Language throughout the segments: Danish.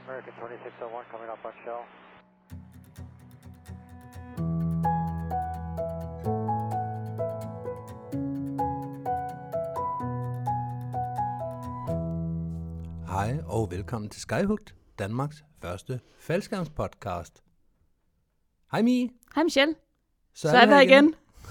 American 2601 coming up on shell. Hej og velkommen til Skyhugt, Danmarks første faldskærmspodcast. Hej Mie. Hej Michelle. Så er vi her igen.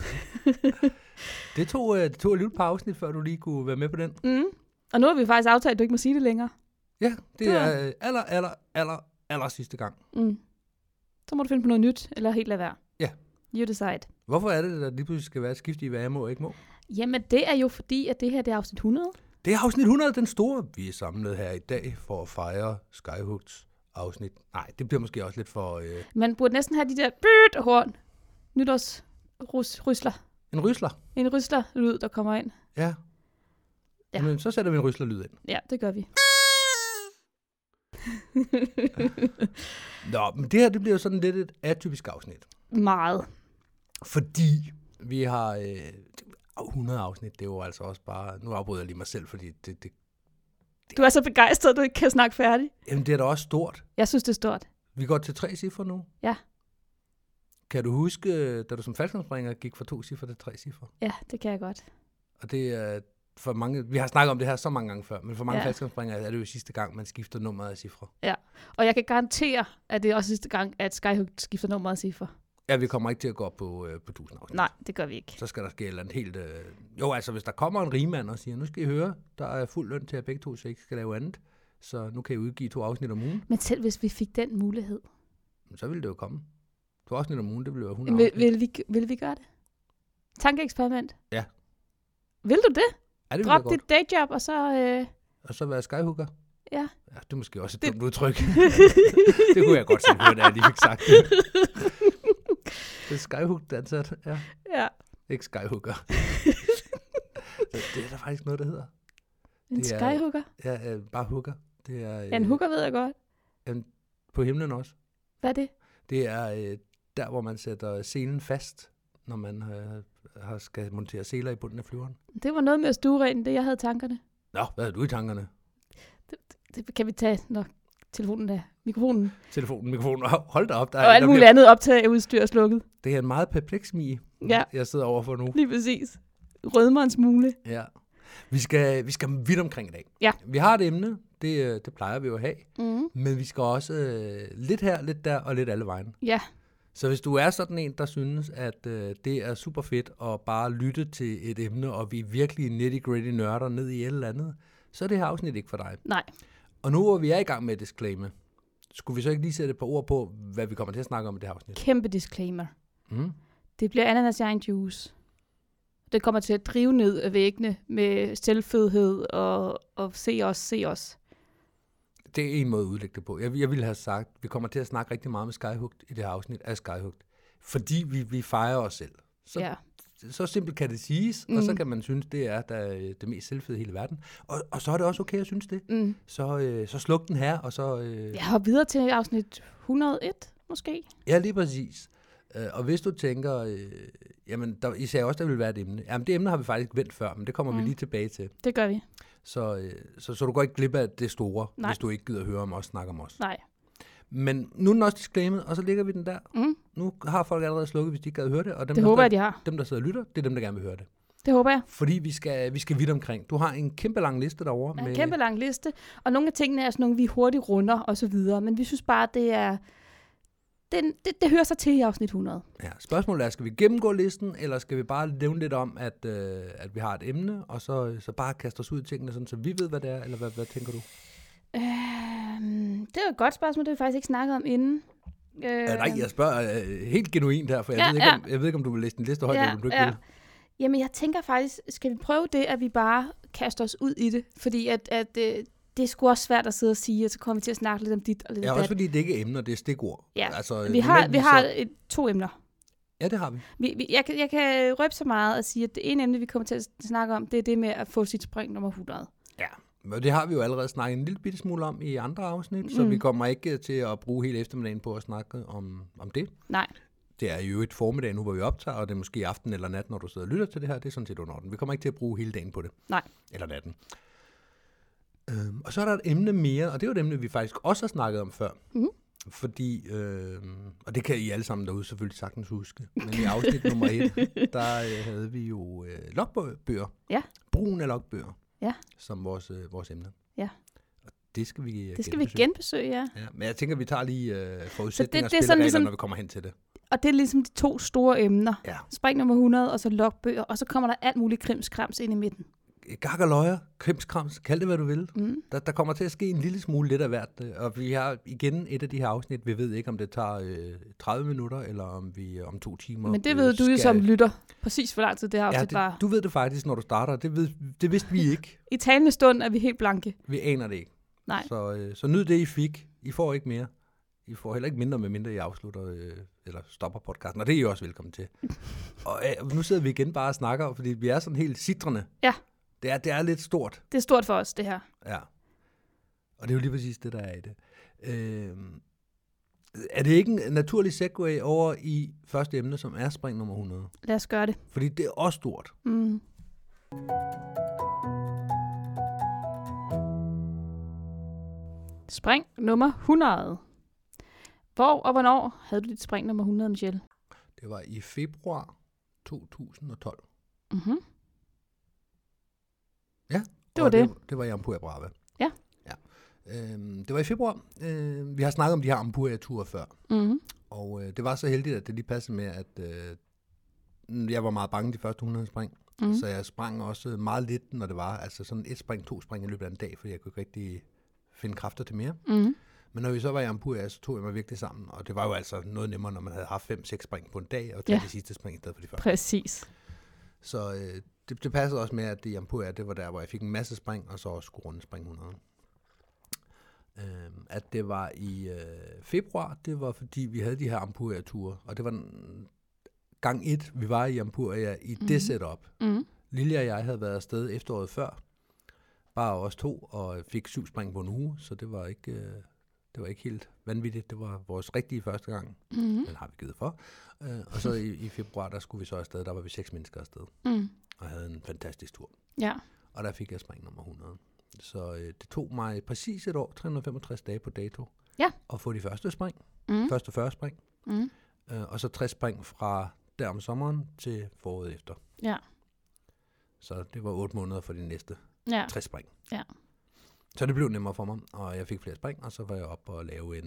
Det tog alligevel et par afsnit, før du lige kunne være med på den. Og nu har vi faktisk aftalt, at du ikke må sige det længere. Ja, det er aller sidste gang. Så må du finde på noget nyt, eller helt lade være. Ja. You decide. Hvorfor er det, at der lige pludselig skal være et skift i, hvad jeg må og ikke må? Jamen, det er jo fordi, at det her det er afsnit 100. Det er afsnit 100, den store. Vi er samlet her i dag for at fejre Skyhugts afsnit. Nej, det bliver måske også lidt for... Man burde næsten have de der byt-horn. Nytårsrysler. En rysler. En rysler-lyd, der kommer ind. Ja. Jamen, så sætter vi en rysler-lyd ind. Ja, det gør vi. Nå, men det her det bliver sådan lidt et atypisk afsnit. Meget. Fordi vi har 100 afsnit, det er jo altså også bare... Nu afbryder jeg lige mig selv, fordi det... Du er så begejstret, at du ikke kan snakke færdig. Jamen, det er da også stort. Jeg synes, det er stort. Vi går til 3 cifre nu. Ja. Kan du huske, da du som faldskærmsspringer gik fra 2 cifre til 3 cifre? Ja, det kan jeg godt. Og det er for mange... Vi har snakket om det her så mange gange før, men for mange faldskærmsspringere er det jo sidste gang, man skifter nummeret af cifre. Ja, og jeg kan garantere, at det er også sidste gang, at Skyhugt skifter nummeret af cifre. Ja, vi kommer ikke til at gå op på 1000 afsnit. Nej, det gør vi ikke. Så skal der ske et eller andet helt... Jo, altså hvis der kommer en rigmand og siger, nu skal I høre, der er fuld løn til at begge to, så I ikke skal lave andet. Så nu kan I udgive 2 afsnit om ugen. Men selv hvis vi fik den mulighed. Så ville det jo komme. 2 afsnit om ugen, det ville jo være 100 afsnit. Vil vi gøre det? Tankeeksperiment? Ja. Vil du det? Ja, det drop dit dayjob, og så... Og så være skyhooker? Ja. Ja, det er måske også et dumt udtryk. Det kunne jeg godt se på, da jeg lige fik sagt det. Det er skyhooked ansat, ja. Ja. Ikke skyhooker. Så det er der faktisk noget, der hedder. En skyhooker? Ja, bare hooker. Det er, en hooker ved jeg godt. På himlen også. Hvad er det? Det er der, hvor man sætter selen fast, når man skal montere seler i bunden af flyveren. Det var noget med at stueren, det jeg havde i tankerne. Nå, hvad havde du i tankerne? Det kan vi tage, når telefonen er mikrofonen. Mikrofonen. Hold da op. Og alt muligt andet optageudstyr er slukket. Det er en meget perpleks Mie, jeg sidder overfor nu. Lige præcis. Rødmer en smule. Ja. Vi skal vidt omkring i dag. Ja. Vi har et emne, det plejer vi jo at have. Men vi skal også lidt her, lidt der og lidt alle vejen. Ja. Så hvis du er sådan en, der synes, at det er super fedt at bare lytte til et emne, og vi er virkelig nitty-gritty nørder ned i et eller andet, så er det her afsnit ikke for dig. Nej. Og nu hvor vi er i gang med et disclaimer, skulle vi så ikke lige sætte et par ord på, hvad vi kommer til at snakke om i det her afsnit? Kæmpe disclaimer. Det bliver ananas egen juice. Det kommer til at drive ned af væggene med selvfødhed og se os. Det er en måde at udlægge det på. Jeg ville have sagt, at vi kommer til at snakke rigtig meget med Skyhugt i det her afsnit af Skyhugt. Fordi vi fejrer os selv. Så simpelt kan det siges, og så kan man synes, det er det mest selvfede i hele verden. Og så er det også okay at synes det. Så sluk den her, og så... Jeg hopper videre til afsnit 101, måske. Ja, lige præcis. Og hvis du tænker, jamen, I sagde også, der vil være et emne. Jamen, det emne har vi faktisk vendt før, men det kommer vi lige tilbage til. Det gør vi. Så du går ikke glip af det store, Nej. hvis du ikke gider høre om os, snakke om os. Nej. Men nu er den også disclaimet, og så ligger vi den der. Nu har folk allerede slukket, hvis de ikke gad høre det. Og dem, det håber jeg, de har. Dem, der sidder og lytter, det er dem, der gerne vil høre det. Det håber jeg. Fordi vi skal vidt omkring. Du har en kæmpe lang liste derovre. Ja, en kæmpe lang liste. Og nogle af tingene er sådan nogle, vi hurtigt runder og så videre. Men vi synes bare, at det er... Det hører sig til i afsnit 100. Ja, spørgsmålet er, skal vi gennemgå listen, eller skal vi bare nævne lidt om, at vi har et emne, og så bare kaste os ud i tingene, sådan, så vi ved, hvad det er, eller hvad tænker du? Det er et godt spørgsmål, det har vi faktisk ikke snakket om inden. Nej, jeg spørger helt genuint her, for jeg ved ikke, om du vil læse din liste højt, eller om du ikke vil. Jamen, jeg tænker faktisk, skal vi prøve det, at vi bare kaster os ud i det? Fordi det er sgu også svært at sidde og sige, og så kommer vi til at snakke lidt om dit og lidt om dat. Ja, også fordi det ikke er emner, det er stikord. Ja, altså, vi har 2 emner. Ja, det har vi. Jeg kan røbe så meget at sige, at det ene emne, vi kommer til at snakke om, det er det med at få sit spring nummer 100. Ja, men det har vi jo allerede snakket en lille bitte smule om i andre afsnit, så vi kommer ikke til at bruge hele eftermiddagen på at snakke om det. Nej. Det er jo et formiddag nu, hvor vi optager, og det er måske aften eller nat, når du sidder og lytter til det her. Det er sådan set under den. Vi kommer ikke til at bruge hele dagen på det. Nej. Eller natten. Og så er der et emne mere, og det er jo et emne, vi faktisk også har snakket om før. Mm. Fordi, og det kan I alle sammen derude selvfølgelig sagtens huske, men i afsnit nummer 1, der havde vi jo logbøger. Ja. Brugen af logbøger. Ja. Som vores emne. Ja. Og det skal vi Det skal vi genbesøge, ja. Ja. Men jeg tænker, vi tager lige forudsætninger og det er spilleregler, ligesom, når vi kommer hen til det. Og det er ligesom de 2 store emner. Ja. Spring nummer 100, og så logbøger, og så kommer der alt muligt krimskrams ind i midten. Gak og løjer, krimskrams, kald det hvad du vil. Mm. Der kommer til at ske en lille smule lidt af hvert. Og vi har igen et af de her afsnit, vi ved ikke, om det tager 30 minutter, eller om vi om 2 timer. Men det ved du jo som lytter, præcis hvor lang tid det her afsnit var. Du ved det faktisk, når du starter. Det vidste vi ikke. I talende stund er vi helt blanke. Vi aner det ikke. Nej. Så nyd det, I fik. I får ikke mere. I får heller ikke mindre, med mindre I afslutter eller stopper podcasten. Og det er I også velkommen til. Og nu sidder vi igen bare og snakker, fordi vi er sådan helt sitrende. Ja. Det er lidt stort. Det er stort for os, det her. Ja. Og det er jo lige præcis det, der er i det. Er det ikke en naturlig segue over i første emne, som er spring nummer 100? Lad os gøre det. Fordi det er også stort. Mm. Spring nummer 100. Hvor og hvornår havde du dit spring nummer 100, Michelle? Det var i februar 2012. Mhm. Ja, det var det. Det var i Ampua Brava. Ja. Det var i februar. Vi har snakket om de her Ampua-ture før. Mhm. Og det var så heldigt, at det lige passede med, at jeg var meget bange de første 100 spring. Mhm. Så jeg sprang også meget lidt, når det var. Altså sådan 1 spring, 2 spring i løbet af en dag, fordi jeg kunne ikke rigtig finde kræfter til mere. Mhm. Men når vi så var i Ampua, så tog jeg mig virkelig sammen. Og det var jo altså noget nemmere, når man havde haft 5-6 spring på en dag, og tage de sidste spring i stedet for de første. Præcis. Så det passede også med, at det i Ampua, det var der, hvor jeg fik en masse spring, og så også skulle runde spring 100. At det var i februar, det var fordi, vi havde de her Ampua-ture, og det var gang 1, vi var i Ampua i det setup. Mhm. Lilja og jeg havde været afsted efteråret før, bare os 2, og fik 7 spring på en uge, så det var ikke helt vanvittigt. Det var vores rigtige første gang, den har vi givet for. Og så i februar, der skulle vi så afsted, der var vi 6 mennesker afsted, og havde en fantastisk tur. Ja. Og der fik jeg spring nummer 100. Så det tog mig præcis et år, 365 dage på dato, at få de første spring, første 40 spring, og så 60 spring fra der om sommeren til foråret efter. Ja. Så det var 8 måneder for de næste 60 spring. Ja. Så det blev nemmere for mig, og jeg fik flere spring, og så var jeg oppe og lave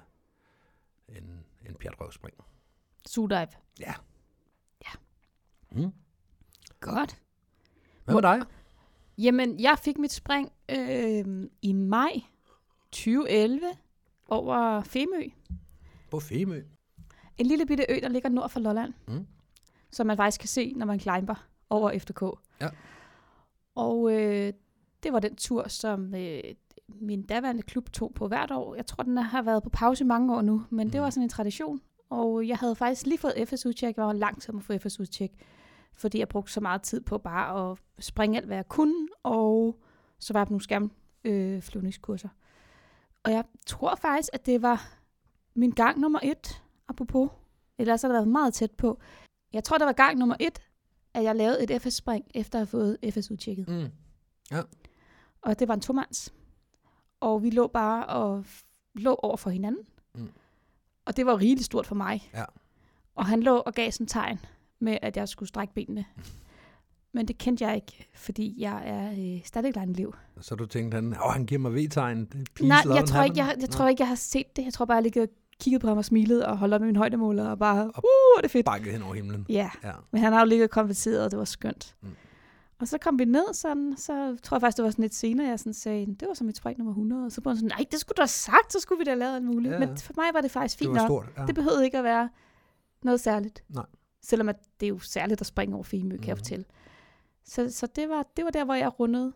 en pjatrøvspring. Sugedive. Ja. Ja. Mm. Godt. Hvad med dig? Jamen, jeg fik mit spring i maj 2011 over Femø. På Femø. En lille bitte ø, der ligger nord for Lolland. Som man faktisk kan se, når man climber over FDK. Ja. Og det var den tur, som min daværende klub tog på hvert år. Jeg tror, den har været på pause mange år nu, men det var sådan en tradition. Og jeg havde faktisk lige fået FSU-tjek. Jeg var langt til at få FSU-tjek, fordi jeg brugte så meget tid på bare at springe alt, hvad jeg kunne, og så var jeg på nogle skærmflyvningskurser. Og jeg tror faktisk, at det var min gang nummer 1, apropos. Ellers har det været meget tæt på. Jeg tror, det var gang nummer 1, at jeg lavede et FS-spring, efter at have fået FSU-tjekket. Ja. Og det var en 2-mands. Og vi lå bare og lå over for hinanden. Og det var rigeligt stort for mig. Ja. Og han lå og gav sådan tegn med, at jeg skulle strække benene. Men det kendte jeg ikke, fordi jeg er stadig liv. Så du tænkte, han giver mig V-tegn. Nej, jeg tror ikke, jeg har set det. Jeg tror bare, jeg ligger kigget på ham og smilede og holdt op med min højdemåler og bare, det er fedt. Bakket hen over himlen. Ja. Men han har jo ligget konverteret, og det var skønt. Og så kom vi ned sådan, så tror jeg faktisk, det var sådan lidt senere, jeg sådan sagde, det var så mit spring nummer 100. Og så blev han sådan, nej, det skulle du have sagt, så skulle vi da have lavet alt muligt. Ja. Men for mig var det faktisk fint nok. Stort, ja. Det behøvede ikke at være noget særligt. Nej. Selvom at det er jo særligt at springe over Femø, kan jeg fortælle. Så det var der, hvor jeg rundede.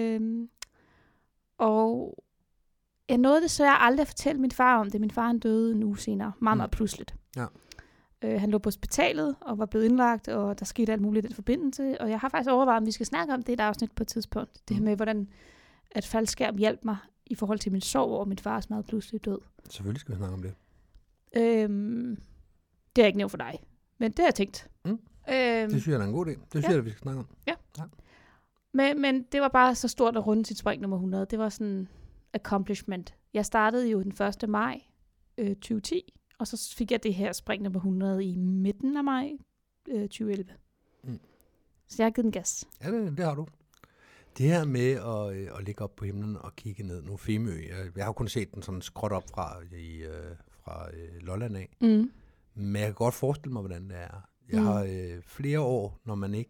Og jeg nåede det, så jeg aldrig at fortælle min far om det. Min far han døde en uge senere, meget pludseligt. Ja. Han lå på hospitalet og var blevet indlagt, og der skete alt muligt i den forbindelse. Og jeg har faktisk overvejet, om vi skal snakke om det i et afsnit på et tidspunkt. Det her med, hvordan at faldskærm hjalp mig i forhold til min sorg over min fars meget pludselige død. Selvfølgelig skal vi snakke om det. Det har jeg ikke nævnt for dig, men det har jeg tænkt. Det synes jeg er en god idé. Det synes jeg, vi skal snakke om. Ja. Men det var bare så stort at runde sit spring nummer 100. Det var sådan accomplishment. Jeg startede jo den 1. maj 2010, og så fik jeg det her spring nummer 100 i midten af maj 2011. Så jeg har givet den gas. Ja, det har du. Det her med at ligge op på himlen og kigge ned. Nu Femø, jeg har kun set den sådan skråt op fra Lolland af. Men jeg kan godt forestille mig, hvordan det er. Jeg har flere år, når man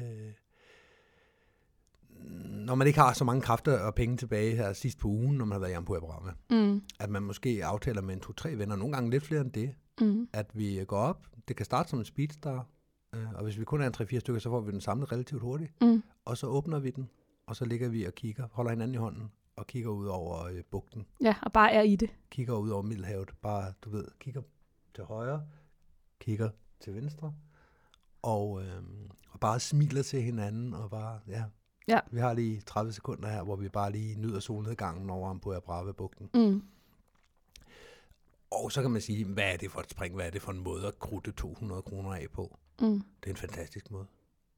ikke har så mange kræfter og penge tilbage her sidst på ugen, når man har været i Ampua Brava. At man måske aftaler med 2-3 venner, nogle gange lidt flere end det, at vi går op. Det kan starte som en speedstar, og hvis vi kun er 3-4 stykker, så får vi den samlet relativt hurtigt. Og så åbner vi den, og så ligger vi og kigger, holder hinanden i hånden, og kigger ud over bugten. Ja, og bare er i det. Kigger ud over Middelhavet, bare, du ved, kigger til højre, kigger til venstre, og bare smiler til hinanden, og bare, ja. Vi har lige 30 sekunder her, hvor vi bare lige nyder solnedgangen over Ampua Brava-bugten. Og så kan man sige, hvad er det for et spring? Hvad er det for en måde at krudte 200 kroner af på? Det er en fantastisk måde.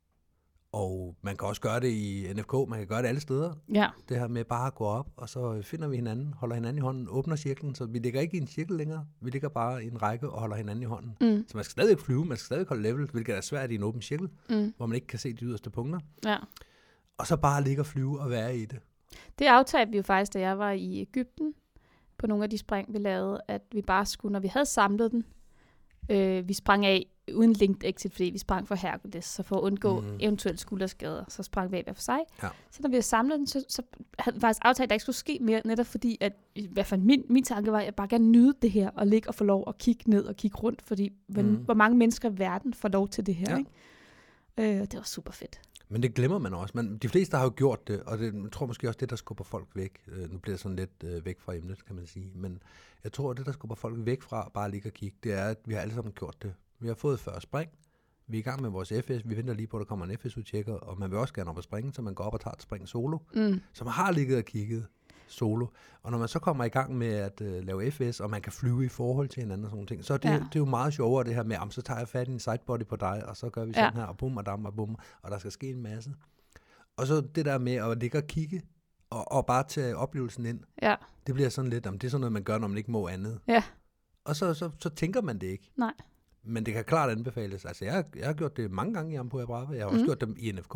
Og man kan også gøre det i NFK, man kan gøre det alle steder. Ja. Det her med bare at gå op, og så finder vi hinanden, holder hinanden i hånden, åbner cirklen, så vi ligger ikke i en cirkel længere. Vi ligger bare i en række og holder hinanden i hånden. Så man skal stadig flyve, man skal stadig holde level, hvilket er svært i en åben cirkel, hvor man ikke kan se de yderste punkter. Ja. Og så bare ligge og flyve og være i det. Det aftalte vi jo faktisk, da jeg var i Egypten, på nogle af de spring, vi lavede, at vi bare skulle, når vi havde samlet den, vi sprang af uden linked exit, fordi vi sprang for Hercules, så for at undgå eventuelle skulderskader, så sprang vi af hver for sig. Ja. Så når vi havde samlet den, så havde vi faktisk aftalt, at der ikke skulle ske mere, netop fordi, at i hvert fald min tanke var, at jeg bare gerne nyde det her, og ligge og få lov at kigge ned og kigge rundt, fordi hvor mange mennesker i verden får lov til det her, ikke? Det var super fedt. Men det glemmer man også. Men de fleste har jo gjort det, og det tror måske også det, der skubber folk væk. Nu bliver det sådan lidt væk fra emnet, kan man sige. Men jeg tror, at det, der skubber folk væk fra bare ligge og kigge, det er, at vi har alle sammen gjort det. Vi har fået 40 spring. Vi er i gang med vores FS. Vi venter lige på, at der kommer en FS-udtjekker, og man vil også gerne op og springe, så man går op og tager et spring solo. Så man har ligget og kigget solo. Og når man så kommer i gang med at lave FS, og man kan flyve i forhold til hinanden og sådan nogle ting, så er det er jo meget sjovere det her med, så tager jeg fat i en sidebody på dig, og så gør vi sådan her, og bum og dam og bum, og der skal ske en masse. Og så det der med at ligge og kigge, og bare tage oplevelsen ind, det bliver sådan lidt, det er sådan noget, man gør, når man ikke må andet. Ja. Og så tænker man det ikke. Nej. Men det kan klart anbefales. Altså, jeg har gjort det mange gange i Ampua Brava. Jeg har også gjort det i NFK.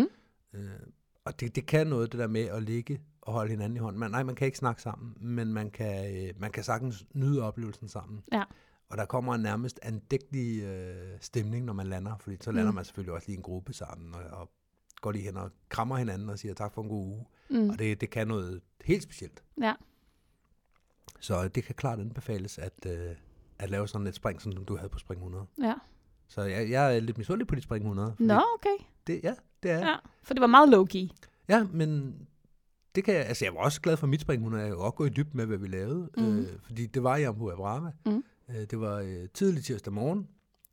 Og det kan noget, det der med at ligge og holde hinanden i hånden. Man kan ikke snakke sammen, men man kan sagtens nyde oplevelsen sammen. Ja. Og der kommer en nærmest andægtig stemning, når man lander, fordi så lander man selvfølgelig også lige en gruppe sammen, og går lige hen og krammer hinanden og siger tak for en god uge. Og det kan noget helt specielt. Ja. Så det kan klart anbefales at lave sådan et spring, som du havde på spring 100. Ja. Så jeg er lidt misundelig på dit spring 100. Nå, okay. Det er jeg. Ja, for det var meget low-key. Ja, men det kan jeg var også glad for mit spring 100. Jeg kan også gå i dybden med, hvad vi lavede, fordi det var i Ampua Brava. Det var tidlig tirsdag morgen,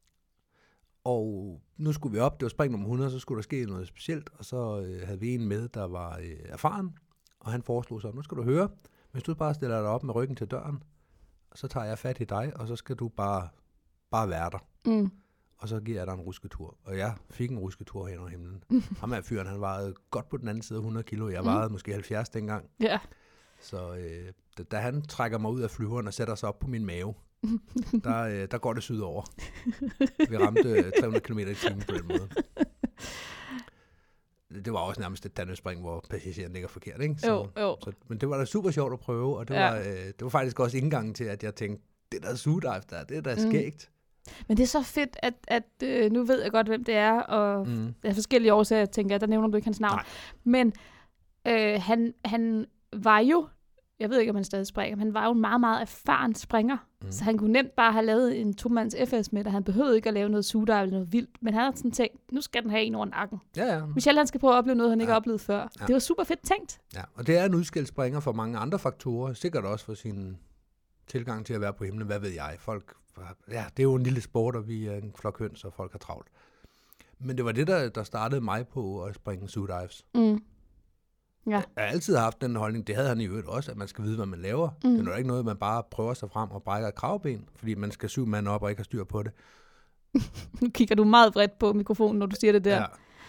og nu skulle vi op. Det var spring nummer 100, så skulle der ske noget specielt, og så havde vi en med, der var erfaren, og han foreslog så, nu skal du høre, hvis du bare stiller dig op med ryggen til døren, så tager jeg fat i dig, og så skal du bare være der. Og så giver jeg dig en rusketur. Og jeg fik en rusketur hen over himlen. Ham her fyren, han vejede godt på den anden side af 100 kilo. Jeg vejede måske 70 dengang. Ja. Så da han trækker mig ud af flyveren og sætter sig op på min mave, der går det sydover. Vi ramte 300 km i timen på den måde. Det var også nærmest et tandemspring, hvor passageren ligger forkert, ikke? Men det var da super sjovt at prøve, og det var faktisk også indgangen til, at jeg tænkte, det der zoodive der, det er da skægt. Men det er så fedt, at nu ved jeg godt, hvem det er, og der er forskellige årsager, tænker jeg, der nævner du ikke hans navn. Nej. Men han var jo, jeg ved ikke, om han stadig springer, men han var jo en meget, meget erfaren springer. Så han kunne nemt bare have lavet en 2-mands FS med, og han behøvede ikke at lave noget zoodive eller noget vildt, men han havde sådan tænkt, nu skal den have en over nakken. Ja. Michelle, han skal prøve at opleve noget, han ikke har oplevet før. Ja. Det var super fedt tænkt. Ja, og det er en udskilt springer for mange andre faktorer, sikkert også for sin tilgang til at være på himlen, hvad ved jeg. Det er jo en lille sport, og vi er en flok høns, og folk har travlt. Men det var det, der startede mig på at springe zoodives. Ja. Jeg har altid haft den holdning, det havde han i øvrigt også, at man skal vide, hvad man laver. Det er jo ikke noget, man bare prøver sig frem og brækker et kravben, fordi man skal 7 mand op og ikke har styr på det. Nu kigger du meget vredt på mikrofonen, når du siger det der.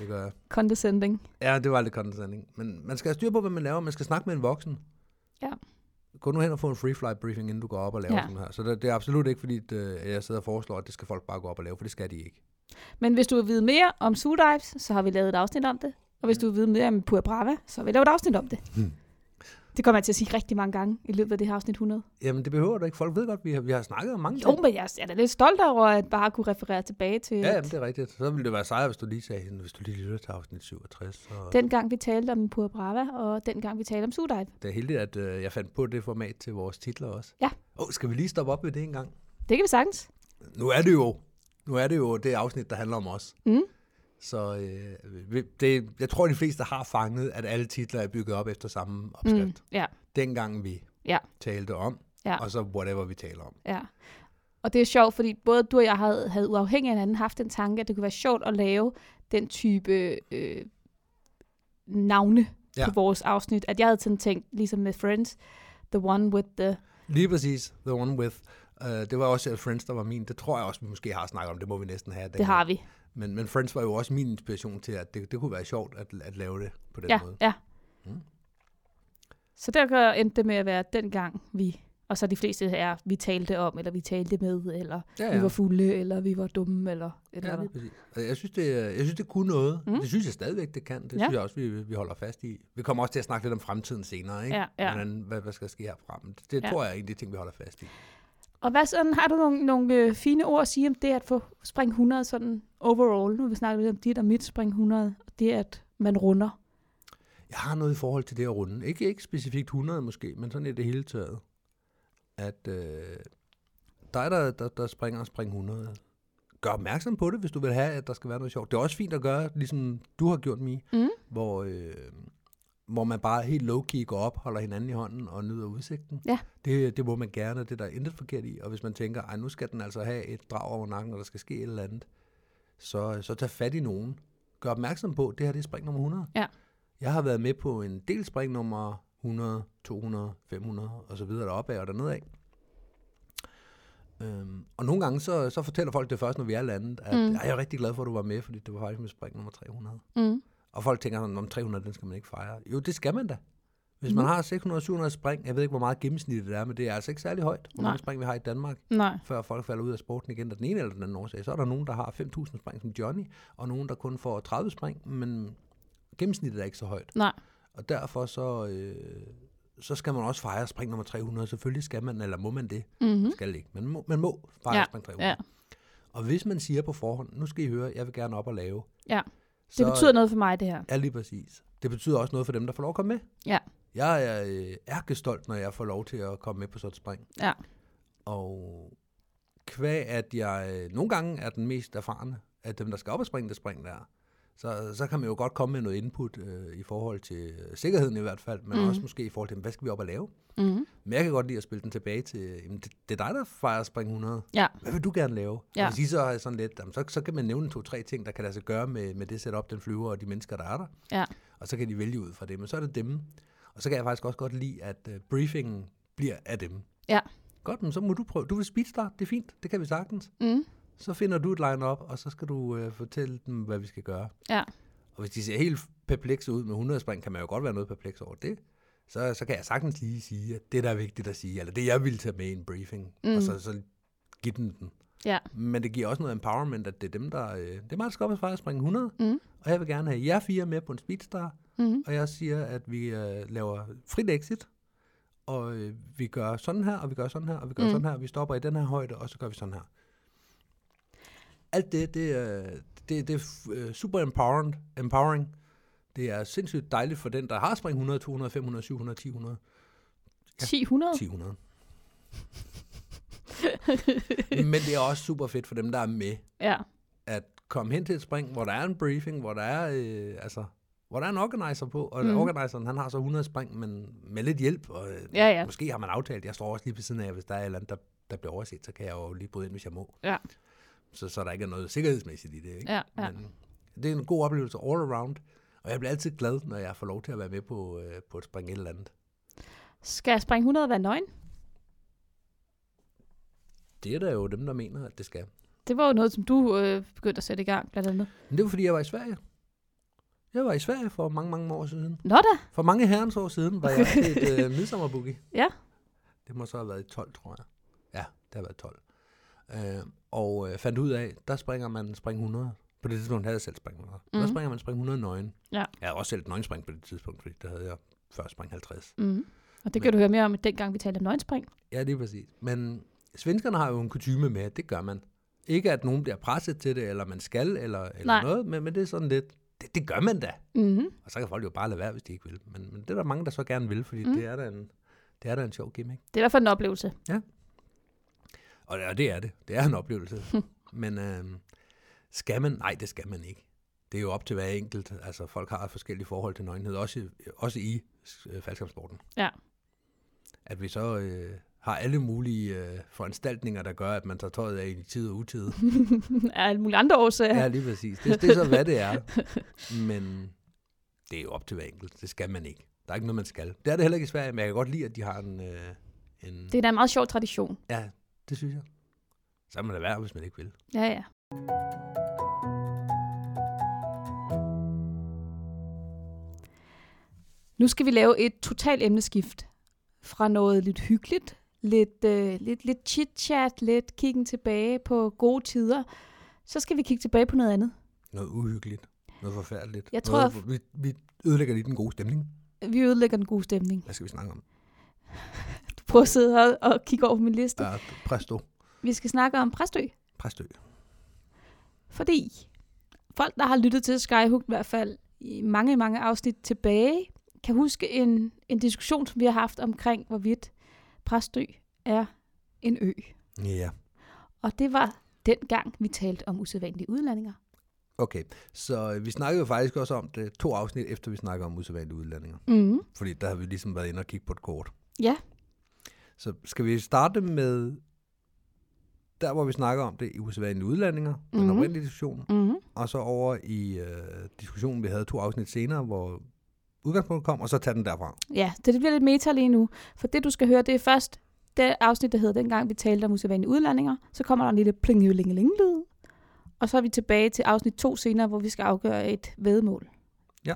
det gør jeg. Condescending. Ja, det var lidt condescending. Men man skal have styr på, hvad man laver. Man skal snakke med en voksen. Ja. Gå nu hen og få en free flight briefing, inden du går op og laver sådan her. Så det er absolut ikke, fordi jeg sidder og foreslår, at det skal folk bare gå op og lave, for det skal de ikke. Men hvis du vil vide mere om Zoo Dives, så har vi lavet et afsnit om det. Og hvis du vil vide mere om Pura Brava, så har vi lavet et afsnit om det. Det kommer jeg til at sige rigtig mange gange i løbet af det her afsnit 100. Jamen, det behøver du ikke. Folk ved godt, vi har snakket om mange ting. Jo, men jeg er da lidt stolt over, at bare kunne referere tilbage til... Ja, jamen, det er rigtigt. Så ville det være sejt, hvis du lige sagde, hvis du lige lytter til afsnit 67. Så... Dengang vi talte om Pura Brava, og dengang vi talte om Zoo Dive. Det er heldigt, at jeg fandt på det format til vores titler også. Ja. Skal vi lige stoppe op ved det en gang? Det kan vi sagtens. Nu er det jo det afsnit, der handler om os. Så jeg tror, de fleste har fanget, at alle titler er bygget op efter samme opskrift. Ja. Dengang vi talte om, og så whatever vi taler om. Ja. Og det er sjovt, fordi både du og jeg havde uafhængig af hinanden haft en tanke, at det kunne være sjovt at lave den type navne på vores afsnit. At jeg havde sådan tænkt, ligesom med Friends, the one with the... Lige præcis, the one with... det var også Friends, der var min. Det tror jeg også, vi måske har snakket om. Det må vi næsten have. Det har vi. Men Friends var jo også min inspiration til, at det kunne være sjovt at lave det på den måde. Ja. Så der endte det med at være dengang vi, og så de fleste her, vi talte om, eller vi talte med, eller vi var fulde, eller vi var dumme, eller et eller andet. Jeg synes, det kunne noget. Det synes jeg stadigvæk, det kan. Det synes jeg også, vi holder fast i. Vi kommer også til at snakke lidt om fremtiden senere, ikke? Hvad skal ske herfra? Det tror jeg er en af de ting, vi holder fast i. Og hvad sådan, har du nogle fine ord at sige om det at få spring 100 sådan overall? Nu har vi snakket lidt om dit og mit spring 100, og det at man runder. Jeg har noget i forhold til det at runde. Ikke specifikt 100 måske, men sådan i det hele taget. At dig, der springer spring 100, gør opmærksom på det, hvis du vil have, at der skal være noget sjovt. Det er også fint at gøre, ligesom du har gjort, Mie, hvor man bare helt low-key går op, holder hinanden i hånden og nyder udsigten. Ja. Det må man gerne, det der er intet forkert i. Og hvis man tænker, nu skal den altså have et drag over nakken, og der skal ske et eller andet, så tag fat i nogen. Gør opmærksom på, det her det er spring nummer 100. Ja. Jeg har været med på en del spring nummer 100, 200, 500 og så videre deroppe af og dernede af. Og nogle gange så fortæller folk det først, når vi er landet, at jeg er rigtig glad for, at du var med, fordi det var faktisk med spring nummer 300. Og folk tænker sådan, om 300, den skal man ikke fejre. Jo, det skal man da. Hvis man har 600-700 spring, jeg ved ikke, hvor meget gennemsnittet det er, men det er altså ikke særlig højt, hvor mange spring vi har i Danmark, før folk falder ud af sporten igen, der den ene eller den anden årsag. Så er der nogen, der har 5.000 spring som Johnny, og nogen, der kun får 30 spring, men gennemsnittet er ikke så højt. Nej. Og derfor så skal man også fejre spring nummer 300. Selvfølgelig skal man, eller må man det? Skal ikke. Man må fejre spring 300. Ja. Og hvis man siger på forhånd, nu skal I høre, jeg vil gerne op og lave. Ja, det betyder noget for mig, det her. Ja, lige præcis. Det betyder også noget for dem, der får lov at komme med. Ja. Jeg er ærkestolt, når jeg får lov til at komme med på sådan et spring. Ja. Og kvæg, at jeg nogle gange er den mest erfarne af dem, der skal op og springe det spring der, så kan man jo godt komme med noget input i forhold til sikkerheden i hvert fald, men også måske i forhold til, hvad skal vi op og lave? Men jeg kan godt lide at spille den tilbage til, det er dig, der fejrer spring 100. Ja. Hvad vil du gerne lave? Ja. Og hvis I så er sådan lidt, så kan man nævne 2-3 ting, der kan lade sig gøre med det setup, den flyver og de mennesker, der er der. Ja. Og så kan de vælge ud fra det, men så er det dem. Og så kan jeg faktisk også godt lide, at briefingen bliver af dem. Ja. Godt, men så må du prøve. Du vil speedstart, det er fint, det kan vi sagtens. Så finder du et line-up, og så skal du fortælle dem, hvad vi skal gøre. Ja. Og hvis de ser helt perplekse ud med 100 spring, kan man jo godt være noget perpleks over det. Så kan jeg sagtens lige sige, at det der er vigtigt at sige, eller det jeg vil tage med i en briefing, og så give dem den. Ja. Men det giver også noget empowerment, at det er dem, der... det er mig, der skal op og fejre spring 100, og jeg vil gerne have jer 4 med på en speedstar, og jeg siger, at vi laver frit exit, og vi gør sådan her, og vi gør sådan her, og vi gør sådan her, og vi stopper i den her højde, og så gør vi sådan her. Alt det er super empowering. Det er sindssygt dejligt for den, der har spring 100, 200, 500, 700, 1000. Ja, 1000. Men det er også super fedt for dem, der er med. Ja. At komme hen til et spring, hvor der er en briefing, hvor der er, hvor der er en organizer på, og organiseren, han har så 100 spring, men med lidt hjælp, og måske har man aftalt, jeg står også lige ved siden af, hvis der er et eller andet, der bliver overset, så kan jeg jo lige bryde ind, hvis jeg må. Ja. Så der ikke er noget sikkerhedsmæssigt i det, ikke? Ja, ja. Men det er en god oplevelse all around, og jeg bliver altid glad, når jeg får lov til at være med på et spring et eller andet. Skal spring 100 være nøgen? Det er der jo dem, der mener, at det skal. Det var jo noget, som du begyndte at sætte i gang, blandt andet. Men det var, fordi jeg var i Sverige. Jeg var i Sverige for mange år siden. Nå da. For mange herrens år siden var jeg til et midsommerboogie. Ja. Det må så have været i 12, tror jeg. Ja, det har været 12. Og fandt ud af, der springer man spring 100. På det tidspunkt havde jeg selv spring 100. Der springer man spring 100 nøgen. Ja. Jeg havde også selv et nøgenspring på det tidspunkt, fordi der havde jeg før spring 50. Og det kan du høre mere om, dengang vi talte om nøgenspring. Ja, det er præcis. Men svenskerne har jo en kutyme med, at det gør man. Ikke at nogen bliver presset til det, eller man skal, eller noget, men det er sådan lidt, det gør man da. Og så kan folk jo bare lade være, hvis de ikke vil. Men det er der mange, der så gerne vil, fordi det er da en sjov gimmick. Det er i hvert fald en oplevelse. Ja. Og det er det. Det er en oplevelse. Men skal man? Nej, det skal man ikke. Det er jo op til hver enkelt. Altså, folk har et forskellige forhold til nøgenhed, også i faldskærmssporten. Ja. At vi så har alle mulige foranstaltninger, der gør, at man tager tøjet af i tid og utid. Er alle mulige andre årsager. Ja, lige præcis. Det er så, hvad det er. Men det er jo op til hver enkelt. Det skal man ikke. Der er ikke noget, man skal. Det er det heller ikke i Sverige, men jeg kan godt lide, at de har en... Det er da en meget sjov tradition. Ja, det synes jeg. Så er man da værd, hvis man ikke vil. Ja. Nu skal vi lave et totalt emneskift fra noget lidt hyggeligt, lidt chit-chat, lidt kiggen tilbage på gode tider. Så skal vi kigge tilbage på noget andet. Noget uhyggeligt. Noget forfærdeligt. Jeg tror, vi ødelægger lige den gode stemning. Vi ødelægger den gode stemning. Hvad skal vi snakke om? Du prøver at sidde og kigge over på min liste. Ja, Præstø. Vi skal snakke om Præstø. Præstø. Fordi folk, der har lyttet til Skyhook i hvert fald i mange afsnit tilbage, kan huske en diskussion, som vi har haft omkring, hvorvidt Præstø er en ø. Ja. Og det var dengang, vi talte om usædvanlige udlandinger. Okay, så vi snakkede jo faktisk også om det 2 afsnit, efter vi snakker om usædvanlige udlandinger. Fordi der har vi ligesom været inde og kigge på et kort. Ja. Så skal vi starte med der, hvor vi snakker om det i usædvanlige udlandinger, den oprindelige diskussion, og så over i diskussionen, vi havde 2 afsnit senere, hvor udgangspunktet kom, og så tage den derfra. Ja, det bliver lidt meta lige nu. For det, du skal høre, det er først det afsnit, der hedder dengang, vi talte om usædvanlige udlandinger. Så kommer der en lille pling-ling-ling-lyd. Og så er vi tilbage til afsnit 2 senere, hvor vi skal afgøre et væddemål. Ja.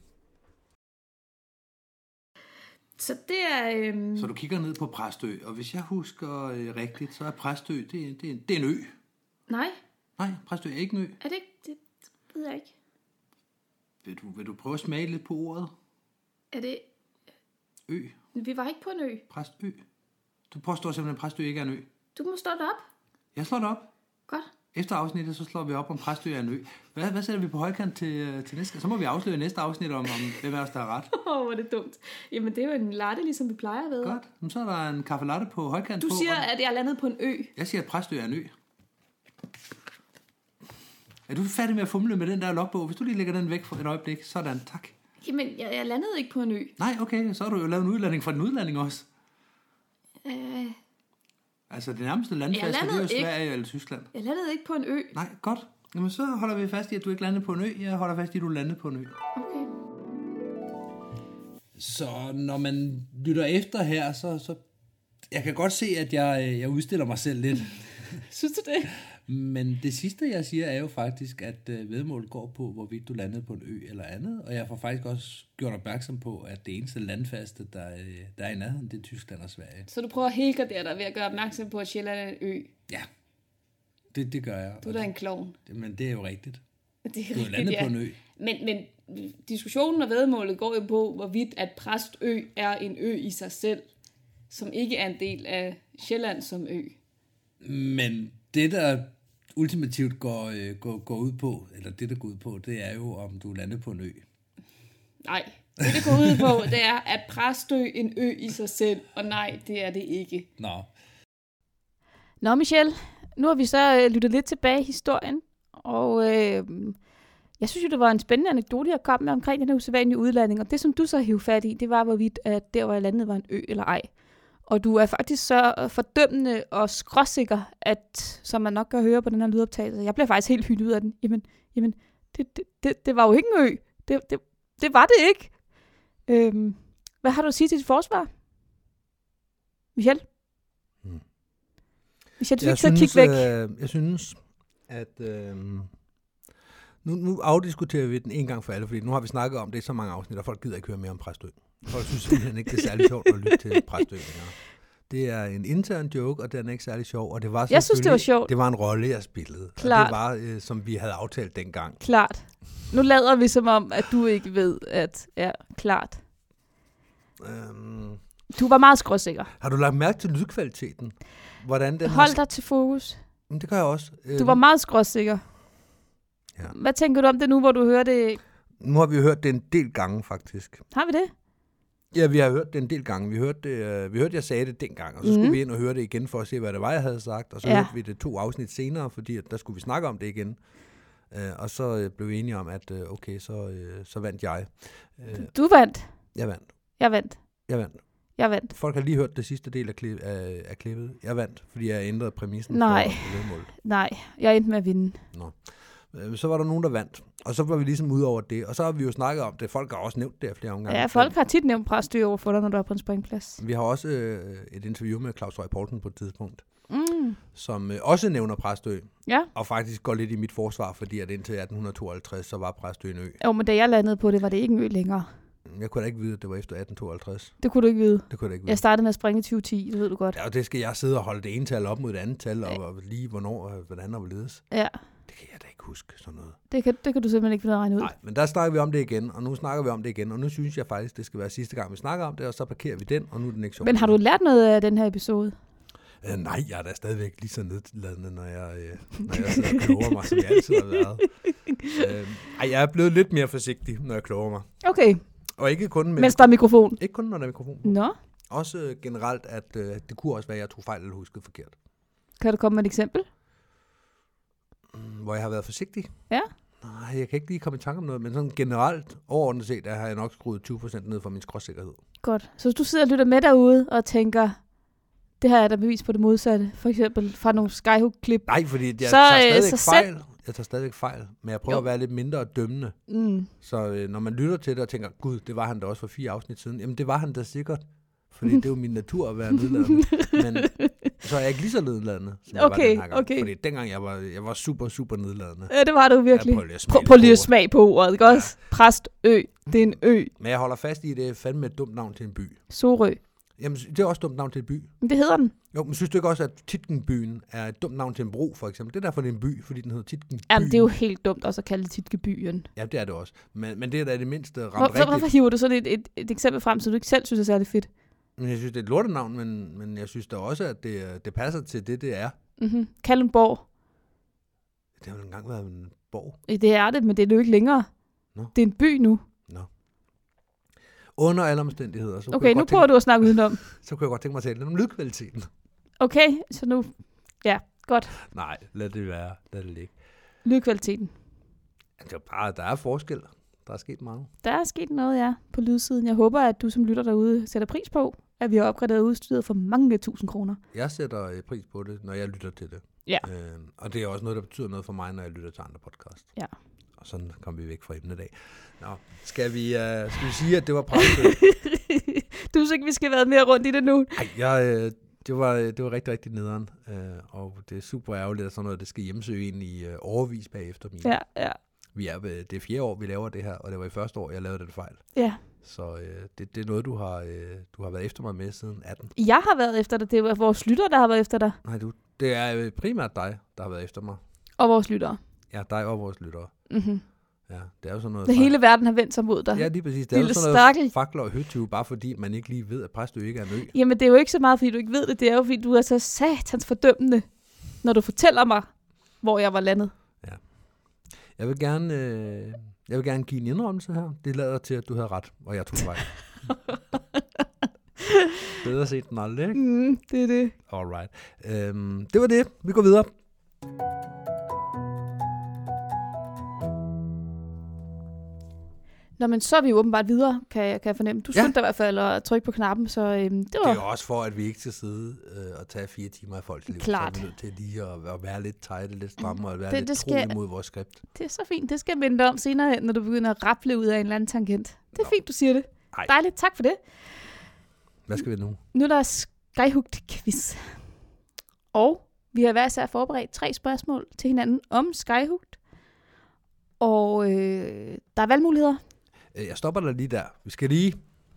Så det er... Så du kigger ned på Præstø, og hvis jeg husker rigtigt, så er Præstø, det er en ø. Nej. Nej, Præstø er ikke en ø. Er det ikke? Det ved jeg ikke. Vil du prøve at smage lidt på ordet? Er det... Ø. Vi var ikke på en ø. Præstø. Du påstår simpelthen, at Præstø ikke er en ø. Du må slå det op. Jeg slår det op. Godt. Efter afsnittet, så slår vi op om Præstø er en ø. Hvad sætter vi på højkant til næste? Så må vi afsløre i næste afsnit om hvem af os, der har ret. Hvor er det dumt. Jamen, det er jo en latte, ligesom vi plejer at vide. Godt. Men så er der en kaffe latte på højkant. Du siger, at jeg er landet på en ø. Jeg siger, at Præstø er en ø. Er du færdig med at fumle med den der logbog? Hvis du lige lægger den væk for et øjeblik, sådan, tak. Jamen, jeg landede ikke på en ø. Nej, okay, så har du jo lavet en udlanding fra den udlanding også. Altså, det nærmeste landfast, det er jo Sverige eller Tyskland. Jeg landede ikke på en ø. Nej, godt. Jamen, så holder vi fast i, at du ikke landede på en ø. Jeg holder fast i, at du landede på en ø. Okay. Så når man lytter efter her, så jeg kan godt se, at jeg udstiller mig selv lidt. Synes du det? Men det sidste, jeg siger, er jo faktisk, at væddemålet går på, hvorvidt du landede på en ø eller andet. Og jeg får faktisk også gjort opmærksom på, at det eneste landfaste, der er i nærheden, det er Tyskland og Sverige. Så du prøver at helgardere dig ved at gøre opmærksom på, at Sjælland er en ø? Ja, det gør jeg. Du er da en klovn. Men det er jo rigtigt. Det er du er landet på en ø. Men diskussionen og væddemålet går jo på, hvorvidt at Præstø er en ø i sig selv, som ikke er en del af Sjælland som ø. Men det, der ultimativt går ud på, eller det, der går ud på, det er jo, om du er landet på en ø. Nej, det går ud på, det er, at Præstø en ø i sig selv, og nej, det er det ikke. Nå, Michelle, nu har vi så lyttet lidt tilbage i historien, og jeg synes jo, det var en spændende anekdote, jeg kom med omkring den her usædvanlige udlanding, og det, som du så hævde fat i, det var, hvorvidt at der, hvor jeg landede, var en ø eller ej. Og du er faktisk så fordømmende og skråsikker, at, som man nok kan høre på den her lydoptagelse, jeg bliver faktisk helt hylet ud af den. Jamen det var jo ikke en ø. Det var det ikke. Hvad har du at sige til dit forsvar? Michelle? Michelle, du skal kigge væk. Jeg synes, at Nu afdiskuterer vi den en gang for alle, fordi nu har vi snakket om det i så mange afsnit, og folk gider ikke høre mere om Præstø. Folk synes simpelthen ikke, det er særlig sjovt at lytte til Præstø længere. Det er en intern joke, og den er ikke særlig sjov. Og det var jeg synes, det var sjovt. Det var en rolle, jeg spillede. Klart. Og det var, som vi havde aftalt dengang. Klart. Nu lader vi som om, at du ikke ved, at... Ja, klart. Du var meget skråsikker. Har du lagt mærke til lydkvaliteten? Hvordan den Hold dig til fokus. Men det gør jeg også. Du var meget skråsikker. Ja. Hvad tænker du om det nu, hvor du hører det? Nu har vi hørt det en del gange, faktisk. Har vi det? Ja, vi har hørt det en del gange. Vi hørte jeg sagde det dengang, og så skulle vi ind og høre det igen for at se, hvad det var, jeg havde sagt. Og så hørte vi det 2 afsnit senere, fordi der skulle vi snakke om det igen. Og så blev vi enige om, at okay, så vandt jeg. Du vandt. Jeg vandt. Jeg vandt. Jeg vandt. Jeg vandt. Folk har lige hørt det sidste del af klippet. Jeg vandt, fordi jeg ændrede præmissen for vedmålet. Nej, jeg endte med at vinde. Nå. Så var der nogen, der vandt. Og så var vi ligesom ude over det. Og så har vi jo snakket om det. Folk har også nævnt det flere omgange. Ja, folk har tit nævnt Præstø over for dig, når du er på en springplads. Vi har også et interview med Claus Høj Poulsen på et tidspunkt, som også nævner Præstø. Ja. Og faktisk går lidt i mit forsvar, fordi at indtil 1852, så var Præstø en ø. Jo, men da jeg landede på det, var det ikke en ø længere. Jeg kunne da ikke vide, at det var efter 1852. Det kunne du ikke vide. Det kunne jeg ikke vide. Jeg startede med at springe i 2010, det ved du godt. Ja, og det skal jeg sidde og holde det ene tal op mod det andet tal, og lige hvornår, hvordan og hvorledes. Ja. Det kan jeg da ikke huske, sådan noget. Det kan du simpelthen ikke finde at regne ud. Nej, men der snakker vi om det igen, og nu snakker vi om det igen, og nu synes jeg faktisk, det skal være sidste gang, vi snakker om det, og så parkerer vi den, og nu er den ikke sjovt. Men har du lært noget af den her episode? Nej, jeg er da stadigvæk lige så nedladende, når jeg sidder og kloger mig, som jeg altid har været. Jeg er blevet lidt mere forsigtig, når jeg kloger mig. Okay. Og ikke kun med... Mens der er mikrofon? Ikke kun, når der er mikrofon. Nå. Også generelt, at det kunne også være, at jeg tog fejl eller huskede forkert. Kan du komme med et eksempel? Hvor jeg har været forsigtig? Ja. Nej, jeg kan ikke lige komme i tanke om noget, men sådan generelt, overordnet set, der har jeg nok skruet 20% ned for min skråsikkerhed. Godt. Så hvis du sidder og lytter med derude og tænker, det her er der bevis på det modsatte, for eksempel fra nogle Skyhook-klip. Nej, fordi jeg tager stadigvæk fejl. Jeg tager stadigvæk fejl, men jeg prøver at være lidt mindre dømmende. Så når man lytter til det og tænker, gud, det var han da også for 4 afsnit siden. Jamen, det var han da sikkert. Fordi det er jo min natur at være nedladende. Men så er jeg ikke lige så nedladende, som jeg var den her gang. Okay. Fordi dengang jeg var super, super nedladende. Ja, det var du virkelig. Prøv lige at smage på ordet, ikke også? Præstø, det er en ø. Men jeg holder fast i, det er fandme et dumt navn til en by. Sorø. Jamen, det er også et dumt navn til en by. Men det hedder den. Jo, men synes du ikke også, at Titkenbyen er et dumt navn til en bro, for eksempel? Det er derfor, det er en by, fordi den hedder Titkenbyen. Jamen, det er jo helt dumt også at kalde det Titkebyen. Ja, det er det også. Men det er da det mindste ramt rigtigt. Hvorfor hiver du sådan et eksempel frem, så du ikke selv synes, det er særlig fedt? Men jeg synes, det er et lortenavn, men jeg synes da også, at det passer til det er. Kalundborg. Det har jo engang været en borg. Det er det, men det er jo ikke længere. Nå. Det er en by nu. Nå. Under alle omstændigheder. Så okay, nu prøver du at snakke udenom. Så kunne jeg godt tænke mig at tale lidt om lydkvaliteten. Okay, så nu... Ja, godt. Nej, lad det være. Lad det ligge. Lydkvaliteten. Der er forskel. Der er sket meget. Der er sket noget, ja, på lydsiden. Jeg håber, at du som lytter derude sætter pris på, at vi har opgraderet udstyret for mange 1000 kroner. Jeg sætter pris på det, når jeg lytter til det. Ja. Og det er også noget, der betyder noget for mig, når jeg lytter til andre podcast. Ja. Og sådan kom vi væk fra emnet i dag. Nå, skal vi sige, at det var Præstø? Du synes ikke, vi skal være mere rundt i det nu? Nej, det var rigtig, rigtig nederen. Og det er super ærgerligt, at sådan noget, det skal hjemsøge ind i overvis bagefter min. Ja. Det er 4. år, vi laver det her, og det var i første år, jeg lavede den fejl. Ja. Så det er noget, du har været efter mig med siden 18. Jeg har været efter dig. Det er vores lyttere, der har været efter dig. Nej, det er primært dig, der har været efter mig. Og vores lyttere. Ja, dig og vores lyttere. Mhm. Ja, det er jo sådan noget... Hele verden har vendt sig mod dig. Ja, lige præcis. Det er jo sådan noget fakler og høtyve, bare fordi man ikke lige ved, at Præstø ikke er en ø. Jamen, det er jo ikke så meget, fordi du ikke ved det. Det er jo, fordi du er så satans fordømmende, når du fortæller mig, hvor jeg var landet. Ja. Jeg vil gerne give en indrømmelse her. Det lader til, at du havde ret, og jeg tog fejl. Bedre set end aldrig, ikke? Det er det. Alright. Det var det. Vi går videre. Nå, men så er vi jo åbenbart videre, kan jeg fornemme. Du skyndte dig i hvert fald at trykke på knappen, så det var... Det er jo også for, at vi ikke skal sidde og tage 4 timer af folks liv. Klart. Så er vi nødt til lige at være lidt tighte, lidt stramme og være lidt tro imod vores skript. Det er så fint. Det skal jeg minde dig om senere hen, når du begynder at raple ud af en eller anden tangent. Det er fint, du siger det. Ej. Dejligt. Tak for det. Hvad skal vi nu? Nu er der Skyhooked-quiz. Og vi har hver især forberedt 3 spørgsmål til hinanden om Skyhooked. Og der er valgmuligheder. Jeg stopper dig lige der. Vi skal lige...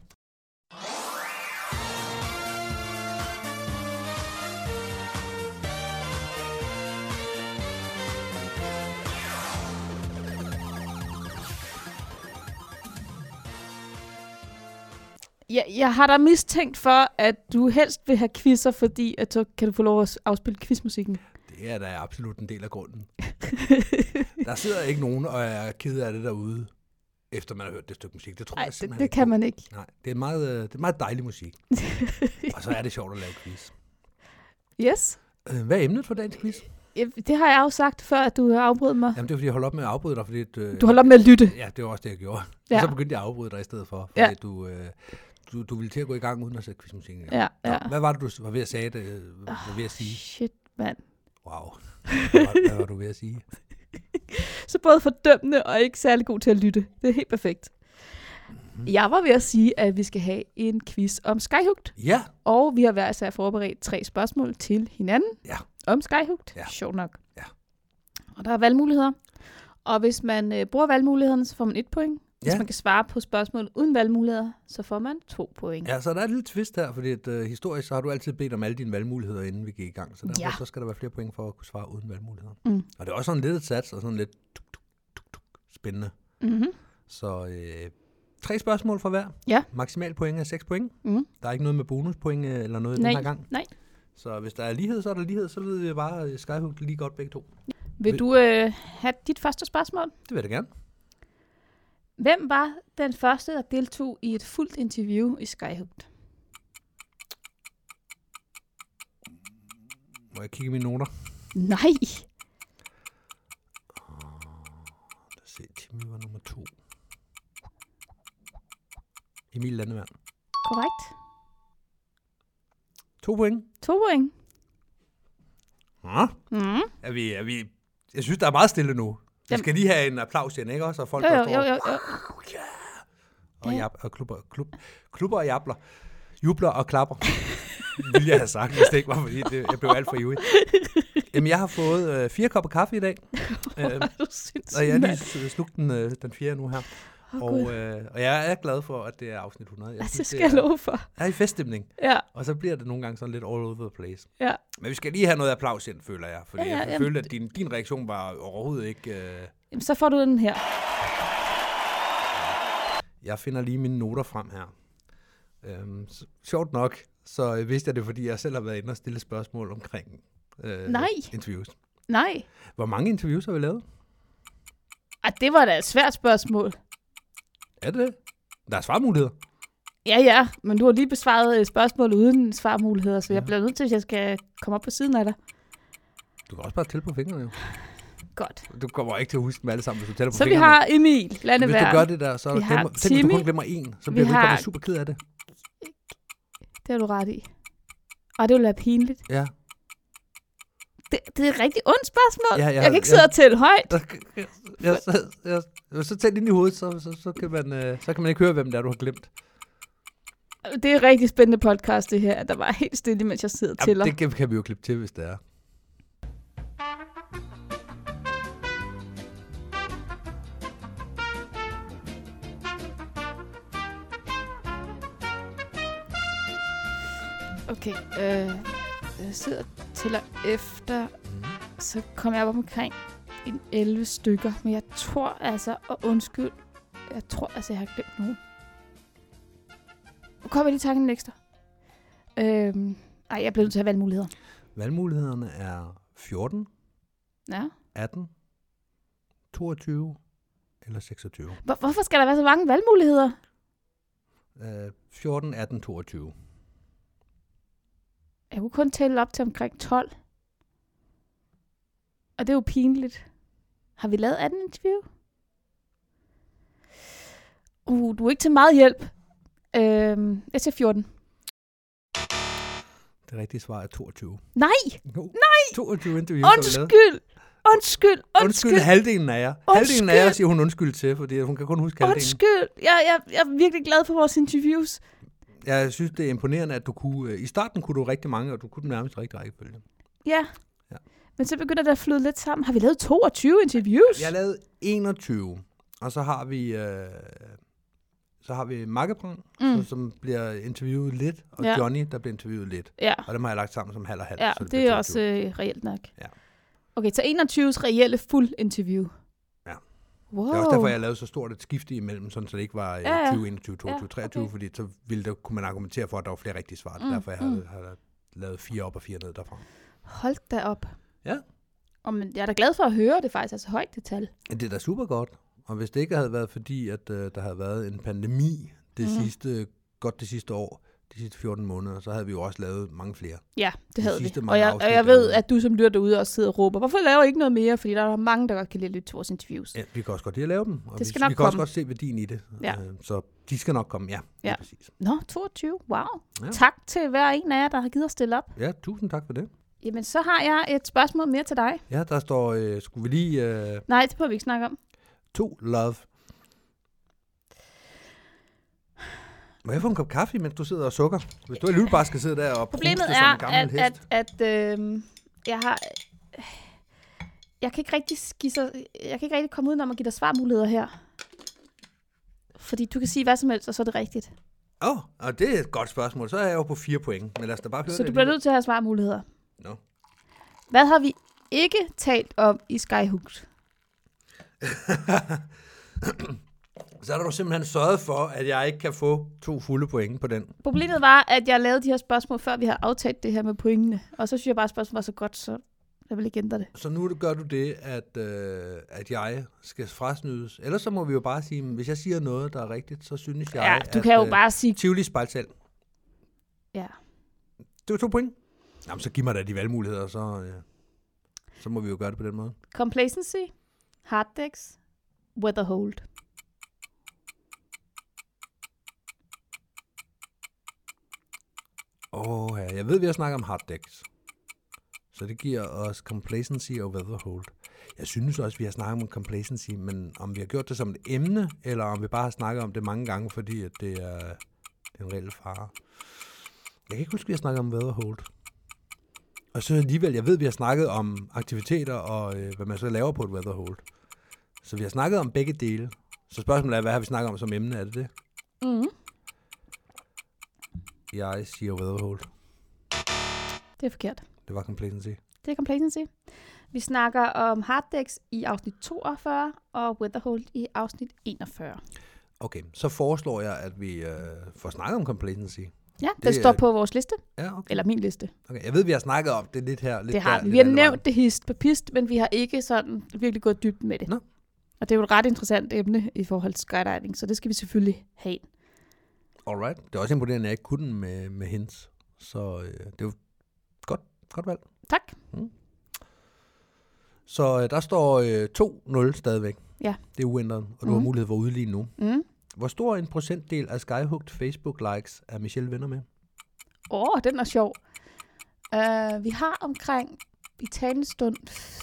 Jeg har da mistænkt for, at du helst vil have quizzer, fordi at så kan du få lov at afspille quizmusikken. Det er da absolut en del af grunden. Der sidder ikke nogen, og jeg er ked af det derude, efter man har hørt det stykke musik. Det tror jeg simpelthen det kan man ikke. Nej, det er meget dejlig musik. Og så er det sjovt at lave quiz. Yes. Hvad er emnet for dagens quiz? Det har jeg jo sagt før, at du afbrød mig. Jamen, det er fordi, jeg holdt op med at afbryde dig. Fordi, du holdt op med at lytte. Ja, det var også det, jeg gjorde. Ja. Og så begyndte jeg at afbryde dig i stedet for, fordi du ville til at gå i gang uden at sætte quizmusikken. Ja. Hvad var det, du var ved at sige? Var ved at sige? Shit, mand. Wow. Hvad var du ved at sige? Så både fordømmende og ikke særlig god til at lytte. Det er helt perfekt. Mm-hmm. Jeg var ved at sige, at vi skal have en quiz om Skyhooked. Ja. Og vi har hver især forberedt 3 spørgsmål til hinanden om Skyhooked. Ja. Sjovt nok. Ja. Og der er valgmuligheder. Og hvis man bruger valgmulighederne, så får man 1 point. Hvis man kan svare på spørgsmål uden valgmuligheder, så får man 2 point. Ja, så der er et lille twist her, fordi historisk så har du altid bedt om alle dine valgmuligheder, inden vi gik i gang. Så derfor så skal der være flere point for at kunne svare uden valgmuligheder. Mm. Og det er også sådan lidt et sats, og sådan lidt spændende. Mm-hmm. Så 3 spørgsmål for hver. Ja. Maksimal point er 6 point. Mm. Der er ikke noget med bonuspoint eller noget den her gang. Nej. Så hvis der er lighed, så er der lighed. Så ved vi bare Skyhooked lige godt begge to. Vil du have dit første spørgsmål? Det vil jeg da gerne. Hvem var den første, der deltog i et fuldt interview i Skyhooked? Må jeg kigge i mine noter? Nej. Lad os se, Timmy var nummer 2. Emil Landevand. Korrekt. 2 point. 2 point. Ja. Mm. Er vi... Jeg synes, der er meget stille nu. Vi skal lige have en applaus igen, ikke også? Og folk, der står... Jo. Og klubber og jabler. Jubler og klapper. Vil jeg have sagt, hvis det ikke var, fordi jeg blev alt for ivrig. Jamen, jeg har fået 4 kopper kaffe i dag. Og jeg har lige slugt den 4 nu her. Og jeg er glad for, at det er afsnit 100. Jeg synes, det skal jeg love for. Jeg er i feststemning. Ja. Og så bliver det nogle gange sådan lidt all over the place. Ja. Men vi skal lige have noget applaus ind, føler jeg. Fordi jeg følte, at din reaktion var overhovedet ikke... Jamen, så får du den her. Jeg finder lige mine noter frem her. Sjovt nok, så vidste jeg det, fordi jeg selv har været inde og stille spørgsmål omkring interviews. Nej. Hvor mange interviews har vi lavet? Det var da et svært spørgsmål. Er det? Der er svarmuligheder. Ja, men du har lige besvaret et spørgsmål uden svarmuligheder, så jeg bliver nødt til, at jeg skal komme op på siden af dig. Du kan også bare tælle på fingrene, jo. Godt. Du kommer ikke til at huske dem alle sammen, hvis du tæller på så fingrene. Så vi har Emil Landevand. Hvis du gør det der, så tænk, hvis du kun glemmer 1, så bliver du super ked af det. Det har du ret i. Og det vil være pinligt. Ja. Det er et rigtig ondt spørgsmål. Ja, jeg kan ikke sidde og tælle højt. Så tæl ind i hovedet, så kan man ikke høre, hvem det er, du har glemt. Det er et rigtig spændende podcast, det her. Der var helt stille, mens jeg sidder og tæller. Det kan vi jo klippe til, hvis det er. Okay, jeg sidder og tæller efter, så kommer jeg op omkring 11 stykker, men jeg tror altså, jeg har glemt nogen. Nu kommer jeg lige tanken en ekstra. Jeg bliver nødt til at have valgmuligheder. Valgmulighederne er 14, 18, 22 eller 26. Hvorfor skal der være så mange valgmuligheder? 14, 18, 22. Jeg kunne kun tælle op til omkring 12. Og det er jo pinligt. Har vi lavet 18 interview? Du er ikke til meget hjælp. Jeg siger 14. Det rigtige svar er 22. Nej! No. Nej! 22 interviews Undskyld halvdelen af jer. Halvdelen af jer siger hun undskyld til, fordi hun kan kun huske halvdelen. Undskyld. Jeg er virkelig glad for vores interviews. Jeg synes, det er imponerende, at du kunne... I starten kunne du rigtig mange, og du kunne dem nærmest rigtig rækkefølge. Ja. Men så begynder det at flyde lidt sammen. Har vi lavet 22 interviews? Jeg har lavet 21, og så har vi Makkebrand, som bliver interviewet lidt, og Johnny, der bliver interviewet lidt. Ja. Og dem har jeg lagt sammen som halv og halv. Ja, så det er også reelt nok. Ja. Okay, så 21's reelle fuld interview. Ja. Wow. Det er også derfor, jeg lavede så stort et skifte imellem, sådan så det ikke var 2021, 22, 23, okay. fordi så kunne man argumentere for, at der var flere rigtige svar. Derfor jeg har lavet 4 op og 4 ned derfra. Hold da op. Ja. Men jeg er da glad for at høre, det faktisk er så højt det tal. Det er da super godt. Og hvis det ikke havde været fordi, at der havde været en pandemi de sidste år, de sidste 14 måneder, så havde vi jo også lavet mange flere. Ja, det havde vi. Og jeg ved, at du som lytter derude også sidder og råber, hvorfor laver I ikke noget mere? Fordi der er mange, der godt kan lide at lytte til vores interviews. Ja, vi kan også godt lide at lave dem. Og det skal vi nok kan komme. også godt se værdien i det. Ja. Så de skal nok komme, ja. Præcis. Nå, 22. Wow. Ja. Tak til hver en af jer, der har givet at stille op. Ja, tusind tak for det. Jamen, så har jeg et spørgsmål mere til dig. Ja, der står, skulle vi lige... Nej, det behøver vi ikke snakke om. 2 love. Må jeg få en kop kaffe, mens du sidder og sukker? Hvis du alligevel bare skal sidde der og problemet pruste som en gammel hest. Jeg kan ikke rigtig komme udenom at give dig svarmuligheder her. Fordi du kan sige hvad som helst, og så er det rigtigt. Og det er et godt spørgsmål. Så er jeg jo på 4 point. Men lad os da bare høre så det. Du bliver nødt til at have svarmuligheder. No. Hvad har vi ikke talt om i Skyhooked? Så har du simpelthen sørget for, at jeg ikke kan få 2 fulde point på den. Problemet var, at jeg lavede de her spørgsmål, før vi havde aftalt det her med pointene. Og så synes jeg bare, at spørgsmålet var så godt, så jeg vil ikke ændre det. Så nu gør du det, at jeg skal frasnydes. Ellers så må vi jo bare sige, hvis jeg siger noget, der er rigtigt, så synes jeg, du kan jo bare sige... Tivoli spejlsal. Ja. Det var 2 point. Jamen, så giv mig da de valgmuligheder, så må vi jo gøre det på den måde. Complacency, Harddecks, Weatherhold. Ja, jeg ved, vi har snakket om Harddecks. Så det giver os Complacency og Weatherhold. Jeg synes også, vi har snakket om Complacency, men om vi har gjort det som et emne, eller om vi bare har snakket om det mange gange, fordi at det er en reel fare. Jeg kan ikke huske, at vi har snakket om Weatherhold. Og så alligevel, jeg ved, vi har snakket om aktiviteter og hvad man så laver på et Weatherhold. Så vi har snakket om begge dele. Så spørgsmålet er, hvad har vi snakket om som emne? Er det det? Mhm. Jeg siger Weatherhold. Det er forkert. Det var Complacency. Det er Complacency. Vi snakker om Harddecks i afsnit 42 og Weatherhold i afsnit 41. Okay, så foreslår jeg, at vi får snakket om Complacency. Ja, det står på vores liste. Ja, okay. Eller min liste. Okay, jeg ved, vi har snakket om det lidt her. Lidt det har der, vi. Vi har nævnt det hist på pist, men vi har ikke sådan virkelig gået dybt med det. Nå. Og det er jo et ret interessant emne i forhold til skydiving, så det skal vi selvfølgelig have. Alright. Det er også imponerende, at jeg ikke kunne den med hints. Så det er jo godt valg. Tak. Så der står 2-0 stadigvæk. Ja. Det er uændret, og du har mulighed for at udligne nu. Mm. Hvor stor en procentdel af Skyhooked Facebook-likes er Michelle venner med? Den er sjov. Vi har omkring i talende stund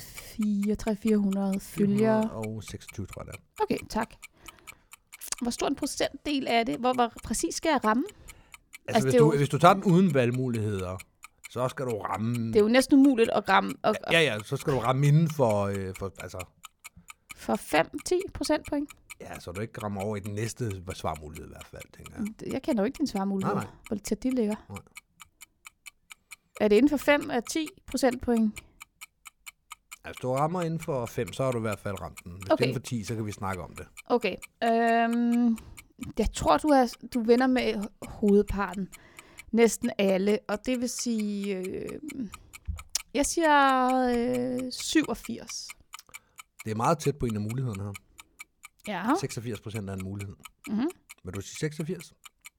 400 følgere. Og 26, tror jeg det er. Okay, tak. Hvor stor en procentdel er det? Hvor præcis skal jeg ramme? Altså hvis du tager den uden valgmuligheder, så skal du ramme... Det er jo næsten umuligt at ramme... Ja, så skal du ramme inden for For 5-10 procentpoint? Ja, så du ikke rammer over i den næste svarmulighed i hvert fald, tænker jeg. Jeg kender jo ikke din svarmulighed. Nej. Hvor tæt de ligger. Nej. Er det inden for 5-10 procentpoint? Hvis du rammer inden for 5, så har du i hvert fald ramt den. Hvis det er inden for 10, så kan vi snakke om det. Okay. Jeg tror, du vinder med hovedparten. Næsten alle. Og det vil sige... jeg siger 87. Det er meget tæt på en af mulighederne her. Ja. 86% er en mulighed. Mm-hmm. Vil du sige 86?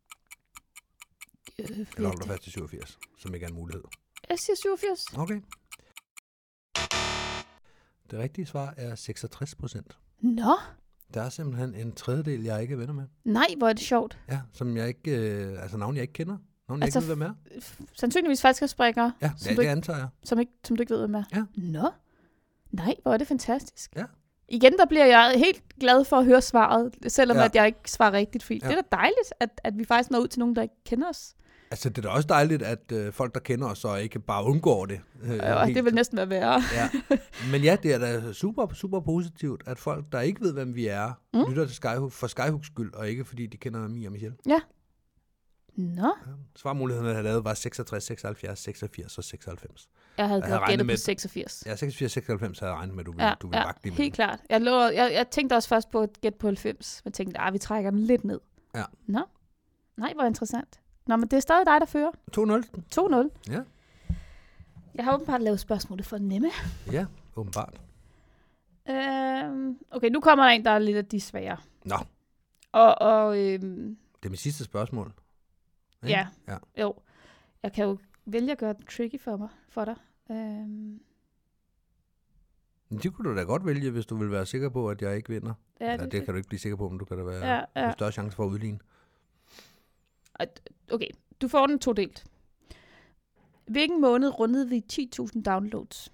Eller holder du fast til 87, som ikke er en mulighed? Jeg siger 87. Okay. Det rigtige svar er 66%. Nå. Der er simpelthen en tredjedel, jeg ikke er venner med. Nej, hvor er det sjovt. Ja, som jeg ikke... navn jeg ikke kender. Navn jeg ikke ved, hvem er. Sandsynligvis falskspringere. Ja, det antager jeg. Som du ikke ved, hvem er. Ja. Nå. Nej, hvor er det fantastisk. Ja. Igen, der bliver jeg helt glad for at høre svaret, selvom at jeg ikke svarer rigtigt. Fordi det er da dejligt, at vi faktisk når ud til nogen, der ikke kender os. Altså, det er da også dejligt, at folk, der kender os, så ikke bare undgår det. Det vil næsten være værre. Ja. Men ja, det er da super, super positivt, at folk, der ikke ved, hvem vi er, lytter til Skyhook for Skyhooks skyld, og ikke fordi de kender Mia og Michelle. Ja. Nå. Ja. Svarmulighederne, jeg havde lavet, var 66, 76, 86 og 96. Jeg havde gættet på 86. Ja, 86, 96 havde jeg regnet med, du ville vagte lige med. Helt klart. Jeg tænkte også først på at gætte på 90, men tænkte, vi trækker den lidt ned. Ja. Nå. Nej, hvor interessant. Nå, men det er stadig dig, der fører. 2-0. 2-0. Ja. Jeg har åbenbart lavet spørgsmålet for nemme. Ja, åbenbart. Okay, nu kommer der en, der er lidt af de svære. Nå. Det er mit sidste spørgsmål. Ja. Jo. Jeg kan jo vælge at gøre det tricky for dig. Det kunne du da godt vælge, hvis du vil være sikker på, at jeg ikke vinder. Ja, det kan du ikke blive sikker på, men du kan da være en større chance for at udligne. Okay, du får den todelt. Hvilken måned rundede vi 10.000 downloads?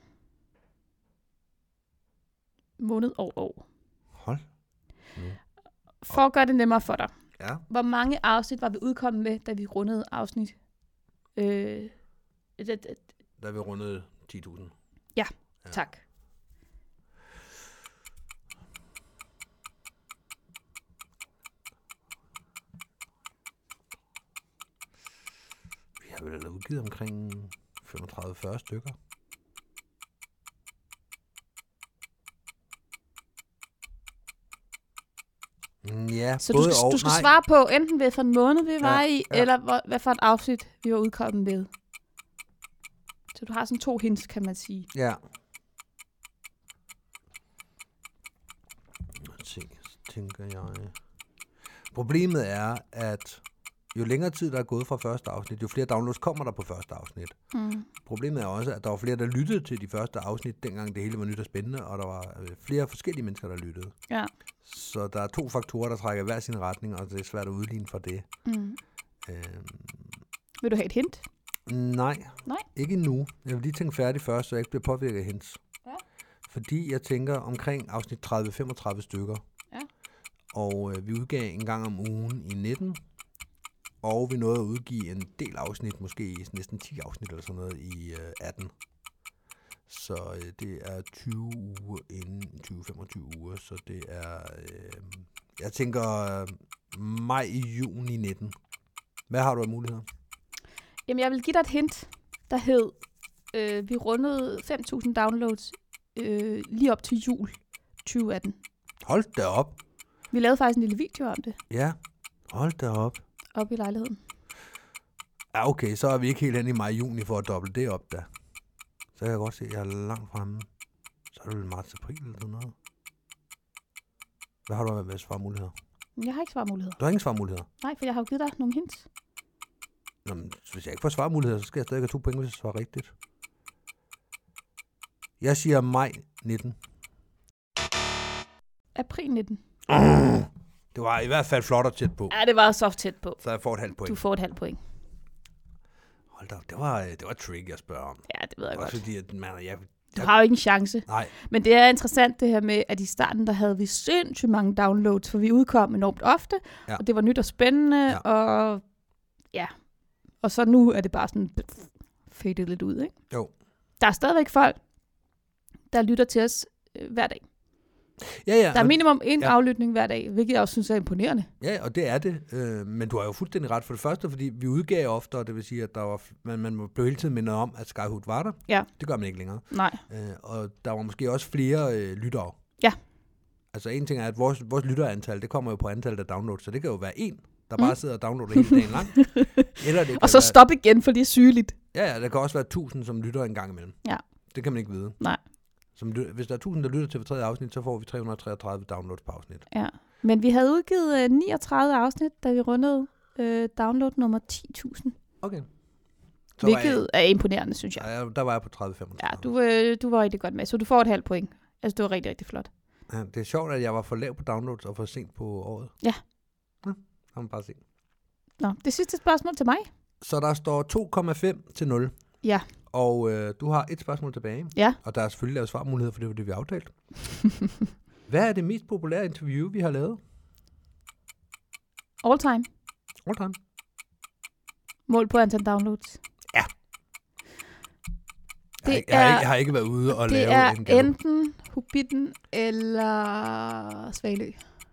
Måned og år. Hold nu. For at gøre det nemmere for dig. Ja. Hvor mange afsnit var vi udkommet med, da vi rundede afsnit? Da vi rundede 10.000. Ja, tak. Vi har vel udgivet omkring 35-40 stykker. Ja, så du skal svare på enten hvad for en måned vi var i, eller hvad for et afsnit vi var udkommet med. Så du har sådan 2 hints, kan man sige. Ja. Tænker jeg. Problemet er, at jo længere tid der er gået fra første afsnit, jo flere downloads kommer der på første afsnit. Problemet er også, at der var flere, der lyttede til de første afsnit, dengang det hele var nyt og spændende, og der var flere forskellige mennesker, der lyttede. Ja. Så der er 2 faktorer, der trækker hver sin retning, og det er svært at udligne for det. Vil du have et hint? Nej, ikke endnu. Jeg vil lige tænke færdig først, så jeg ikke bliver påvirket af hints. Ja. Fordi jeg tænker omkring afsnit 30-35 stykker. Ja. Og vi udgav en gang om ugen i 19. Og vi nåede at udgive en del afsnit, måske næsten 10 afsnit eller sådan noget i 18. Så det er 20 uger inden 20-25 uger, så det er, jeg tænker maj, juni 19. Hvad har du af muligheder? Jamen, jeg vil give dig et hint, der hed, vi rundede 5.000 downloads lige op til jul 2018. Hold da op. Vi lavede faktisk en lille video om det. Ja, hold da op. Op i lejligheden. Ja, okay, så er vi ikke helt hen i maj-juni for at doble det op, da. Så kan jeg godt se, at jeg er langt fremme. Så er det vel marts-april eller sådan noget. Hvad har du med svarmuligheder? Jeg har ikke svarmuligheder. Du har ingen svarmuligheder? Nej, for jeg har jo givet dig nogle hints. Nå, men hvis jeg ikke får svarmuligheder, så skal jeg stadig have 2 point, hvis jeg svarer rigtigt. Jeg siger maj 19. April 19. Det var i hvert fald flot og tæt på. Ja, det var så tæt på. Så jeg får et halvt point. Du får et halvt point. Hold da, det var tricky at spørge om. Ja, det ved jeg godt. Fordi, at du har jo ikke en chance. Nej. Men det er interessant det her med, at i starten, der havde vi sindssygt mange downloads, for vi udkom enormt ofte, og det var nyt og spændende, og ja. Og så nu er det bare sådan fadet lidt ud, ikke? Jo. Der er stadigvæk folk, der lytter til os hver dag. Ja, der er minimum en aflytning hver dag, hvilket jeg også synes er imponerende. Ja, og det er det. Men du har jo fuldstændig ret for det første, fordi vi udgav ofte, og det vil sige, at der var, man blev hele tiden mindet om, at Skyhook var der. Ja. Det gør man ikke længere. Nej. Og der var måske også flere lyttere. Ja. Altså en ting er, at vores lytterantal, det kommer jo på antallet af downloads, så det kan jo være en, der bare sidder og downloader hele dagen lang. Eller det og så stop igen, for det er sygeligt. Ja, der kan også være 1.000, som lytter en gang imellem. Ja. Det kan man ikke vide. Nej. Hvis der er 1.000, der lytter til hver tredje afsnit, så får vi 333 downloads på afsnit. Ja, men vi havde udgivet 39 afsnit, da vi rundede download nummer 10.000. Okay. Så hvilket er imponerende, synes jeg. Ja, der var jeg på 30-35. Ja, du var rigtig godt med, så du får et halvt point. Altså, det var rigtig, rigtig flot. Ja, det er sjovt, at jeg var for lav på downloads og for sent på året. Ja. Ja, kan man bare se. Nå, det sidste spørgsmål til mig. Så der står 2,5 til 0. Ja. Og du har et spørgsmål tilbage. Ja. Og der er selvfølgelig lavet svarmuligheder, for det var det, vi aftalte. Hvad er det mest populære interview, vi har lavet? All time. All time. Mål på antal downloads. Ja. Jeg har ikke været ude og lave en Det gallup. er enten Hobbiten eller Svalø.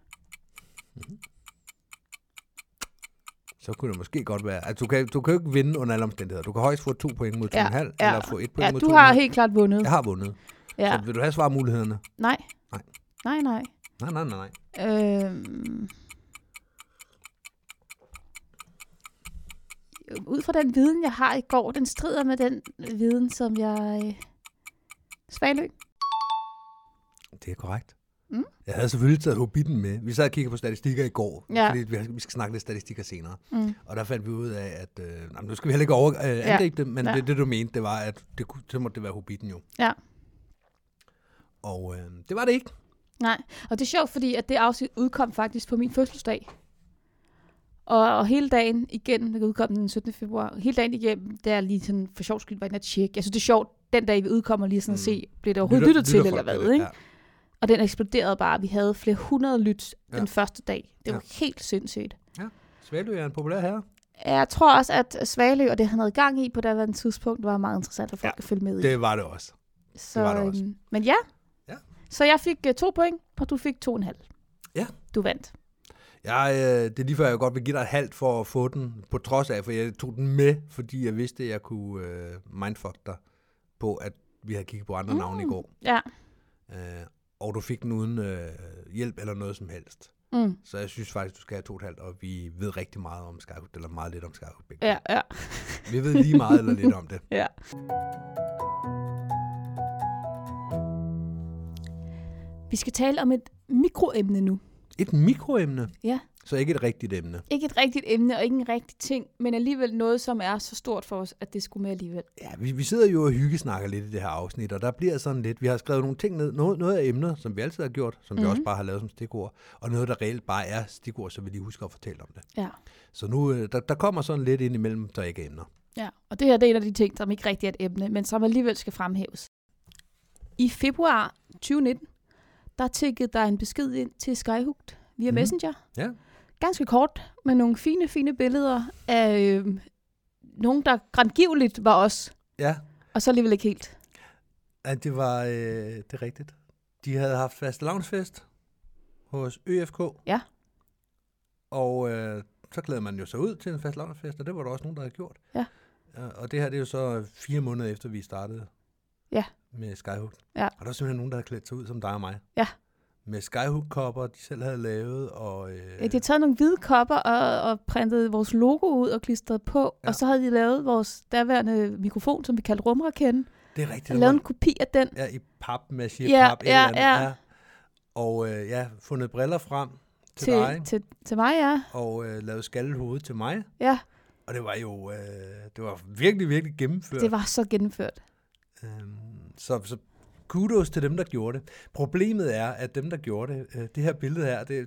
Så kunne det måske godt være. Altså, du kan jo ikke vinde under alle omstændigheder. Du kan højst få 2 point mod 2,5, eller få 1 point mod 2,5. Du har helt klart vundet. Jeg har vundet. Ja. Så vil du have svarmulighederne? Nej. Nej. Nej. Ud fra den viden, jeg har i går, den strider med den viden, som jeg... Svalø. Det er korrekt. Mm. Jeg havde selvfølgelig taget Hobbiten med. Vi sad og kiggede på statistikker i går, Ja. fordi vi skal snakke lidt statistikker senere. Mm. Og der fandt vi ud af, at nu skal vi heller ikke angribe det, men det du mente, det var, at så måtte det være Hobbiten jo. Ja. Og det var det ikke. Nej, og det er sjovt, fordi at det afsnit udkom faktisk på min fødselsdag. Og hele dagen igennem, det udkom den 17. februar, hele dagen igennem, der er lige sådan for sjov skyld var inde at tjekke. Jeg synes, det er sjovt, den dag vi udkommer lige sådan at se, blev det overhovedet lyttet til, eller hvad, ikke? Ja. Og den eksploderede bare. Vi havde flere 100 lyt den første dag. Det var helt sindssygt. Ja, Svalø er en populær herre. Jeg tror også, at Svalø, og det han havde gang i på det tidspunkt, var meget interessant for folk at følge med i. Det var det også. Så, det var det også. Men ja. Så jeg fik 2 point, og du fik 2,5. Ja. Du vandt. Det er lige før, jeg godt vil give dig et halvt for at få den, på trods af, for jeg tog den med, fordi jeg vidste, at jeg kunne mindfuck dig på, at vi havde kigget på andre navne i går. Ja. Og du fik den uden hjælp eller noget som helst. Mm. Så jeg synes faktisk, du skal have 2,5, og vi ved rigtig meget om Skyhook, eller meget lidt om Skyhook. Ja. Vi ved lige meget eller lidt om det. Ja. Vi skal tale om et mikroemne nu. Et mikroemne? Ja. Så ikke et rigtigt emne? Ikke et rigtigt emne og ikke en rigtig ting, men alligevel noget, som er så stort for os, at det skulle med alligevel. Ja, vi sidder jo og hyggesnakker lidt i det her afsnit, og der bliver sådan lidt, vi har skrevet nogle ting ned, noget af emner, som vi altid har gjort, som vi også bare har lavet som stikord, og noget, der reelt bare er stikord, så vi lige husker at fortælle om det. Ja. Så nu, der kommer sådan lidt ind imellem, der ikke er emner. Ja, og det her det er en af de ting, som ikke rigtig er et emne, men som alligevel skal fremhæves. I februar 2019, der tikkede der en besked ind til Skyhook via Messenger. Ja. Ganske kort, med nogle fine billeder af nogen, der grandgiveligt var os. Ja. Og så alligevel ikke helt. Ja, det var det er rigtigt. De havde haft fastelavnsfest hos ØFK. Ja. Og så glæder man jo sig ud til en fastelavnsfest, og det var der også nogen, der havde gjort. Ja. Og det her, det er jo så 4 måneder efter, vi startede med Skyhook. Ja. Og der var simpelthen nogen, der havde klædt sig ud som dig og mig. Ja. Med Skyhook-kopper, de selv havde lavet. Og, de har taget nogle hvide kopper og printet vores logo ud og klistret på. Ja. Og så havde de lavet vores daværende mikrofon, som vi kaldte rumraketten. Det er rigtigt. Lavet en kopi af den. Ja, i pap, maché-pap. Ja. Og fundet briller frem til dig. Til mig, ja. Og lavet skaldet hoved til mig. Ja. Og det var jo det var virkelig, virkelig gennemført. Det var så gennemført. Så kudos til dem, der gjorde det. Problemet er, at dem, der gjorde det, det her billede her, det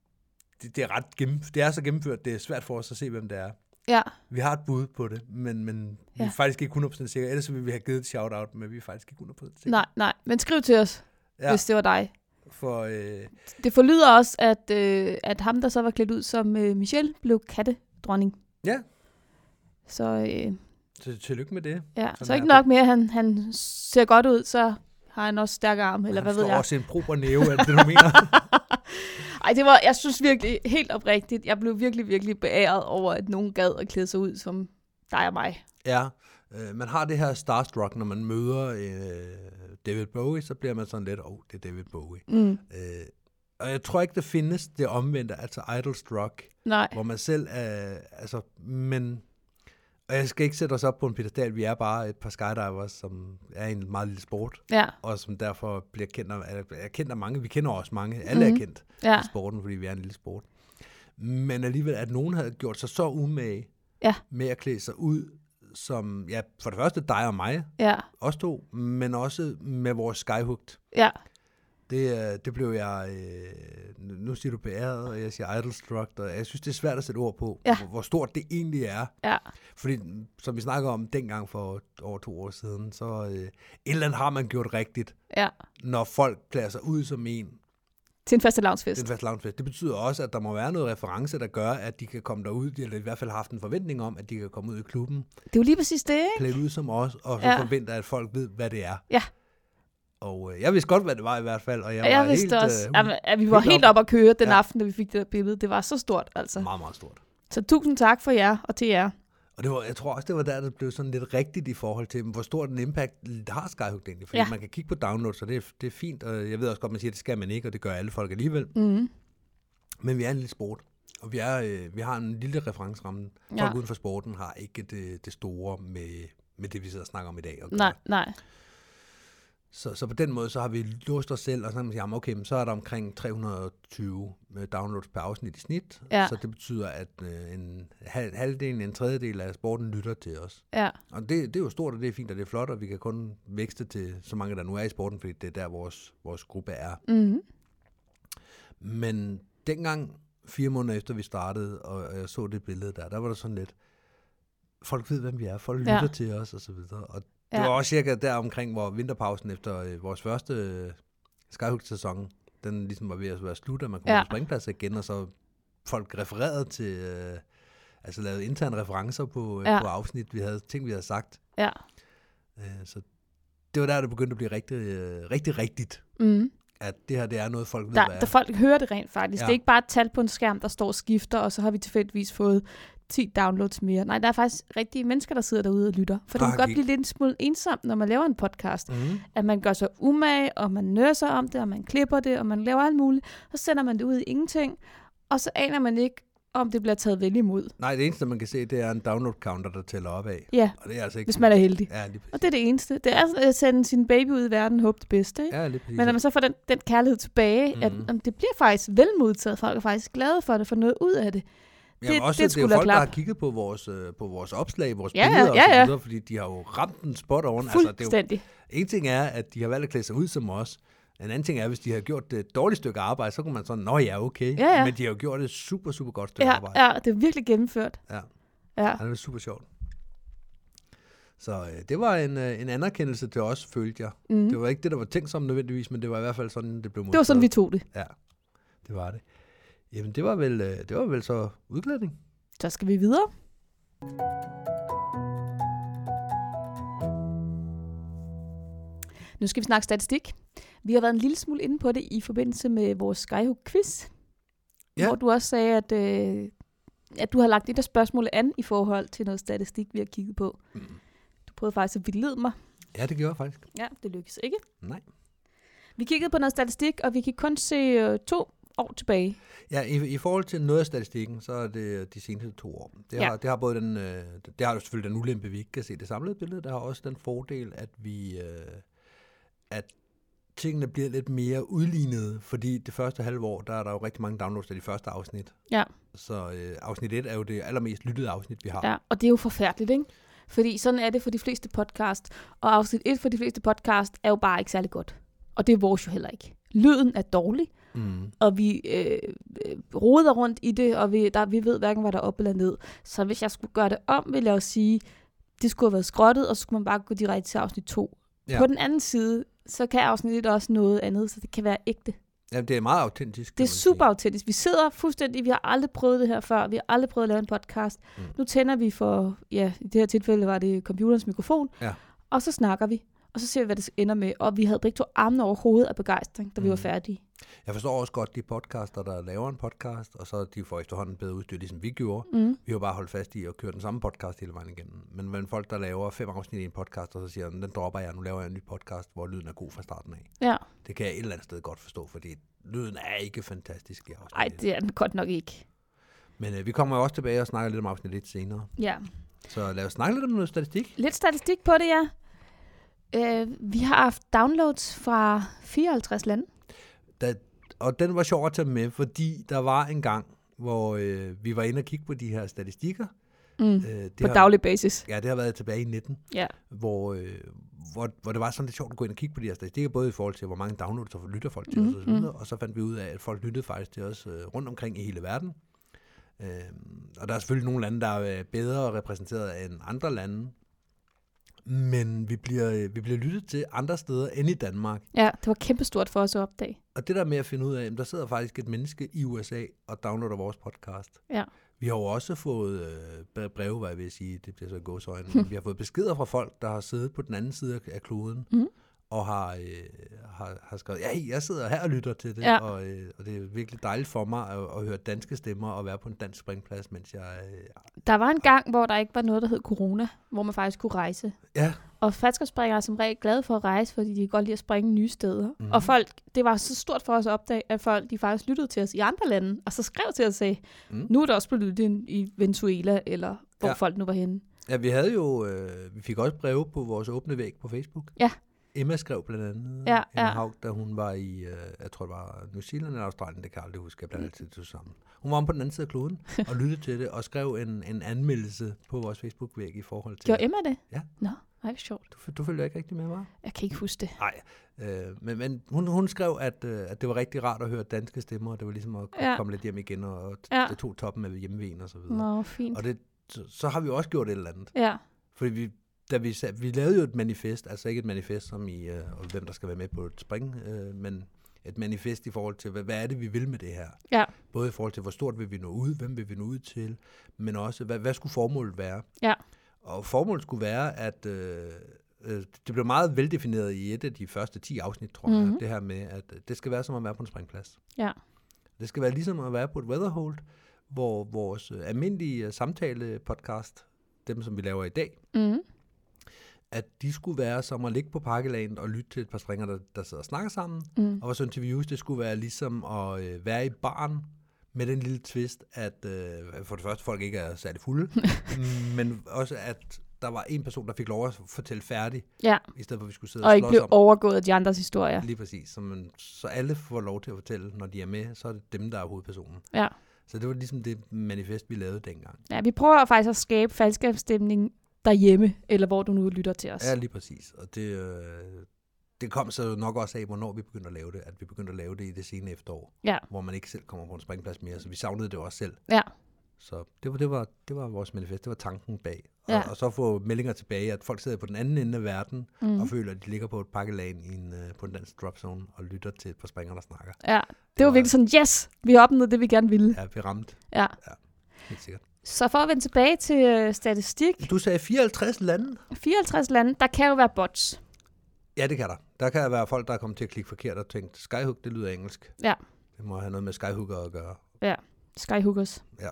er så gennemført, det er svært for os at se, hvem det er. Ja. Vi har et bud på det, men vi er faktisk ikke 100% sikre. Ellers ville vi have givet et shout-out, men vi er faktisk ikke 100% sikre. Nej, men skriv til os, hvis det var dig. For, det forlyder også, at ham, der så var klædt ud som Michelle, blev kattedronning. Ja. Så tillykke med det. Ja, så ikke nok mere, han ser godt ud, så har han også stærke arme, eller hvad ved jeg. Han står også en prober næve, er det du mener? Ej, jeg synes virkelig, helt oprigtigt, jeg blev virkelig, virkelig beæret over, at nogen gad at klæde sig ud som dig og mig. Ja, man har det her starstruck, når man møder David Bowie, så bliver man sådan lidt, det er David Bowie. Og jeg tror ikke, der findes det omvendte, altså idolstruck, hvor man selv er, men... Og jeg skal ikke sætte os op på en pedestal. Vi er bare et par skydivers, som er en meget lille sport. Ja. Og som derfor bliver kendt af mange. Vi kender også mange. Alle er kendt i sporten, fordi vi er en lille sport. Men alligevel, at nogen havde gjort sig så umage med at klæde sig ud, som, for det første dig og mig, os to, men også med vores Skyhooked. Ja. Det blev jeg, nu siger du beæret, og jeg siger idolstruck, og jeg synes, det er svært at sætte ord på, hvor stort det egentlig er. Ja. Fordi, som vi snakker om dengang for over 2 år siden, så et eller andet har man gjort rigtigt, når folk klæder sig ud som en, Til en fastelavnsfest. Det er en fastelavnsfest. Det betyder også, at der må være noget reference, der gør, at de kan komme derud, eller i hvert fald har haft en forventning om, at de kan komme ud i klubben. Det er jo lige præcis det, ikke? Klædt ud som os, og så forventer, at folk ved, hvad det er. Ja. Og jeg vidste godt, hvad det var i hvert fald. Og jeg vidste helt, også, at vi var helt op at køre den aften, da vi fik det der billede. Det var så stort, altså. Meget, meget stort. Så tusind tak for jer og til jer. Og det var, jeg tror også, det var der, det blev sådan lidt rigtigt i forhold til, hvor stort en impact har Skyhook egentlig. Fordi man kan kigge på downloads, og det er fint. Og jeg ved også godt, man siger, at det skal man ikke, og det gør alle folk alligevel. Mm. Men vi er en lille sport. Og vi har en lille referenceramme. Folk uden for sporten har ikke det store med det, vi sidder og snakker om i dag. Nej. Så på den måde, så har vi låst os selv, og så siger, okay, så er der omkring 320 downloads per afsnit i snit. Ja. Så det betyder, at en tredjedel af sporten lytter til os. Ja. Og det er jo stort, og det er fint, og det er flot, og vi kan kun vækste til så mange, der nu er i sporten, fordi det er der, vores gruppe er. Mm-hmm. Men dengang, 4 måneder efter vi startede, og jeg så det billede der var der sådan lidt, folk ved, hvem vi er, folk lytter til os, og så videre. Og det var også cirka der omkring, hvor vinterpausen efter vores første Skyhook-sæson, den ligesom var ved at være slut, og man kom på springpladser igen, og så folk refererede til, altså lavede interne referencer på afsnit, vi havde sagt. Ja. Så det var der, det begyndte at blive rigtigt. Mm. At det her, det er noget, folk ved, hvad er. Der folk hører det rent faktisk. Ja. Det er ikke bare et tal på en skærm, der står og skifter, og så har vi tilfældigvis fået 10 downloads mere. Nej, der er faktisk rigtige mennesker, der sidder derude og lytter. For det kan godt blive lidt en smule ensomt, når man laver en podcast. Mm. At man gør sig umage, og man nørser om det, og man klipper det, og man laver alt muligt. Så sender man det ud i ingenting, og så aner man ikke, om det bliver taget vel imod. Nej, det eneste, man kan se, det er en download-counter, der tæller op af. Ja, og det er altså ikke hvis man er heldig. Ja, og det er det eneste. Det er at sende sin baby ud i verden og håbe det bedste. Ikke? Ja, lige præcis. Men når man så får den kærlighed tilbage, at det bliver faktisk velmodtaget. Folk er faktisk glade for det, for noget ud af det. Det er jo folk, der har kigget på vores opslag, vores billeder og så videre, fordi de har jo ramt den spot on. Fuldstændig. En ting er, at de har valgt at klæde sig ud som os. En anden ting er, hvis de har gjort et dårligt stykke arbejde, så kunne man sådan, okay. Ja. Men de har jo gjort et super, super godt stykke arbejde. Ja, det er virkelig gennemført. Ja, det var super sjovt. Så det var en anerkendelse til os, følte jeg. Mm. Det var ikke det, der var tænkt som nødvendigvis, men det var i hvert fald sådan, det blev modtaget. Det var sådan, vi tog det. Ja, det var det. Jamen, det var vel så udklædning. Så skal vi videre. Nu skal vi snakke statistik. Vi har været en lille smule inde på det i forbindelse med vores Skyhook-quiz. Ja. Hvor du også sagde, at du har lagt et af spørgsmålet an i forhold til noget statistik, vi har kigget på. Mm. Du prøvede faktisk at vildlede mig. Ja, det gjorde jeg faktisk. Ja, det lykkedes ikke. Nej. Vi kiggede på noget statistik, og vi kan kun se 2 år tilbage. Ja, i forhold til noget af statistikken, så er det de seneste 2 år. Det har både det har jo selvfølgelig den ulempe, vi ikke kan se det samlede billede. Der har også den fordel, at at tingene bliver lidt mere udlignede, fordi det første halve år, der er der jo rigtig mange downloads af de første afsnit. Ja. Så afsnit 1 er jo det allermest lyttede afsnit, vi har. Ja, og det er jo forfærdeligt, ikke? Fordi sådan er det for de fleste podcast, og afsnit 1 for de fleste podcast er jo bare ikke særlig godt. Og det er vores jo heller ikke. Lyden er dårlig, og vi roder rundt i det, og vi ved hverken, hvad der er op eller ned. Så hvis jeg skulle gøre det om, vil jeg jo sige, det skulle have været skrottet, og så skulle man bare gå direkte til afsnit 2. Ja. På den anden side, så kan afsnit 1 også noget andet, så det kan være ægte. Ja, det er meget autentisk. Det er super autentisk. Vi sidder fuldstændig, vi har aldrig prøvet det her før, vi har aldrig prøvet at lave en podcast. Nu tænder vi for, i det her tilfælde var det computerens mikrofon, og så snakker vi. Og så ser vi, hvad det ender med. Og vi havde begge 2 armene over hovedet af begejstring, da vi var færdige. Jeg forstår også godt de podcaster, der laver en podcast, og så de får efterhånden bedre udstyr, ligesom vi gjorde. Vi har bare holdt fast i at køre den samme podcast hele vejen igennem. Men folk, der laver 5 afsnit i en podcast, og så siger, den dropper jeg, nu laver jeg en ny podcast, hvor lyden er god fra starten af. Ja. Det kan jeg et eller andet sted godt forstå, fordi lyden er ikke fantastisk i afsnit. Nej, det er den godt nok ikke. Men vi kommer jo også tilbage og snakker lidt om afsnit lidt senere. Ja. Så lad os snakke lidt om noget statistik. Lidt statistik på det, ja. Vi har haft downloads fra 54 lande. Og den var sjov at tage med, fordi der var en gang, hvor vi var inde og kigge på de her statistikker. På daglig basis. Ja, det har været tilbage i 19, hvor det var sådan lidt sjovt at gå ind og kigge på de her statistikker, både i forhold til, hvor mange downloads og lytter folk til os og så videre, og så fandt vi ud af, at folk lyttede faktisk til os rundt omkring i hele verden. Og der er selvfølgelig nogle lande, der er bedre repræsenteret end andre lande. Men vi bliver lyttet til andre steder end i Danmark. Ja, det var kæmpestort for os at opdage. Og det der med at finde ud af, at der sidder faktisk et menneske i USA og downloader vores podcast. Ja. Vi har jo også fået breve, hvad jeg vil sige, det bliver så gåseøjne, men vi har fået beskeder fra folk, der har siddet på den anden side af kloden, og har skrevet, ja, jeg sidder her og lytter til det, og det er virkelig dejligt for mig at høre danske stemmer og være på en dansk springplads, mens jeg... Der var en gang, hvor der ikke var noget, der hed corona, hvor man faktisk kunne rejse. Ja. Og falskerspringere er som regel glade for at rejse, fordi de kan godt lide at springe nye steder. Og folk, det var så stort for os at opdage, at folk de faktisk lyttede til os i andre lande, og så skrev til os og sagde, nu er der også blevet lyttet i Venezuela, eller hvor folk nu var henne. Ja, vi havde jo, vi fik også breve på vores åbne væg på Facebook. Ja. Emma skrev blandt andet, Emma Haug, da hun var i, jeg tror det var New Zealand eller Australien, det kan jeg aldrig huske, jeg blandt altid til sammen. Hun var om på den anden side af kloden og lyttede til det, og skrev en anmeldelse på vores Facebook-væg i forhold til... Gjorde Emma det? Ja. Nå, nej, sjovt. Du følger ikke rigtig med, hva'? Jeg kan ikke huske det. Nej, men hun skrev, at det var rigtig rart at høre danske stemmer, og det var ligesom at komme lidt hjem igen, og det tog toppen af hjemmeven og så videre. Nå, fint. Og så har vi også gjort et eller andet. Ja. Fordi vi lavede jo et manifest, altså ikke et manifest som i, hvem der skal være med på et spring, men et manifest i forhold til, hvad er det, vi vil med det her? Ja. Både i forhold til, hvor stort vil vi nå ud, hvem vil vi nå ud til, men også, hvad skulle formålet være? Ja. Og formålet skulle være, at det blev meget veldefineret i et af de første 10 afsnit, tror jeg, det her med, at det skal være som at være på en springplads. Ja. Det skal være ligesom at være på et weatherhold, hvor vores almindelige samtale-podcast, dem som vi laver i dag, at de skulle være som at ligge på parkelaget og lytte til et par springer, der sidder og snakker sammen. Og vores interviews, det skulle være ligesom at være i baren med den lille twist, at for det første folk ikke er særlig fulde, men også at der var en person, der fik lov at fortælle færdig, i stedet for at vi skulle sidde og ikke blive overgået af de andres historier. Lige præcis. Så alle får lov til at fortælle, når de er med, så er det dem, der er hovedpersonen. Ja. Så det var ligesom det manifest, vi lavede dengang. Ja, vi prøver faktisk at skabe falskabsstemning derhjemme, eller hvor du nu lytter til os. Ja, lige præcis. Og det kom så nok også af, hvornår vi begyndte at lave det. At vi begyndte at lave det i det sene efterår, hvor man ikke selv kommer på en springplads mere. Så vi savnede det også selv. Ja. Så det var vores manifest. Det var tanken bag. Og så få meldinger tilbage, at folk sidder på den anden ende af verden, og føler, at de ligger på et pakkelag på en dansk dropzone, og lytter til et par springer, der snakker. Ja, det var virkelig sådan, yes, vi har opnået det, vi gerne ville. Ja, vi ramte. Ja, helt sikkert. Så for at vende tilbage til statistik. Du sagde 54 lande. 54 lande, der kan jo være bots. Ja, det kan der. Der kan være folk, der er kommet til at klikke forkert og tænkt, Skyhook, det lyder engelsk. Ja. Det må have noget med Skyhooker at gøre. Ja, Skyhookers. Ja.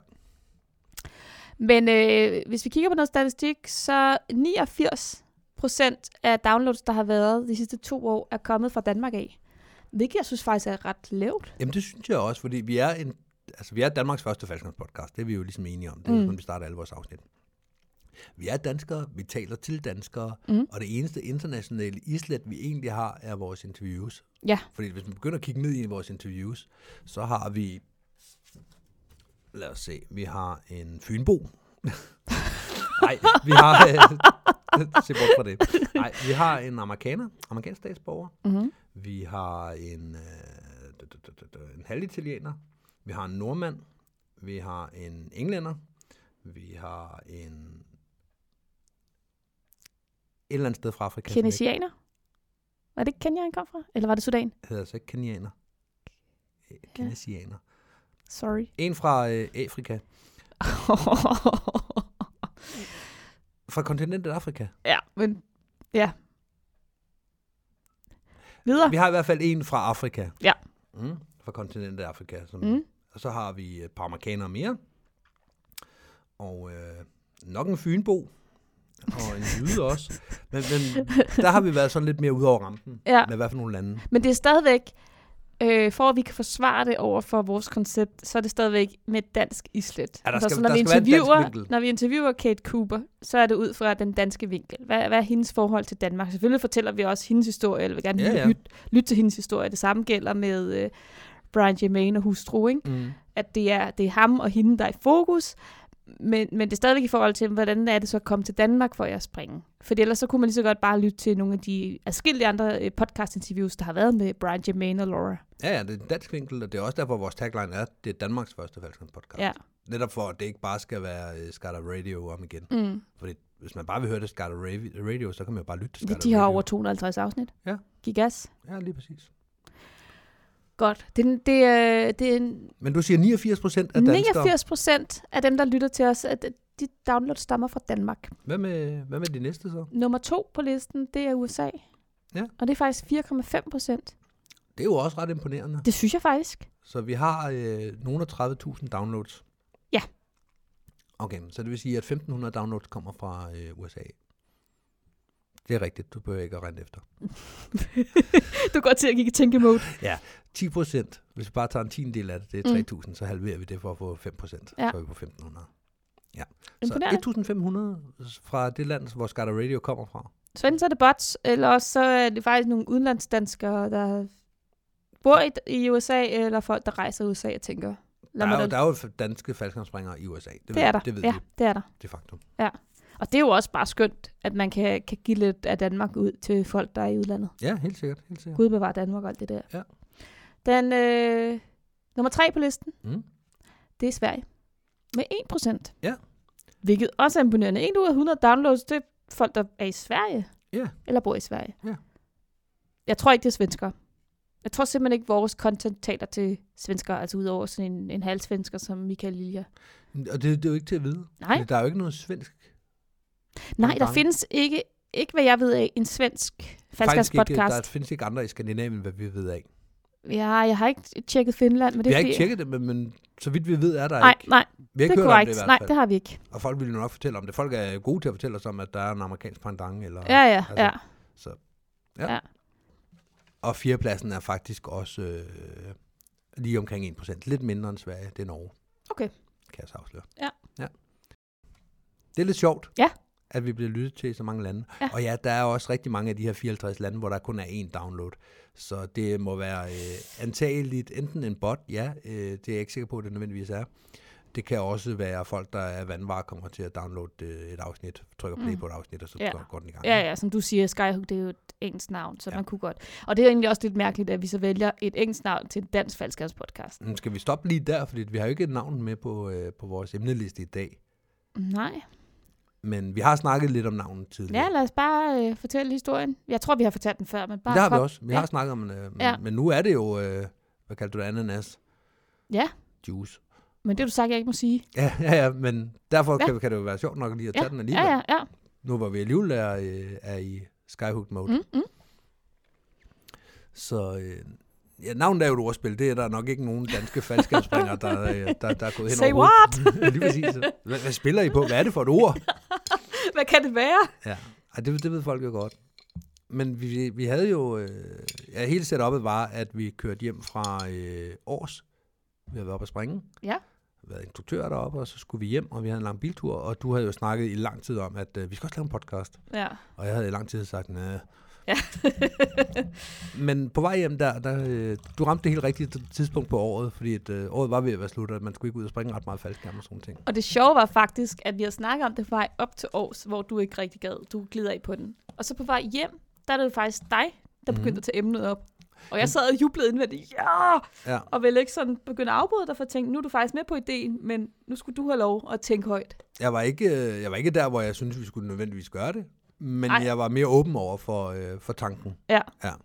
Men hvis vi kigger på noget statistik, så 89% af downloads, der har været de sidste 2 år, er kommet fra Danmark af. Hvilket jeg synes faktisk er ret lavt. Jamen det synes jeg også, fordi vi er Danmarks første falskerspodcast. Det er vi jo ligesom enige om. Det er sådan, vi starter alle vores afsnit. Vi er danskere, vi taler til danskere, og det eneste internationale islet, vi egentlig har, er vores interviews. Ja. Fordi hvis man begynder at kigge ned i vores interviews, så har vi, lad os se, vi har en Fynbo. Nej, vi har, se bort fra det. Nej, vi har en amerikansk statsborger. Vi har en halvitaliener. Vi har en nordmand. Vi har en englænder. Vi har et eller andet sted fra Afrika. Kenesianer? Var det ikke Kenya, han kom fra? Eller var det Sudan? Det hedder altså ikke kenianer. Kenesianer. Sorry. En fra Afrika. Fra kontinentet Afrika. Ja, men ja. Videre. Vi har i hvert fald en fra Afrika. Ja. Fra kontinentet Afrika. Og så har vi et par amerikanere mere. Og nok en Fynbo. Og en jyde også. Men der har vi været sådan lidt mere ude over rampen. Ja. Med hvad for nogle lande. Men det er stadigvæk, for at vi kan forsvare det over for vores koncept, så er det stadigvæk med dansk islet. Ja, altså, når vi interviewer Kate Cooper, så er det ud fra den danske vinkel. Hvad er hendes forhold til Danmark? Selvfølgelig fortæller vi også hendes historie, eller vil gerne lytte til hendes historie. Det samme gælder med Brian Jermaine og hustru, ikke? At det er ham og hende, der er i fokus. Men det er stadigvæk i forhold til, hvordan er det så at komme til Danmark for at springe? For ellers så kunne man lige så godt bare lytte til nogle af de adskillige andre podcast-interviews, der har været med Brian Jermaine og Laura. Ja, det er en dansk vinkel, og det er også derfor, vores tagline er, det er Danmarks første falskerspodcast. Ja. Netop for, at det ikke bare skal være Skydive Radio om igen. For hvis man bare vil høre det Skyder Radio, så kan man jo bare lytte til Skyder Radio. De har over 250 afsnit. Ja. Giv gas. Ja, lige præcis. Godt. Men du siger 89% af danskere. 89% af dem, der lytter til os, at de downloads stammer fra Danmark. Hvad med de næste så? Nummer 2 på listen, det er USA. Ja. Og det er faktisk 4,5%. Det er jo også ret imponerende. Det synes jeg faktisk. Så vi har nogle af 30.000 downloads. Ja. Okay, så det vil sige, at 1.500 downloads kommer fra USA. Det er rigtigt, du behøver ikke at regne efter. Du går til at kigge i tænkemode. Ja, 10%. Hvis vi bare tager en tiendedel af det, det er 3.000, så halverer vi det for at få 5%. Ja. Så er vi på 1.500. Ja. Imponerende. Så 1.500 fra det land, hvor Skyder Radio kommer fra. Så enten så er det bots, eller også så er det faktisk nogle udenlandsdanskere, der bor i USA, eller folk, der rejser i USA, jeg tænker. Der er jo danske faldskærmsspringere i USA. Det er der. Det ved ja, vi. det er der. De facto. Ja. Og det er jo også bare skønt, at man kan give lidt af Danmark ud til folk, der er i udlandet. Ja, helt sikkert. Gud bevarer Danmark og alt det der. Ja. Den nummer 3 på listen, det er Sverige. Med 1%. Ja. Hvilket også er imponerende. 1 ud af 100 downloads, det er folk, der er i Sverige. Ja. Eller bor i Sverige. Ja. Jeg tror ikke, det er svensker. Jeg tror simpelthen ikke, vores content taler til svensker, altså udover sådan en halvsvensker som Michael Lilja. Og det er jo ikke til at vide. Nej. Der er jo ikke noget svensk. Nej, der findes ikke hvad jeg ved af, en svensk faldskærmspodcast. Der findes ikke andre i Skandinavien, hvad vi ved af. Ja, jeg har ikke tjekket Finland. Men det vi har ikke tjekket det, men så vidt vi ved, er der ikke. Nej, vi har ikke det er hørt korrekt. om det i hvert Nej, fald. det har vi ikke. Og folk vil jo nok fortælle om det. Folk er gode til at fortælle os om, at der er en amerikansk pendant. Eller, Ja. Så, ja. Og 4. pladsen er faktisk også lige omkring 1%. Lidt mindre end Sverige. Det er Norge. Okay. Kan jeg så afsløre. Ja. Det er lidt sjovt. Ja. At vi bliver lyttet til i så mange lande. Ja. Og ja, der er også rigtig mange af de her 54 lande, hvor der kun er én download. Så det må være antageligt enten en bot, det er jeg ikke sikker på, at det nødvendigvis er. Det kan også være folk, der er vandvarer, kommer til at downloade et afsnit, trykker play på et afsnit, og så går den i gang. Ja, som du siger, Skyhook, det er jo et engelsk navn, så man kunne godt. Og det er egentlig også lidt mærkeligt, at vi så vælger et engelsk navn til en dansk faldskærmspodcast. Skal vi stoppe lige der, fordi vi har jo ikke et navn med på vores emneliste i dag. Nej. Men vi har snakket lidt om navnet tidligere. Ja, lad os bare fortælle historien. Jeg tror, vi har fortalt den før, men bare... Det har vi også. Vi har snakket om men nu er det jo, hvad kalder du det, ananas? Ja. Juice. Men det har du sagt, jeg ikke må sige. Ja, men derfor kan det jo være sjovt nok lige at tage den alligevel. Ja. Nu hvor vi alligevel er i Skyhook mode. Så navnet er jo et ordspil. Det er der nok ikke nogen danske faldskærmsspringere, der er gået hen Say over what? Lige præcis. Hvad spiller I på? Hvad er det for et ord? Hvad kan det være? Ja, det ved folk jo godt. Men vi havde jo... hele setupet var, at vi kørte hjem fra Aars. Vi havde været oppe at springe. Ja. Været instruktør deroppe, og så skulle vi hjem, og vi havde en lang biltur. Og du havde jo snakket i lang tid om, at vi skal også lave en podcast. Ja. Og jeg havde i lang tid sagt, Ja. Men på vej hjem du ramte det helt rigtige tidspunkt på året, fordi året var ved at være slut, og man skulle ikke ud og springe ret meget faldskærm og sådan ting. Og det sjove var faktisk, at vi har snakket om det på vej op til Aars, hvor du ikke rigtig gad. Du glider af på den. Og så på vej hjem, der er det faktisk dig, der begyndte at tage emnet op. Og jeg sad og jublede indvendigt, ja! Og ville ikke sådan begynde at afbryde dig for at tænke, nu er du faktisk med på ideen, men nu skulle du have lov at tænke højt. Jeg var ikke der, hvor jeg synes vi skulle nødvendigvis gøre det, men jeg var mere åben over for tanken. Ja.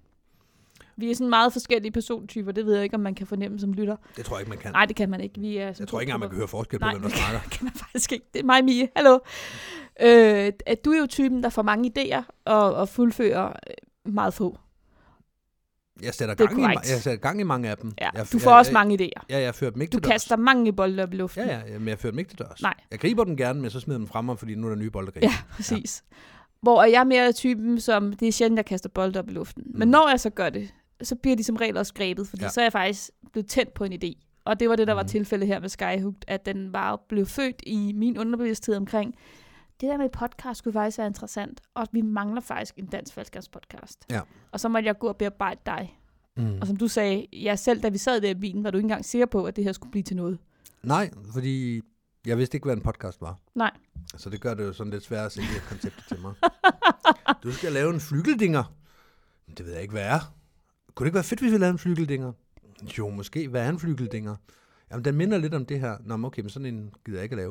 Vi er sådan meget forskellige persontyper, det ved jeg ikke, om man kan fornemme som lytter. Det tror jeg ikke, man kan. Nej, det kan man ikke. Vi er jeg tror ikke engang, man kan høre forskel på, hvem der snakker. Nej, det kan man faktisk ikke. Det er mig, Mie. Hallo. Du er jo typen, der får mange idéer og fuldfører meget få. Jeg sætter gang i mange af dem. Ja, du får også mange idéer. Ja, jeg fører dem ikke til dørs. Du kaster mange bolde op i luften. Ja, men jeg fører dem ikke til dørs. Nej. Jeg griber dem gerne, men så smider dem frem mig, fordi nu er der nye bolde, der griber. Ja, præcis. Ja. Hvor jeg er mere typen, som det er sjældent, jeg kaster bolde op i luften. Men når jeg så gør det, så bliver de som regel også grebet, fordi så er jeg faktisk blevet tændt på en idé. Og det var det, der var tilfældet her med Skyhook, at den var blevet født i min underbevidsthed omkring, det der med podcast skulle faktisk være interessant, og vi mangler faktisk en dansk faldskærmspodcast. Ja. Og så måtte jeg gå og bearbejde dig. Og som du sagde, selv da vi sad der i bilen, var du ikke engang sikker på, at det her skulle blive til noget. Nej, fordi jeg vidste ikke, hvad en podcast var. Nej. Så det gør det jo sådan lidt svært at sælge et koncept til mig. Du skal lave en flygeldinger. Det ved jeg ikke, hvad er. Kunne det ikke være fedt, hvis vi lavede en flygeldinger? Jo, måske. Hvad er en flygeldinger? Jamen, den minder lidt om det her. Nå, okay, men sådan en gider jeg ikke at lave.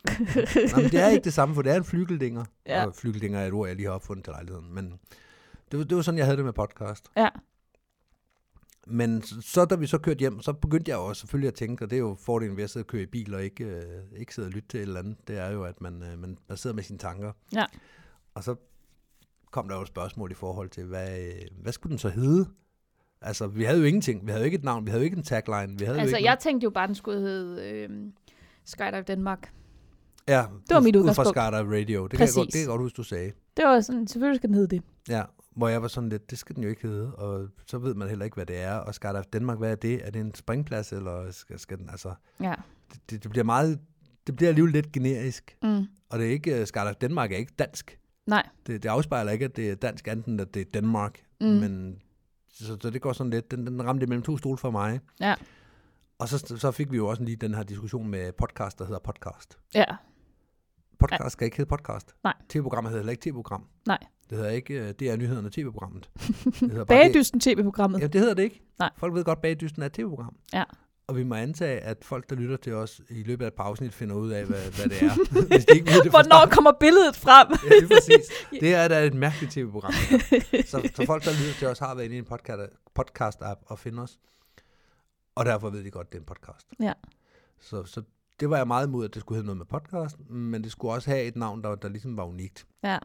Jamen, det er ikke det samme, for det er en flygeldinger. Ja. Og flygeldinger er et ord, jeg lige har opfundet til lejligheden. Men det var sådan, jeg havde det med podcast. Ja. Men så da vi så kørte hjem, så begyndte jeg jo selvfølgelig at tænke, og det er jo fordelen ved at sidde og køre i bil og ikke sidde og lytte til et eller andet, det er jo, at man sidder med sine tanker. Ja. Og så kom der jo et spørgsmål i forhold til, hvad skulle den så hedde? Altså, vi havde jo ingenting. Vi havde jo ikke et navn, vi havde jo ikke en tagline. Vi havde Altså, jo ikke jeg tænkte jo bare, den skulle hedde Skydive Danmark. ja, det var mit ud fra udgangspunkt. Skydive Radio. Det Præcis. kan jeg godt huske, du sagde. Det var sådan, selvfølgelig skal den hedde det. Ja, hvor jeg var sådan lidt, det skal den jo ikke hedde, og så ved man heller ikke, hvad det er. Og Skydive Danmark, hvad er det? Er det en springplads, eller skal den, altså... Ja. Det bliver meget, det bliver alligevel lidt generisk. Mm. Og det er ikke, Skydive Danmark er ikke dansk. Nej. Det afspejler ikke, at det er dansk, enten at det er Danmark. Men så det går sådan lidt, den ramte mellem to stole for mig. Ja. Og så fik vi jo også lige den her diskussion med podcast, der hedder podcast. Ja. Podcast skal ikke hedde podcast. Nej. TV-programmet hedder heller ikke TV-program. Nej. Det hedder ikke, det er nyhederne TV-programmet. Bagdysten TV-programmet. Ja, det hedder det ikke. Nej. Folk ved godt, Bagdysten er et TV-program. Ja. Og vi må antage, at folk, der lytter til os i løbet af et par afsnit, finder ud af, hvad det er. Hvis de ikke ved det fra Hvornår kommer billedet frem? Ja, det er præcis. Det er da et mærkeligt tv-program. Så folk, der lytter til os, har været inde i en podcast-app og finder os. Og derfor ved de godt, det er en podcast. Ja. Så det var jeg meget imod, at det skulle hedde noget med podcast, men det skulle også have et navn, der ligesom var unikt. Ja.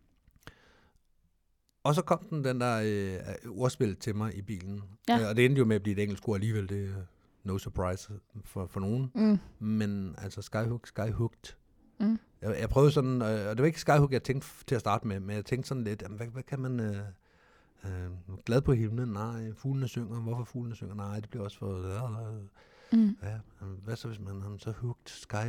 Og så kom den der ordspil til mig i bilen. Ja. Og det endte jo med at blive et engelsk ord alligevel. Det er no surprise for nogen. Men altså Skyhooked. Jeg prøvede sådan, og det var ikke Skyhook, jeg tænkte til at starte med, men jeg tænkte sådan lidt, hvad kan man... glad på himlen? Nej. Fuglene synger. Hvorfor fuglene synger? Nej, det bliver også for... Ja, hvad så hvis man så hooked?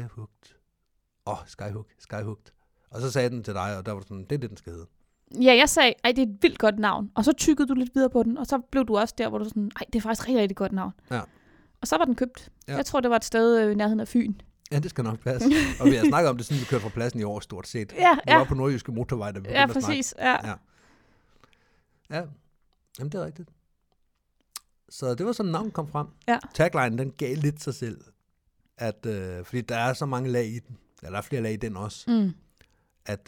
Skyhooked. Og så sagde den til dig, og der var sådan, det er det, den skal hedde. Ja, jeg sagde, det er et vildt godt navn. Og så tykkede du lidt videre på den, og så blev du også der, hvor du sådan, det er faktisk rigtig, rigtig godt navn. Ja. Og så var den købt. Ja. Jeg tror, det var et sted i nærheden af Fyn. Ja, det skal nok passe. Og vi har snakket om det, siden vi kørte fra pladsen i år, stort set. Ja, Vi var på Nordjyske Motorvej, da vi begyndte ja, at snakke. præcis. Ja. Ja, jamen det er rigtigt. Så det var sådan, navnet kom frem. Ja. Tagline, den gav lidt sig selv. At, fordi der er så mange lag i den. Ja, der er flere lag i den også. At,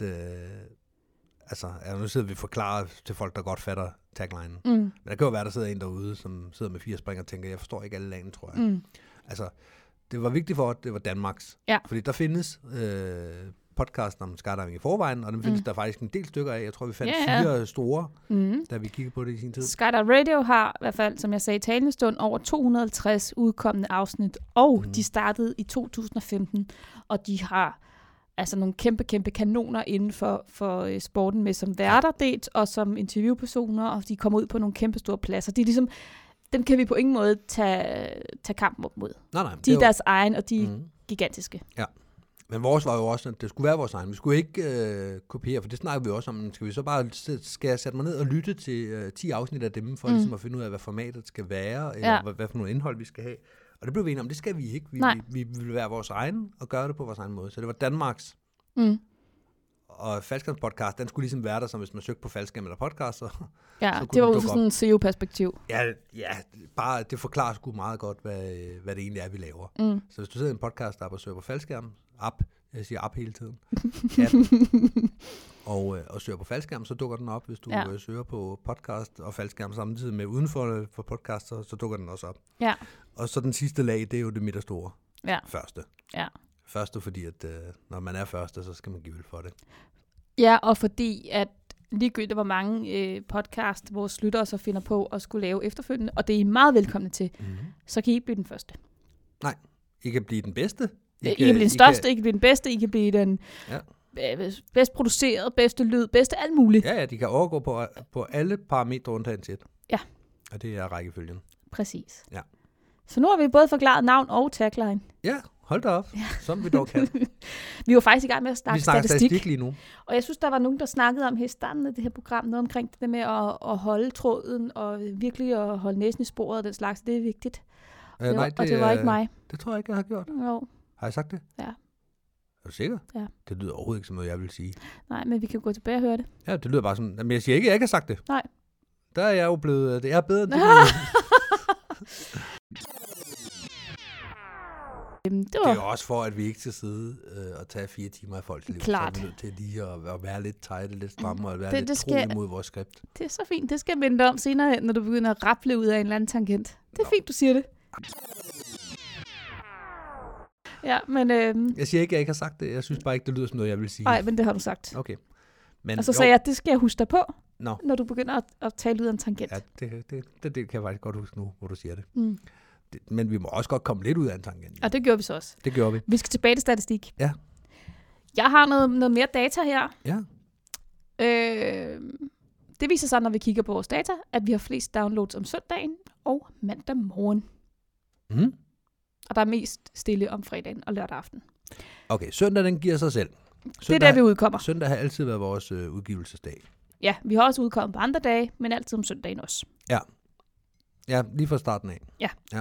nu sidder vi og forklarer til folk, der godt fatter taglinen. Men der kan jo være, der sidder en derude, som sidder med 4 spring og tænker, jeg forstår ikke alle lagene, tror jeg. Altså, det var vigtigt for, at det var Danmarks. Ja. Fordi der findes podcasten om skydiving i forvejen, og dem findes der faktisk en del stykker af. Jeg tror, vi fandt 4 store, da vi kiggede på det i sin tid. Skydive Radio har i hvert fald, som jeg sagde i talende stund, over 250 udkommende afsnit, og de startede i 2015, og de har altså nogle kæmpe kanoner inden for sporten med som værter delt, og som interviewpersoner, og de kommer ud på nogle kæmpe store pladser. De er ligesom, dem kan vi på ingen måde tage kampen op mod. Nej, de er deres egen, og de er gigantiske. Ja. Men vores var jo også, at det skulle være vores egen. Vi skulle ikke kopiere, for det snakker vi også om. Skal jeg sætte mig ned og lytte til 10 afsnit af dem, for ligesom at finde ud af, hvad formatet skal være, eller hvad for noget indhold vi skal have. Og det blev vi enige om, det skal vi ikke. Vi vil være vores egen, og gøre det på vores egen måde. Så det var Danmarks. Og Faldskærmspodcast, den skulle ligesom være der, som hvis man søgte på faldskærm eller podcast. Så det var jo sådan en SEO-perspektiv. Ja, bare det forklarer sgu meget godt, hvad det egentlig er, vi laver. Så hvis du sidder i en podcast-app og søger på faldskærm, jeg siger app hele tiden, og søger på faldskærm, så dukker den op. Hvis du søger på podcast og faldskærm samtidig med udenfor for podcast, så dukker den også op. Ja. Og så den sidste lag, det er jo det midterstore. Ja. Første. Ja. Første, fordi at når man er første, så skal man give for det. Ja, og fordi at ligegyldigt hvor mange podcast, vores lyttere så finder på at skulle lave efterfølgende, og det er I meget velkomne til, så kan I ikke blive den første. Nej, I kan blive den bedste. I kan blive den største, I kan blive den bedste, I kan blive den bedst produceret, bedste lyd, bedste alt muligt. Ja, de kan overgå på alle parametre undtagen til et. Ja. Og det er rækkefølgen. Præcis. Ja. Så nu har vi både forklaret navn og tagline. Ja, hold da op, som vi dog kan. Vi var faktisk i gang med at snakke statistik lige nu. Og jeg synes, der var nogen, der snakkede om her i starten af det her program, noget omkring det med at holde tråden, og virkelig at holde næsen i sporet og den slags. Det er vigtigt. Og det var ikke mig. Det tror jeg ikke, jeg har gjort. Jo. Har jeg sagt det? Ja. Er du sikker? Ja. Det lyder overhovedet ikke som noget, jeg vil sige. Nej, men vi kan gå tilbage og høre det. Ja, det lyder bare som... Men jeg siger ikke, at jeg ikke har sagt det. Nej. Der er jeg jo blevet... Det er bedre end det. Det er jo også for, at vi ikke skal sidde og tage 4 timer af folks liv. Klart. Så er vi nødt til lige at være lidt tighte, lidt stramme og være lidt tro imod vores skript. Det er så fint. Det skal jeg minde dig om senere hen, når du begynder at raple ud af en eller anden tangent. Det er fint, du siger det. Ja, men... Jeg siger ikke, at jeg ikke har sagt det. Jeg synes bare ikke, det lyder som noget, jeg vil sige. Nej, men det har du sagt. Okay. Men, og så sagde jeg, at det skal jeg huske dig på, no. når du begynder at tale ud af en tangent. Ja, det kan jeg faktisk godt huske nu, hvor du siger det. Men vi må også godt komme lidt ud af en tangent. Og det gjorde vi så også. Det gjorde vi. Vi skal tilbage til statistik. Ja. Jeg har noget mere data her. Ja. Det viser sig, når vi kigger på vores data, at vi har flest downloads om søndagen og mandag morgen. Og der er mest stille om fredagen og lørdag aften. Okay, søndag den giver sig selv. Det er der, vi udkommer. Søndag har altid været vores udgivelsesdag. Ja, vi har også udkommet på andre dage, men altid om søndagen også. Ja. Ja, lige fra starten af. Ja.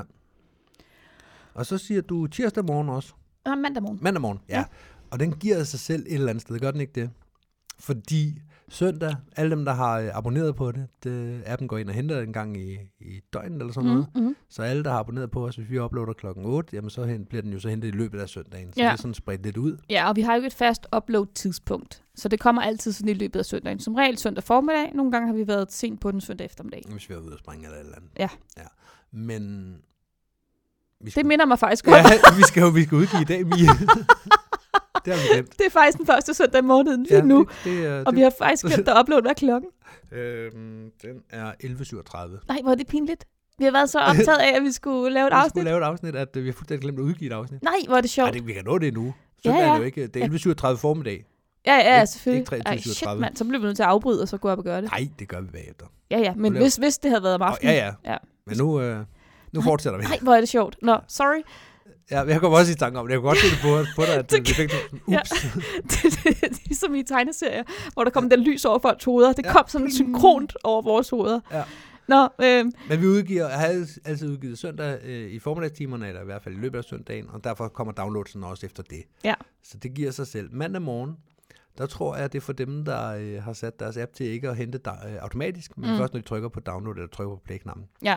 Og så siger du tirsdag morgen også. Og mandag morgen. Mandag morgen, ja. Og den giver sig selv et eller andet sted, gør den ikke det? Fordi søndag, alle dem, der har abonneret på det appen går ind og henter det en gang i døgnet eller sådan noget. Så alle, der har abonneret på os, hvis vi uploader klokken 8, jamen så bliver den jo så hentet i løbet af søndagen. Så det er sådan spredt lidt ud. Ja, og vi har jo ikke et fast upload-tidspunkt. Så det kommer altid sådan i løbet af søndagen. Som regel søndag formiddag. Nogle gange har vi været sent på den søndag eftermiddag. Hvis vi er ude at springe eller andet. Ja. Men... Det minder mig faktisk godt. Ja, vi skal udgive i dag, Mia. Det har vi glemt. Det er faktisk den første søndag i måneden lige nu. Og vi har faktisk glemt at uploade. Hvad er klokken? Den er 11.37. Nej, hvor er det pinligt. Vi har været så optaget af, at vi skulle lave et afsnit. Vi skulle lave et afsnit, at vi har fuldstændig glemt at udgive et afsnit. Nej, hvor er det sjovt. Nej, vi kan nå det nu. Søndag er jo ikke. Det er 11.37 formiddag. Ja, selvfølgelig. Ikke 23.37. Shit, mand. Så bliver vi nødt til at afbryde, og så gå op og gøre det. Nej, det gør vi bagefter. Ja, men hvis det havde været om aftenen. Ja. Men nu fortsætter vi. Nej, hvor er det sjovt. Nå, sorry. Ja, jeg kommer også i tanke om det. Jeg kunne godt se det på dig, at vi fik sådan, ups. Ja. Det er ligesom i tegneserier, hvor der kom den lys over folks hoveder. Det kom sådan synkront over vores hoveder. Ja. Nå, Men jeg har altid udgivet søndag i formiddagstimerne, eller i hvert fald i løbet af søndagen, og derfor kommer downloadsen også efter det. Ja. Så det giver sig selv. Mandag morgen, der tror jeg, det er for dem, der har sat deres app til ikke at hente automatisk, men først når de trykker på download eller trykker på play-knappen. Ja.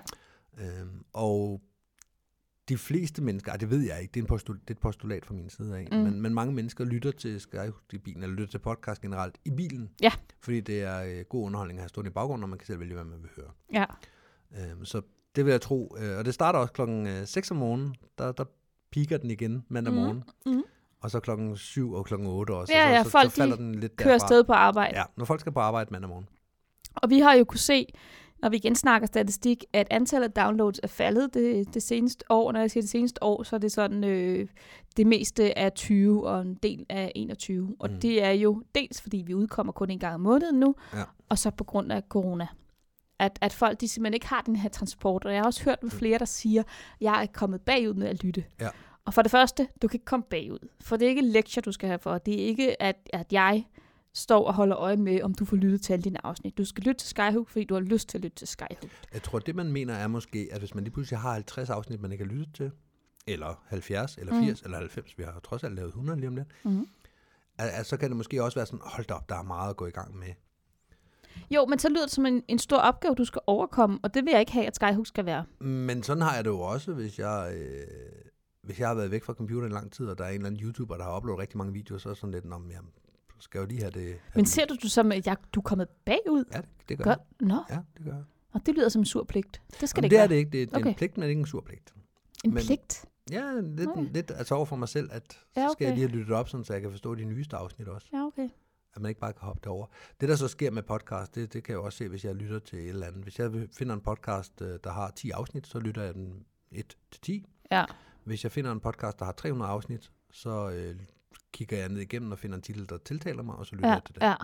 Og de fleste mennesker, det ved jeg ikke, det er et postulat fra min side af, men mange mennesker lytter til Skyhook i bilen, eller lytter til podcast generelt i bilen, fordi det er god underholdning at have stående i baggrunden, og man kan selv vælge, hvad man vil høre. Ja. Så det vil jeg tro, og det starter også klokken 6 om morgenen, der piker den igen mandag morgen, og så klokken 7 og klokken 8 også, så folk falder den lidt kører afsted på arbejde. Ja, når folk skal på arbejde mandag morgen. Og vi har jo kunne se, når vi igen snakker statistik, at antallet af downloads er faldet det seneste år. Når jeg siger det seneste år, så er det sådan det meste af 20 og en del af 21. Og det er jo dels, fordi vi udkommer kun en gang om måneden nu, og så på grund af corona. At folk de simpelthen ikke har den her transport. Og jeg har også hørt med flere, der siger, at jeg er kommet bagud med at lytte. Ja. Og for det første, du kan ikke komme bagud. For det er ikke lektier, du skal have for. Det er ikke, at jeg står og holder øje med, om du får lyttet til alle dine afsnit. Du skal lytte til Skyhook, fordi du har lyst til at lytte til Skyhook. Jeg tror, det man mener er måske, at hvis man lige pludselig har 50 afsnit, man ikke har lyttet til, eller 70, eller 80, eller 90, vi har trods alt lavet 100 lige om lidt, så kan det måske også være sådan, hold da op, der er meget at gå i gang med. Jo, men så lyder det som en stor opgave, du skal overkomme, og det vil jeg ikke have, at Skyhook skal være. Men sådan har jeg det jo også, hvis jeg har været væk fra computeren i lang tid, og der er en eller anden YouTuber, der har uploadet rigtig mange videoer, så er sådan lidt, jamen, skal jo lige have det. Men ser du som, at du er kommet bagud? Ja, det gør jeg. Nå. Ja, det gør jeg. Og det lyder som en sur pligt. Det skal det ikke være. være. Det er det ikke. Det er en pligt, men ikke en sur pligt. En pligt? Ja, lidt altså over for mig selv, at så skal jeg lige have lyttet op, sådan, så jeg kan forstå de nyeste afsnit også. Ja, okay. At man ikke bare kan hoppe derover. Det, der så sker med podcast, det kan jeg også se, hvis jeg lytter til et eller andet. Hvis jeg finder en podcast, der har 10 afsnit, så lytter jeg den 1-10. Ja. Hvis jeg finder en podcast, der har 300 afsnit, så kigger jeg ned igennem og finder en titel, der tiltaler mig, og så lytter jeg til det. Ja.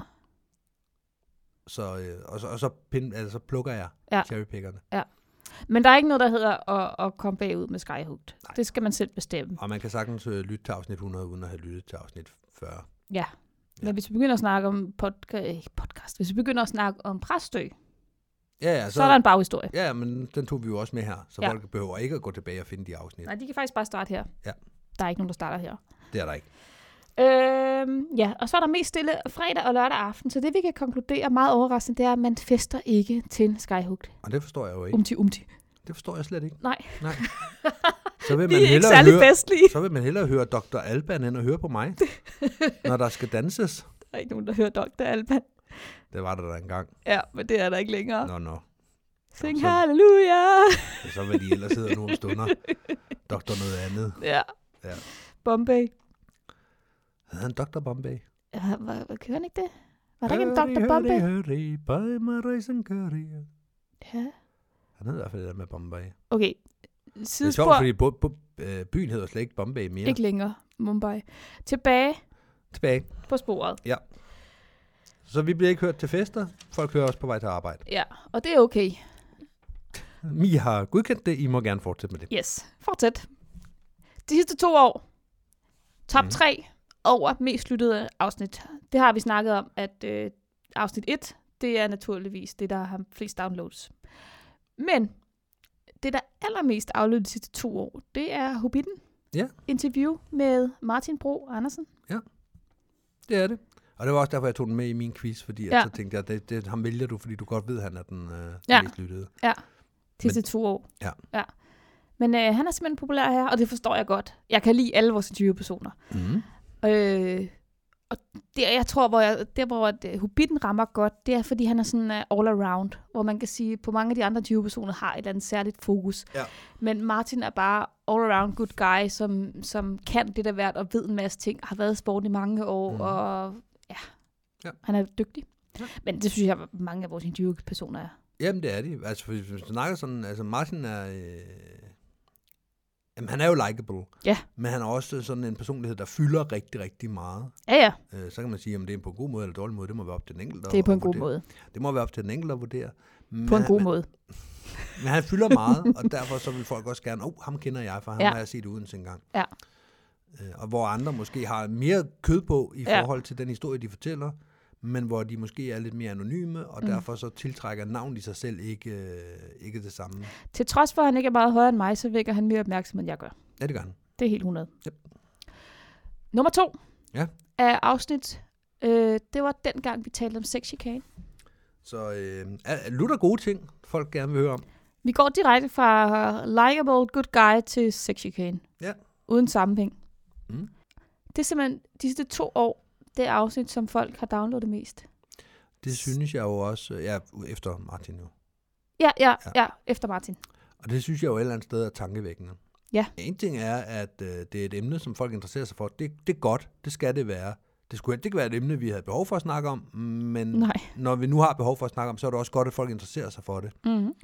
Så plukker jeg cherrypickerne. Ja. Men der er ikke noget, der hedder at komme bagud med Skyhook. Det skal man selv bestemme. Og man kan sagtens lytte til afsnit 100, uden at have lyttet til afsnit 40. Ja. Men hvis vi begynder at snakke om podcast, hvis vi begynder at snakke om Præstø, så er der en baghistorie. Ja, men den tog vi jo også med her, så folk behøver ikke at gå tilbage og finde de afsnit. Nej, de kan faktisk bare starte her. Ja. Der er ikke nogen, der starter her. Det er der ikke. Og så er der mest stille fredag og lørdag aften, så det vi kan konkludere meget overraskende, det er, at man fester ikke til Skyhook. Og det forstår jeg jo ikke. Umti. Det forstår jeg slet ikke. Nej. Så vil De man er ikke hellere særlig høre, festlige. så vil man hellere høre Dr. Alban, end at høre på mig, når der skal danses. Der er ikke nogen, der hører Dr. Alban. Det var der da engang. Ja, men det er der ikke længere. Nå. Sing så- halleluja. Så vil de ellers sidde nogle stunder. Doktor noget andet. Ja. Ja. Bombay. Havde han Dr. Bombay? Kører han ikke det? Var der ikke en Dr. Bombay? Hurry, by my racing career. Ja. Han hed i hvert fald det der med Bombay. Okay. Det er Sidespor. sjovt, fordi byen hedder slet ikke Bombay mere. Ikke længere. Mumbai. Tilbage Tilbage. på sporet. Ja. Så vi bliver ikke hørt til fester. Folk hører os på vej til arbejde. Ja, og det er okay. Mi har godkendt det. I må gerne fortsætte med det. Yes. Fortsæt. De sidste 2 år. Top 3 over mest lyttede afsnit. Det har vi snakket om, at afsnit 1, det er naturligvis det, der har flest downloads. Men det, der allermest aflyttet de sidste 2 år, det er Hobbiten. Ja. Interview med Martin Bro Andersen. Det er det. Og det var også derfor, jeg tog den med i min quiz, fordi Ja. så tænkte jeg, at ham vælger du, fordi du godt ved, at han er den Ja. mest lyttede. Ja, de sidste 2 år. Ja. Men han er simpelthen populær her, og det forstår jeg godt. Jeg kan lide alle vores interviewpersoner. Mm. Og det, jeg tror, hvor Hobbiten rammer godt, det er, fordi han er sådan all around, hvor man kan sige, på mange af de andre interviewpersoner har et eller andet særligt fokus. Ja. Men Martin er bare all around good guy, som kan det der værd og ved en masse ting, har været i sporten i mange år, og ja, han er dygtig. Ja. Men det synes jeg, mange af vores interviewpersoner er. Jamen, det er de. Altså, hvis du snakker sådan, altså Martin er... Jamen, han er jo likable. Ja. Men han er også sådan en personlighed, der fylder rigtig, rigtig meget. Ja. Så kan man sige, om det er på en god måde eller dårlig måde. Det må være op til den enkelte. Det er på en at god vurdere. måde. Det må være op til den enkelte at vurdere. På en god måde. Men han fylder meget, og derfor så vil folk også gerne, ham kender jeg, for ham har jeg set uden en gang. Ja. Og hvor andre måske har mere kød på i forhold til den historie, de fortæller, men hvor de måske er lidt mere anonyme, og derfor så tiltrækker navnet i sig selv ikke det samme. Til trods for, at han ikke er meget højere end mig, så vækker han mere opmærksomhed, end jeg gør. Ja, det gør han. Det er helt 100. Yep. Nummer 2 Ja. af afsnit, det var dengang, vi talte om sexchikane. Så lutter gode ting, folk gerne vil høre om. Vi går direkte fra likable good guy til sexchikane. Ja. Uden sammenhæng. Mm. Det er simpelthen de sidste 2 år, det afsnit, som folk har downloadet mest. Det synes jeg jo også, efter Martin jo. Ja, efter Martin. Og det synes jeg jo et eller andet sted er tankevækkende. Ja. En ting er, at det er et emne, som folk interesserer sig for. Det er godt, det skal det være. Det kunne ikke være et emne, vi havde behov for at snakke om, men når vi nu har behov for at snakke om, så er det også godt, at folk interesserer sig for det. Mm-hmm.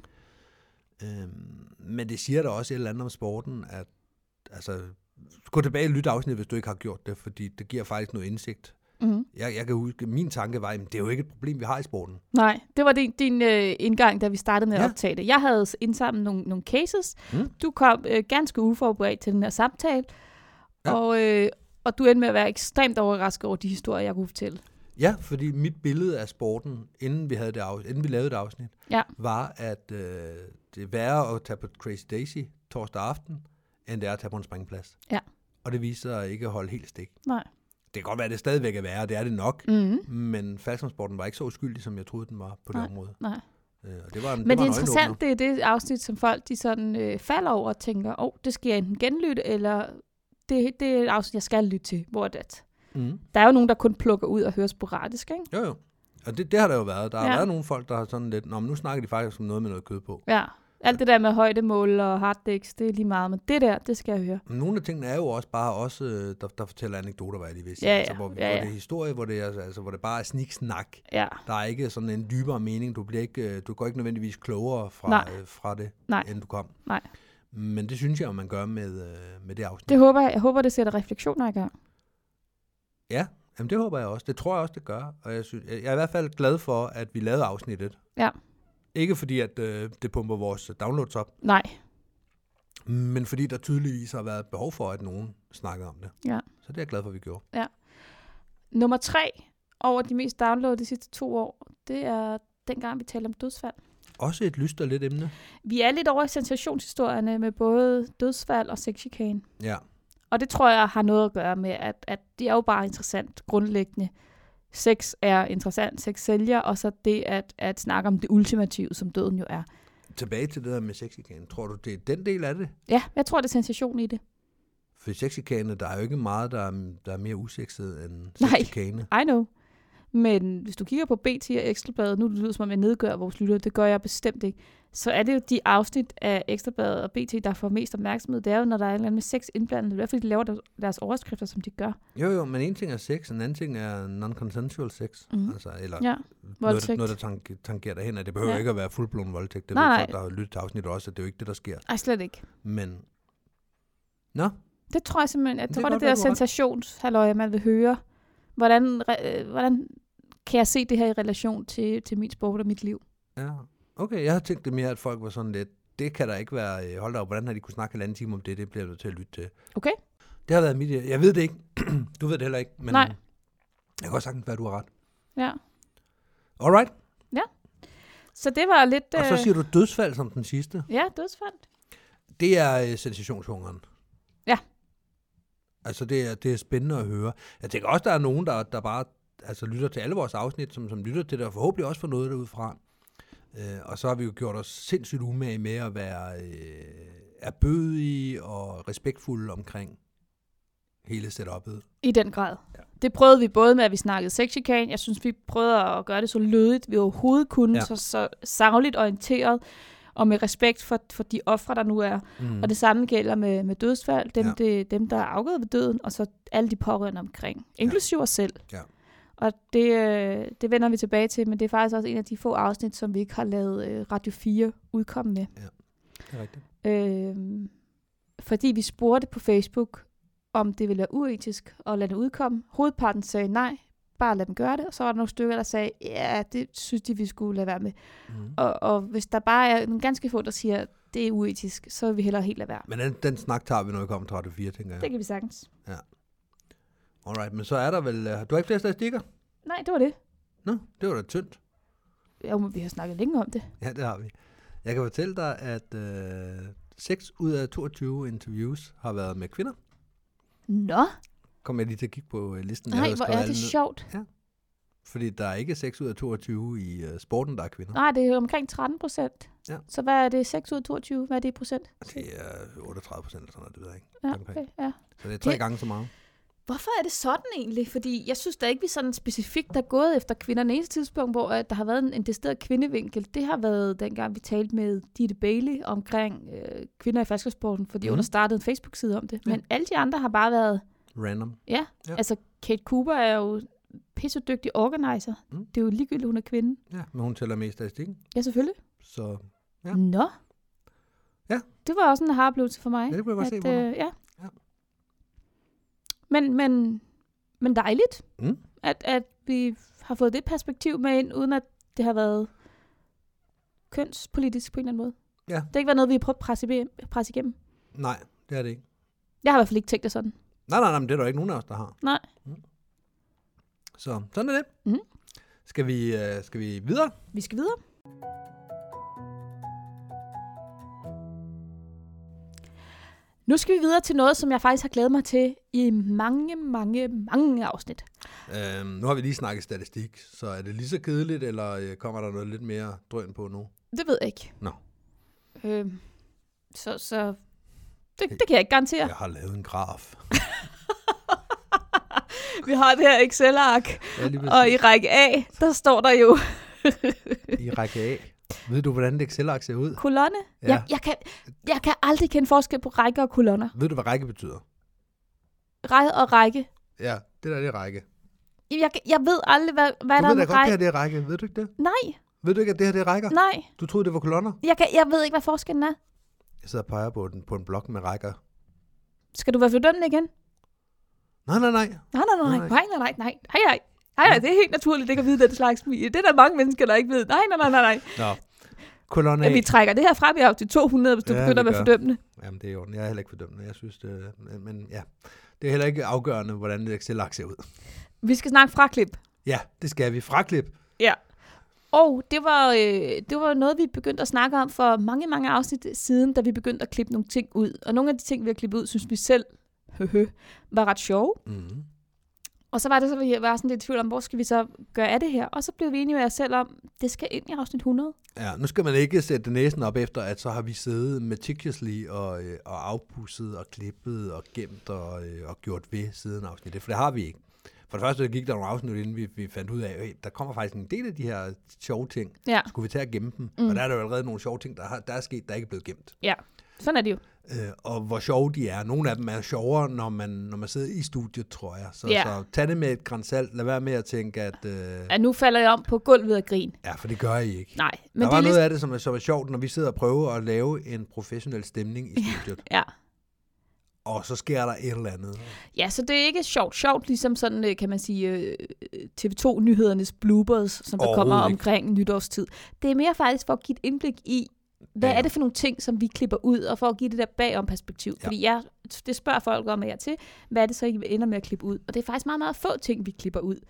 Men det siger da også et eller andet om sporten, at altså, gå tilbage og lytte afsnit, hvis du ikke har gjort det, fordi det giver faktisk noget indsigt. Mm-hmm. Jeg kan huske, min tanke var, at det er jo ikke et problem, vi har i sporten. Nej, det var din indgang, da vi startede med at optage det. Jeg havde indsamlet nogle cases. Du kom ganske uforberedt til den her samtale, og du endte med at være ekstremt overrasket over de historier, jeg kunne fortælle. Ja, fordi mit billede af sporten, inden vi lavede det afsnit, var, at det er værre at tage på Crazy Daisy torsdag aften, end det er at tage på en springplads. Ja. Og det viser sig ikke at holde helt stik. Nej. Det kan godt være, at det stadigvæk er værre, det er det nok, men faldskærmssporten var ikke så uskyldig, som jeg troede, den var på det område. Nej. Og det var men det er interessant, det er det afsnit, som folk de sådan, falder over og tænker, det skal jeg enten genlytte, eller det er et afsnit, jeg skal lytte til. Hvor det der er jo nogen, der kun plukker ud og hører sporadisk, ikke? Jo. Og det har der jo været. Der har været nogle folk, der har sådan lidt, men nu snakker de faktisk om noget med noget kød på. Ja. Alt det der med højdemål og harddicks, det er lige meget, men det skal jeg høre. Men nogle af tingene er jo også bare der fortæller anekdoter, hvad jeg lige vil sige. Ja, altså, hvor det er historie, hvor det bare er sniksnak. Ja. Der er ikke sådan en dybere mening. Du går ikke nødvendigvis klogere fra det, end du kom. Nej. Men det synes jeg jo, man gør med det afsnit. Det håber jeg. Jeg håber, det sætter refleksioner i gang. Ja, jamen det håber jeg også. Det tror jeg også, det gør. Og jeg er i hvert fald glad for, at vi lavede afsnittet. Ja. Ikke fordi, at det pumper vores downloads op. Nej. Men fordi der tydeligvis har været behov for, at nogen snakkede om det. Ja. Så det er jeg glad for, at vi gjorde. Ja. Nummer 3 over de mest downloadede de sidste 2 år, det er dengang, vi talte om dødsfald. Også et lyst og lidt emne. Vi er lidt over i sensationshistorierne med både dødsfald og sexchikane. Ja. Og det tror jeg har noget at gøre med, at det er jo bare interessant grundlæggende. Sex er interessant, sex sælger, og så det at snakke om det ultimative, som døden jo er. Tilbage til det der med sexchikane. Tror du, det er den del af det? Ja, jeg tror, det er sensation i det. For sexchikane, der er jo ikke meget, der er mere usekset end sexchikane. Nej, I know. Men hvis du kigger på BT og Ekstrabladet, nu lyder det som om, jeg nedgør vores lytter, det gør jeg bestemt ikke, så er det jo de afsnit af Ekstrabladet og BT, der får mest opmærksomhed. Det er jo, når der er en eller anden med sex indblandet. Det er derfor, de laver deres overskrifter, som de gør. Jo, men en ting er sex, en anden ting er non-consensual sex. Altså, eller noget, der tangerer derhen. Det behøver ikke at være fuldblåen voldtægt. Det er folk, der har lyttet til afsnittet også, at det er jo ikke det, der sker. Nej, slet ikke. Men, nå. Det tror jeg simpelthen, det der sensationshalløje, man vil høre. Hvordan kan jeg se det her i relation til min sport og mit liv? Ja, okay. Jeg har tænkt det mere, at folk var sådan lidt, det kan der ikke være, hold da op, hvordan har de kunne snakke 1,5 time om det? Det bliver du til at lytte til. Okay. Det har været mit, jeg ved det ikke. Du ved det heller ikke, men nej. Jeg kan også sagtens være, at du har ret. Ja. Alright. Ja. Så det var lidt... Og så siger du dødsfald som den sidste. Ja, dødsfald. Det er sensationshungeren. Ja. Altså, det er spændende at høre. Jeg tænker også, der er nogen, der bare lytter til alle vores afsnit, som lytter til det, og forhåbentlig også får noget derudfra. Og så har vi jo gjort os sindssygt umage med at være erbødige og respektfulde omkring hele setup'et. I den grad. Ja. Det prøvede vi både med, at vi snakkede sexchikane. Jeg synes, vi prøvede at gøre det så lødigt, vi overhovedet kunne, så sagligt orienteret, og med respekt for de ofre, der nu er. Og det samme gælder med dødsfald, dem, der er afgået ved døden, og så alle de pårørende omkring, inklusiv os selv. Ja. Og det vender vi tilbage til, men det er faktisk også en af de få afsnit, som vi ikke har lavet Radio 4 udkomme med. Ja, det er rigtigt. Fordi vi spurgte på Facebook, om det ville være uetisk at lade det udkomme. Hovedparten sagde nej, bare lad dem gøre det. Og så var der nogle stykker, der sagde, ja, det synes de, vi skulle lade være med. Og hvis der bare er nogle ganske få, der siger, det er uetisk, så vil vi hellere helt lade være. Men den snak tager vi, når vi kommer til Radio 4, tænker jeg. Det kan vi sagtens. Ja. Alright, men så er der vel... Du har ikke flere statistikker? Nej, det var det. Nå, det var da tyndt. Jo, men vi har snakket længe om det. Ja, det har vi. Jeg kan fortælle dig, at 6 ud af 22 interviews har været med kvinder. Nå. Kom jeg lige til at kigge på listen. Nej, hvor er det sjovt. Ja. Fordi der er ikke 6 ud af 22 i sporten, der er kvinder. Nej, det er omkring 13%. Ja. Så hvad er det? 6 ud af 22? Hvad er det i procent? Det er 38% eller sådan noget, det ved jeg ikke. Ja, okay, ja. Så det er 3 gange så meget. Hvorfor er det sådan egentlig? Fordi jeg synes da ikke, vi sådan specifikt er gået efter kvinder. Den eneste tidspunkt, hvor der har været en decideret kvindevinkel, det har været dengang, vi talte med Ditte Bailey omkring kvinder i flaskesporten, fordi hun har startet en Facebook-side om det. Ja. Men alle de andre har bare været... random. Ja, altså Kate Cooper er jo pissedygtig organizer. Det er jo ligegyldigt, hun er kvinde. Ja, men hun tæller mest statistikken. Ja, selvfølgelig. Så, ja. Nå. Ja. Det var også en aha-oplevelse for mig. Ja, det kunne jeg godt se på dig. Ja. Men dejligt, at vi har fået det perspektiv med ind, uden at det har været kønspolitisk på en eller anden måde. Ja. Det har ikke været noget, vi har prøvet at presse igennem. Nej, det er det ikke. Jeg har i hvert fald ikke tænkt det sådan. Nej, men det er der ikke nogen af os, der har. Nej. Så sådan er det. Skal vi videre? Vi skal videre. Nu skal vi videre til noget, som jeg faktisk har glædet mig til i mange afsnit. Nu har vi lige snakket statistik, så er det lige så kedeligt, eller kommer der noget lidt mere drøn på nu? Det ved jeg ikke. Nå. Så det kan jeg ikke garantere. Jeg har lavet en graf. Vi har det her Excel-ark, og i række A, der står der jo... I række A? Ved du, hvordan det Excel-ark ser ud? Kolonne? Ja. Jeg kan aldrig kende forskel på række og kolonner. Ved du, hvad række betyder? Række. Ja, det er række. Jeg ved aldrig, hvad der er med række. Du ved da godt, det her det er række. Ved du ikke det? Nej. Ved du ikke, at det her det er rækker? Nej. Du troede, det var kolonner? Jeg ved ikke, hvad forskellen er. Jeg sidder og peger på en blok med rækker. Skal du være fordømmende igen? Nej. Nej, det er helt naturligt, ikke at vide den slags. Det er der mange mennesker, der ikke ved. Nej. Nå. Kolonne A. Vi trækker det her frem i til 200, hvis du begynder at være fordømmende. Jamen, det er jo. Jeg er heller ikke fordømmende. Jeg synes, men ja. Det er heller ikke afgørende, hvordan det Excel-ark ser ud. Vi skal snakke fraklip. Ja, det skal vi. Fraklip. Ja. Og det var noget, vi begyndte at snakke om for mange afsnit siden, da vi begyndte at klippe nogle ting ud. Og nogle af de ting, vi har klippet ud, synes vi selv var ret sjove. Og så var det så, vi var sådan lidt i tvivl om, hvor skal vi så gøre af det her? Og så blev vi enige med os selv om, det skal ind i afsnit 100. Ja, nu skal man ikke sætte næsen op efter, at så har vi siddet meticulously og afpudset og klippet og gemt og gjort ved siden afsnittet, for det har vi ikke. For det første gik der nogle afsnit, inden vi fandt ud af, at der kommer faktisk en del af de her sjove ting. Ja. Skulle vi tage at gemme dem? Og der er der jo allerede nogle sjove ting, der er sket, der ikke er blevet gemt. Ja, sådan er det jo. Og hvor sjove de er. Nogle af dem er sjovere, når man sidder i studiet, tror jeg. Så tag det med et gran salt. Lad være med at tænke, at... Ja, nu falder jeg om på gulvet af grin. Ja, for det gør I ikke. Nej. Men der var noget af det, som er sjovt, når vi sidder og prøver at lave en professionel stemning i studiet. Ja. Og så sker der et eller andet. Ja, så det er ikke sjovt, ligesom sådan, kan man sige, TV2-nyhedernes bloopers, som der kommer omkring nytårstid. Det er mere faktisk for at give et indblik i, hvad er det for nogle ting, som vi klipper ud, og for at give det der bagom perspektiv. Ja. Fordi det spørger folk om jer til, hvad er det så, I ender med at klippe ud? Og det er faktisk meget, meget få ting, vi klipper ud.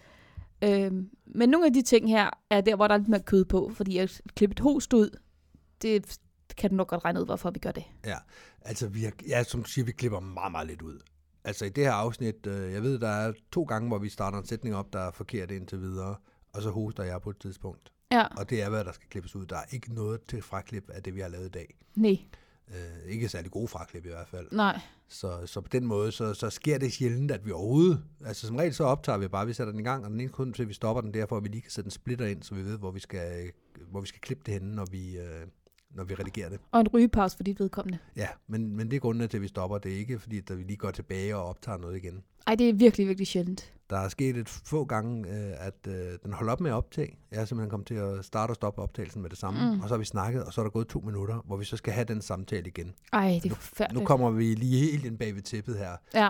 Men nogle af de ting her, er der, hvor der er lidt mere kød på, fordi at klippe et host ud, det kan du nok godt regne ud, hvorfor vi gør det. Ja, altså som du siger, vi klipper meget, meget lidt ud. Altså i det her afsnit, jeg ved, der er 2 gange, hvor vi starter en sætning op, der er forkert indtil videre, og så hoster jeg på et tidspunkt. Ja. Og det er, hvad der skal klippes ud. Der er ikke noget til fraklip af det, vi har lavet i dag. Nej. Ikke særlig gode fraklip i hvert fald. Nej. Så på den måde, så sker det sjældent, at vi overhovedet... Altså som regel så optager vi bare, vi sætter den i gang, og den ene grund til, at vi stopper den, derfor at vi lige kan sætte en splitter ind, så vi ved, hvor vi skal klippe det henne, når vi redigerer det. Og en rygepause for dit vedkommende. Ja, men det er grunden til, at vi stopper. Det er ikke, fordi at vi lige går tilbage og optager noget igen. Ej, det er virkelig, virkelig sjældent. Der er sket et få gange, at den holdt op med at optage. Jeg er simpelthen kommet til at starte og stoppe optagelsen med det samme. Og så har vi snakket, og så er der gået 2 minutter, hvor vi så skal have den samtale igen. Ej, det er forfærdeligt. Nu kommer vi lige helt ind bag ved tæppet her. Ja.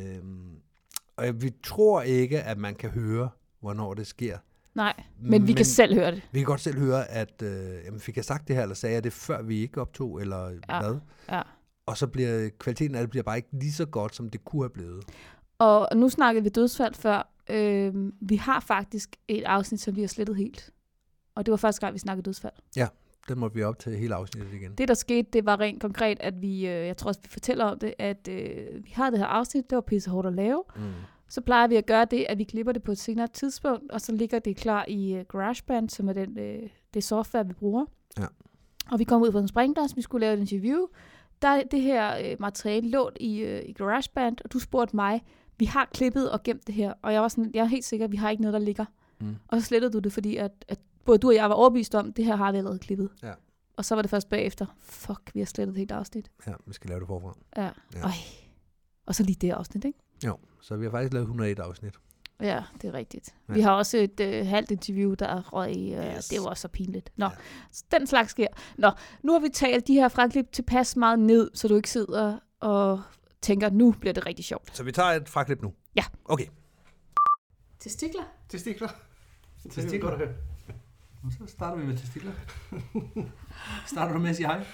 Og vi tror ikke, at man kan høre, hvornår det sker. Nej, men vi kan selv høre det. Vi kan godt selv høre, at fik jeg sagt det her, eller sagde jeg det, før vi ikke optog, eller hvad? Ja. Og så bliver kvaliteten af det bliver bare ikke lige så godt, som det kunne have blevet. Og nu snakkede vi dødsfald før. Vi har faktisk et afsnit, som vi har slettet helt. Og det var første gang, vi snakkede dødsfald. Ja, den måtte vi optage hele afsnittet igen. Det, der skete, det var rent konkret, at vi, jeg tror også, vi fortæller om det, at vi har det her afsnit, det var pisse hårdt at lave. Så plejer vi at gøre det, at vi klipper det på et senere tidspunkt, og så ligger det klar i GarageBand, som er det software, vi bruger. Ja. Og vi kom ud på en springplads, vi skulle lave et interview. Der er det her materiale lånt i GarageBand, og du spurgte mig, vi har klippet og gemt det her, og jeg var sådan, jeg er helt sikker, at vi har ikke noget, der ligger. Og så slettede du det, fordi at både du og jeg var overbevist om, det her har vi allerede klippet. Ja. Og så var det først bagefter, fuck, vi har slettet et helt afsnit. Ja, vi skal lave det forfra. Ja. Og så lige det afsnit, ikke? Jo, så vi har faktisk lavet 101 afsnit. Ja, det er rigtigt. Ja. Vi har også et halvt interview, der røg i. Det var også så pinligt. Nå, så den slags sker. Nå, nu har vi talt de her fraklip tilpas meget ned, så du ikke sidder og tænker, nu bliver det rigtig sjovt. Så vi tager et fraklip nu? Ja. Okay. Testikler. Testikler. Så starter vi med testikler. Starter du med at sige hej?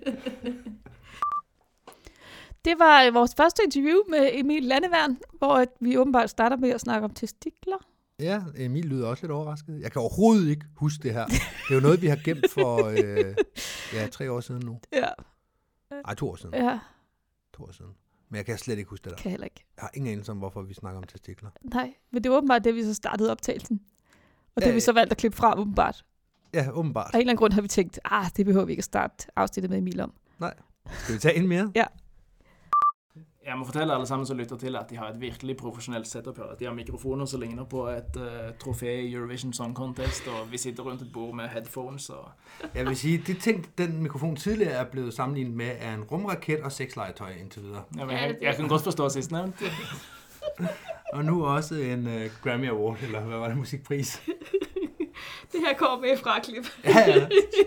Det var vores første interview med Emil Landeværn, hvor vi åbenbart starter med at snakke om testikler. Ja, Emil lyder også lidt overrasket. Jeg kan overhovedet ikke huske det her. Det er jo noget, vi har gemt for 3 år siden nu. Ja. Ej, 2 år siden. Ja. 2 år siden. Men jeg kan slet ikke huske det der. Kan heller ikke. Jeg har ingen anelse om, hvorfor vi snakker om testikler. Nej, men det var åbenbart det, vi så startede optagelsen. Og det har vi så valgt at klippe fra, åbenbart. Ja, åbenbart. Af en eller anden grund har vi tænkt, det behøver vi ikke at starte afsnittet med Emil om. Nej. Skal vi tage en mere? Ja. Jeg må fortelle alle sammen som lytter til, at de har et virkelig professionelt setup her. De har mikrofoner som ligner på et trofé i Eurovision Song Contest, og vi sitter rundt et bord med headphones. Og jeg vil sige, det ting, den mikrofon tidligere er blevet sammenlignet med, er en rumraket og sexlegetøj indtil videre. Ja, men jeg kan godt forstå sidstnævnt. Og nu også en Grammy Award, eller hvad var det, musikpris? Det her kommer med fra klip. Ja.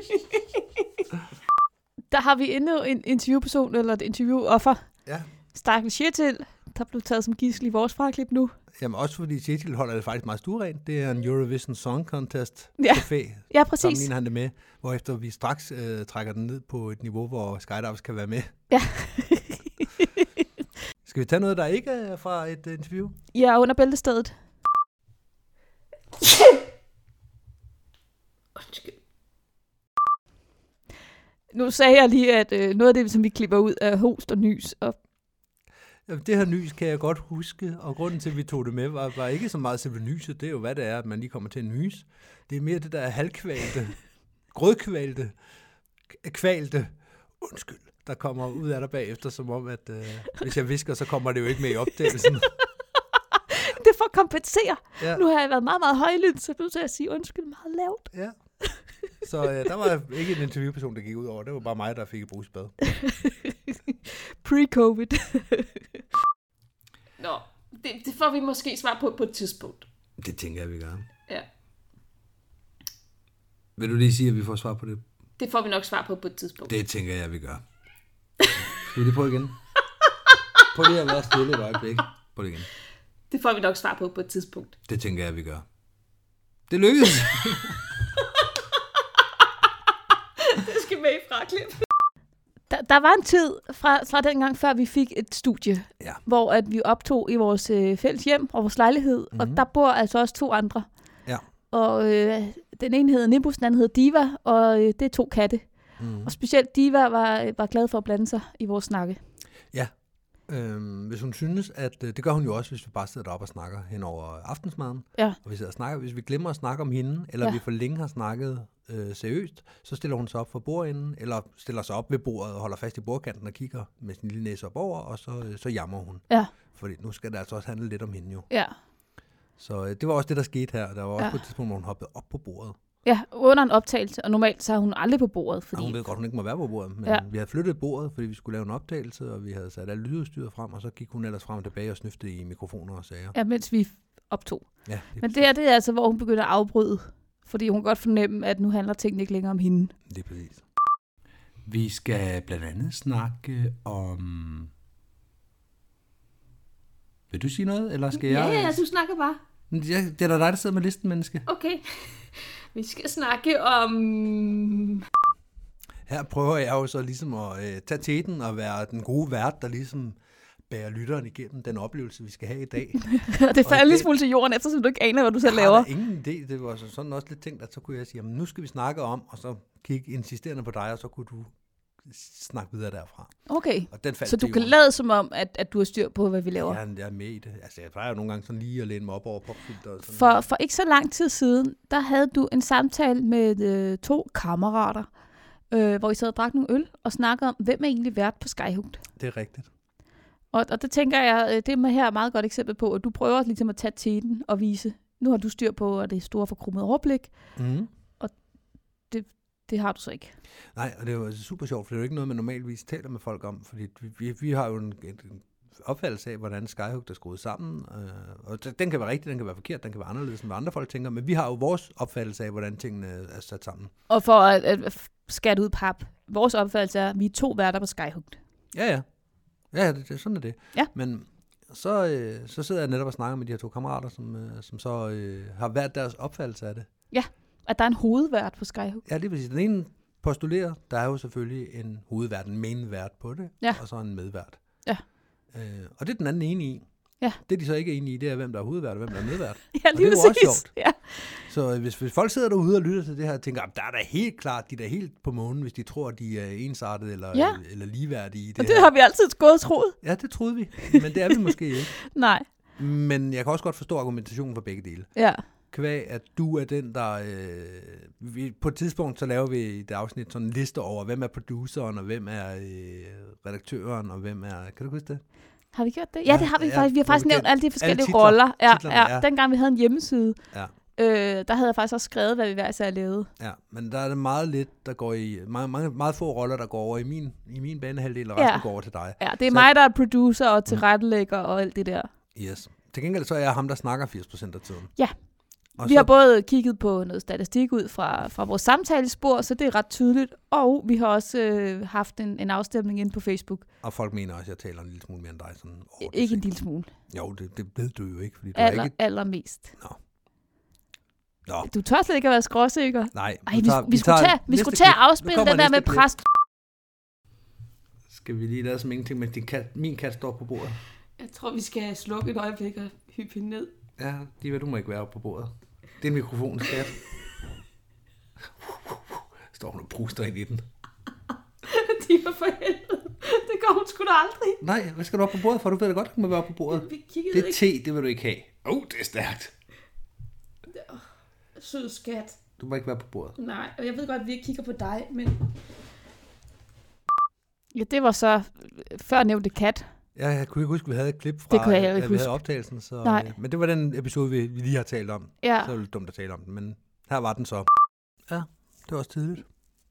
Der har vi endnu en interviewperson, eller et interviewoffer. Ja. Stakkels Kjetil, der blev taget som gidsel i vores fraklip nu. Jamen også fordi Kjetil holder det faktisk meget stuerent. Det er en Eurovision Song Contest café. Ja, præcis. Sammenligner han det med, hvorefter vi straks trækker den ned på et niveau, hvor Skydives kan være med. Ja. Skal vi tage noget, der ikke er fra et interview? Ja, under bæltestedet. Nu sagde jeg lige, at noget af det, som vi klipper ud, er host og nys. Og Det her nys kan jeg godt huske, og grunden til, at vi tog det med, var ikke så meget selve nyset. Det er jo, hvad det er, at man lige kommer til en nys. Det er mere det der halvkvalte, grødkvalte, undskyld, der kommer ud af dig bagefter, som om, at hvis jeg visker, så kommer det jo ikke med i opdagelsen. Det er for at kompensere. Ja. Nu har jeg været meget, meget højlydt, så nu skal jeg sige undskyld meget lavt. Ja. Så der var ikke en interviewperson, der gik ud over. Det var bare mig, der fik et brusbad. Pre-covid. Nå, det får vi måske svar på et tidspunkt. Det tænker jeg, vi gør. Ja. Vil du lige sige, at vi får svar på det? Det får vi nok svar på et tidspunkt. Det tænker jeg, vi gør. Skal vi lige prøve igen? Prøv lige at være stille et øjeblik. Prøv det igen. Det får vi nok svar på et tidspunkt. Det tænker jeg, vi gør. Det lykkedes. Det skal med i fraklip. Der var en tid fra dengang, før vi fik et studie, hvor at vi optog i vores fælles hjem og vores lejlighed, og der bor altså også 2 andre. Ja. Og den ene hedder Nimbus, den anden hedder Diva, og det er 2 katte. Og specielt Diva var glad for at blande sig i vores snakke. Ja. Hvis hun synes, at det gør hun jo også, hvis vi bare sidder deroppe og snakker hen over aftensmaden. Ja. Og vi sidder og snakker, hvis vi glemmer at snakke om hende, eller vi for længe har snakket seriøst, så stiller hun sig op for bordenden, eller stiller sig op ved bordet og holder fast i bordkanten og kigger med sin lille næse op over, og så jammer hun. Ja. Fordi nu skal det altså også handle lidt om hende jo. Ja. Så det var også det, der skete her. Der var også på et tidspunkt, hvor hun hoppede op på bordet. Ja, under en optagelse, og normalt så er hun aldrig på bordet. Fordi... Ja, hun ved godt, hun ikke må være på bordet, men vi havde flyttet bordet, fordi vi skulle lave en optagelse, og vi havde sat alle lydudstyret frem, og så gik hun ellers frem og tilbage og snøftede i mikrofoner og sager. Ja, mens vi optog. Ja, men det er altså, hvor hun begynder at afbryde, fordi hun kan godt fornemme, at nu handler tingene ikke længere om hende. Det er præcis. Vi skal blandt andet snakke om... Vil du sige noget, eller skal jeg... Ja, du snakker bare. Det er da dig, der sidder med listen, menneske. Okay. Vi skal snakke om... Her prøver jeg jo så ligesom at tage teten og være den gode vært, der ligesom bærer lytteren igennem den oplevelse, vi skal have i dag. Det falder lidt smule til jorden, eftersom du ikke aner, hvad du selv laver. Jeg har ingen idé. Det var sådan også lidt tænkt, at så kunne jeg sige, jamen nu skal vi snakke om, og så kigge insisterende på dig, og så kunne du snakke videre derfra. Okay, og så du kan lade som om, at du har styr på, hvad vi laver? Ja, jeg er med i det. Altså, jeg plejer jo nogle gange sådan lige at læne mig op over popfilter. Og sådan for ikke så lang tid siden, der havde du en samtale med 2 kammerater, hvor I sad og drak nogle øl og snakkede om, hvem er egentlig vært på Skyhooked. Det er rigtigt. Og det tænker jeg, det her er et meget godt eksempel på, at du prøver ligesom at tage teten og vise, nu har du styr på, at det er store forkrummet overblik, og det har du så ikke. Nej, og det er jo super sjovt, for det er jo ikke noget, man normalvis taler med folk om, fordi vi har jo en opfattelse af, hvordan Skyhooked er skruet sammen, og den kan være rigtig, den kan være forkert, den kan være anderledes, end hvad andre folk tænker, men vi har jo vores opfattelse af, hvordan tingene er sat sammen. Og for at skære ud pap, vores opfattelse er, at vi er 2 værter på Skyhooked. Ja, sådan er det. Ja. Men så sidder jeg netop og snakker med de her 2 kammerater, som så har været deres opfattelse af det. Ja, at der er en hovedvært på Skyhooked. Ja, lige præcis. Den ene postulerer, der er jo selvfølgelig en hovedvært, en main-vært på det, og så en medvært. Ja. Og det er den anden enige i. Ja. Det, de så ikke er enige i, det er, hvem der er hovedvært og hvem der er medvært. Ja, lige og det er jo også sjovt. Ja. Så hvis folk sidder derude og lytter til det her og tænker, der er da helt klart, de er da helt på månen, hvis de tror, de er ensartet eller ligeværdige i det. Og det har vi altid gået og troet. Ja, det troede vi, men det er vi måske ikke. Nej. Men jeg kan også godt forstå argumentationen for begge dele. Ja. Kvæg, at du er den, der... på et tidspunkt, så laver vi i det afsnit sådan en liste over, hvem er produceren, og hvem er redaktøren, og hvem er... Kan du huske det? Har vi gjort det? Ja, det har vi faktisk. Vi har faktisk nævnt alle de forskellige roller. Ja. Dengang vi havde en hjemmeside, der havde jeg faktisk også skrevet, hvad vi hver især lavede. Ja, men der er det meget lidt, der går i... Meget få roller, der går over i min banehalvdel, og resten går over til dig. Ja, det er mig, der er producer og tilrettelægger og alt det der. Yes. Til gengæld så er jeg ham, der snakker 80% af tiden. Ja. Vi har både kigget på noget statistik ud fra vores samtalespor, så det er ret tydeligt. Og vi har også haft en afstemning inde på Facebook. Og folk mener også, at jeg taler en lille smule mere end dig. Sådan ikke en lille smule. Jo, det ved du jo ikke. Fordi du Allermest. Nå. Du tør slet ikke at være skråsikker. Nej. Vi skulle tage og afspille den der med præst. Skal vi lige lade som ingenting, men min kat står på bordet? Jeg tror, vi skal slukke et øjeblik og hyppe hende ned. Ja, du må ikke være oppe på bordet. Det er en mikrofonskat. Står hun og pruster ind i den. De var for helvede. Det går hun sgu da aldrig. Nej, hvad skal du op på bordet for? Du ved da godt, at du må være op på bordet. Vi kiggede Det er ikke. te, det vil du ikke have. Det er stærkt. Sød skat. Du må ikke være på bordet. Nej, og jeg ved godt, at vi ikke kigger på dig, men... Ja, det var så før nævnte kat. Ja, jeg kunne ikke huske, at vi havde et klip fra, Det kunne jeg ikke at vi huske. havde optagelsen. Så, Nej. men det var den episode, vi lige har talt om. Ja. Så var det lidt dumt at tale om den, men her var den så. Ja, det var også tidligt.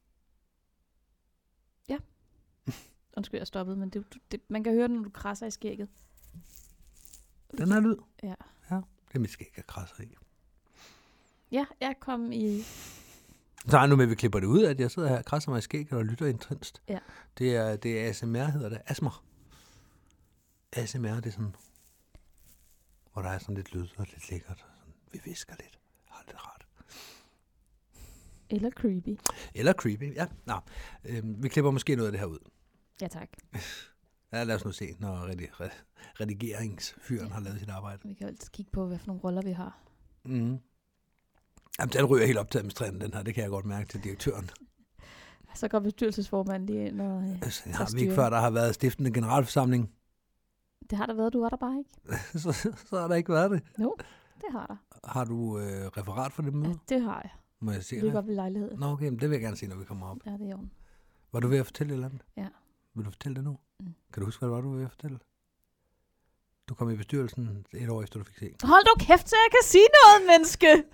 Undskyld, jeg stoppede, men man kan høre det, når du krasser i skægget. Den her lyd? Ja. Ja, det er mit skæg, jeg krasser i. Ja, jeg kom i... Så er nu med, at vi klipper det ud, at jeg sidder her og krasser mig i skægget og lytter intenst. Ja. Det er ASMR, hedder det. ASMR. ASMR, det er sådan, hvor der er sådan lidt lyd og lidt lækkert. Og sådan, vi visker lidt. Har det rart. Eller creepy. Eller creepy, ja. Nå, vi klipper måske noget af det her ud. Ja, tak. Ja, lad os nu se, når redigeringsfyren har lavet sit arbejde. Vi kan jo altid kigge på, hvad for nogle roller vi har. Mm. Jamen, den ryger helt op til administreren, den her. Det kan jeg godt mærke til direktøren. Så går bestyrelsesformanden lige ind og Altså, har vi ikke før, der har været stiftende generalforsamling? Det har der været, du var der bare ikke. så har der ikke været det. Jo, det har der. Har du referat for det møde? Ja, det har jeg. Må jeg se Det er det? godt ved lejligheden. Nå, okay, men det vil jeg gerne se, når vi kommer op. Ja, det er jo. Var du ved at fortælle et eller andet? Ja. Vil du fortælle det nu? Mm. Kan du huske, hvad det var, du var ved at fortælle? Du kom i bestyrelsen et år efter, du fik se. Hold du kæft, så jeg kan sige noget, menneske!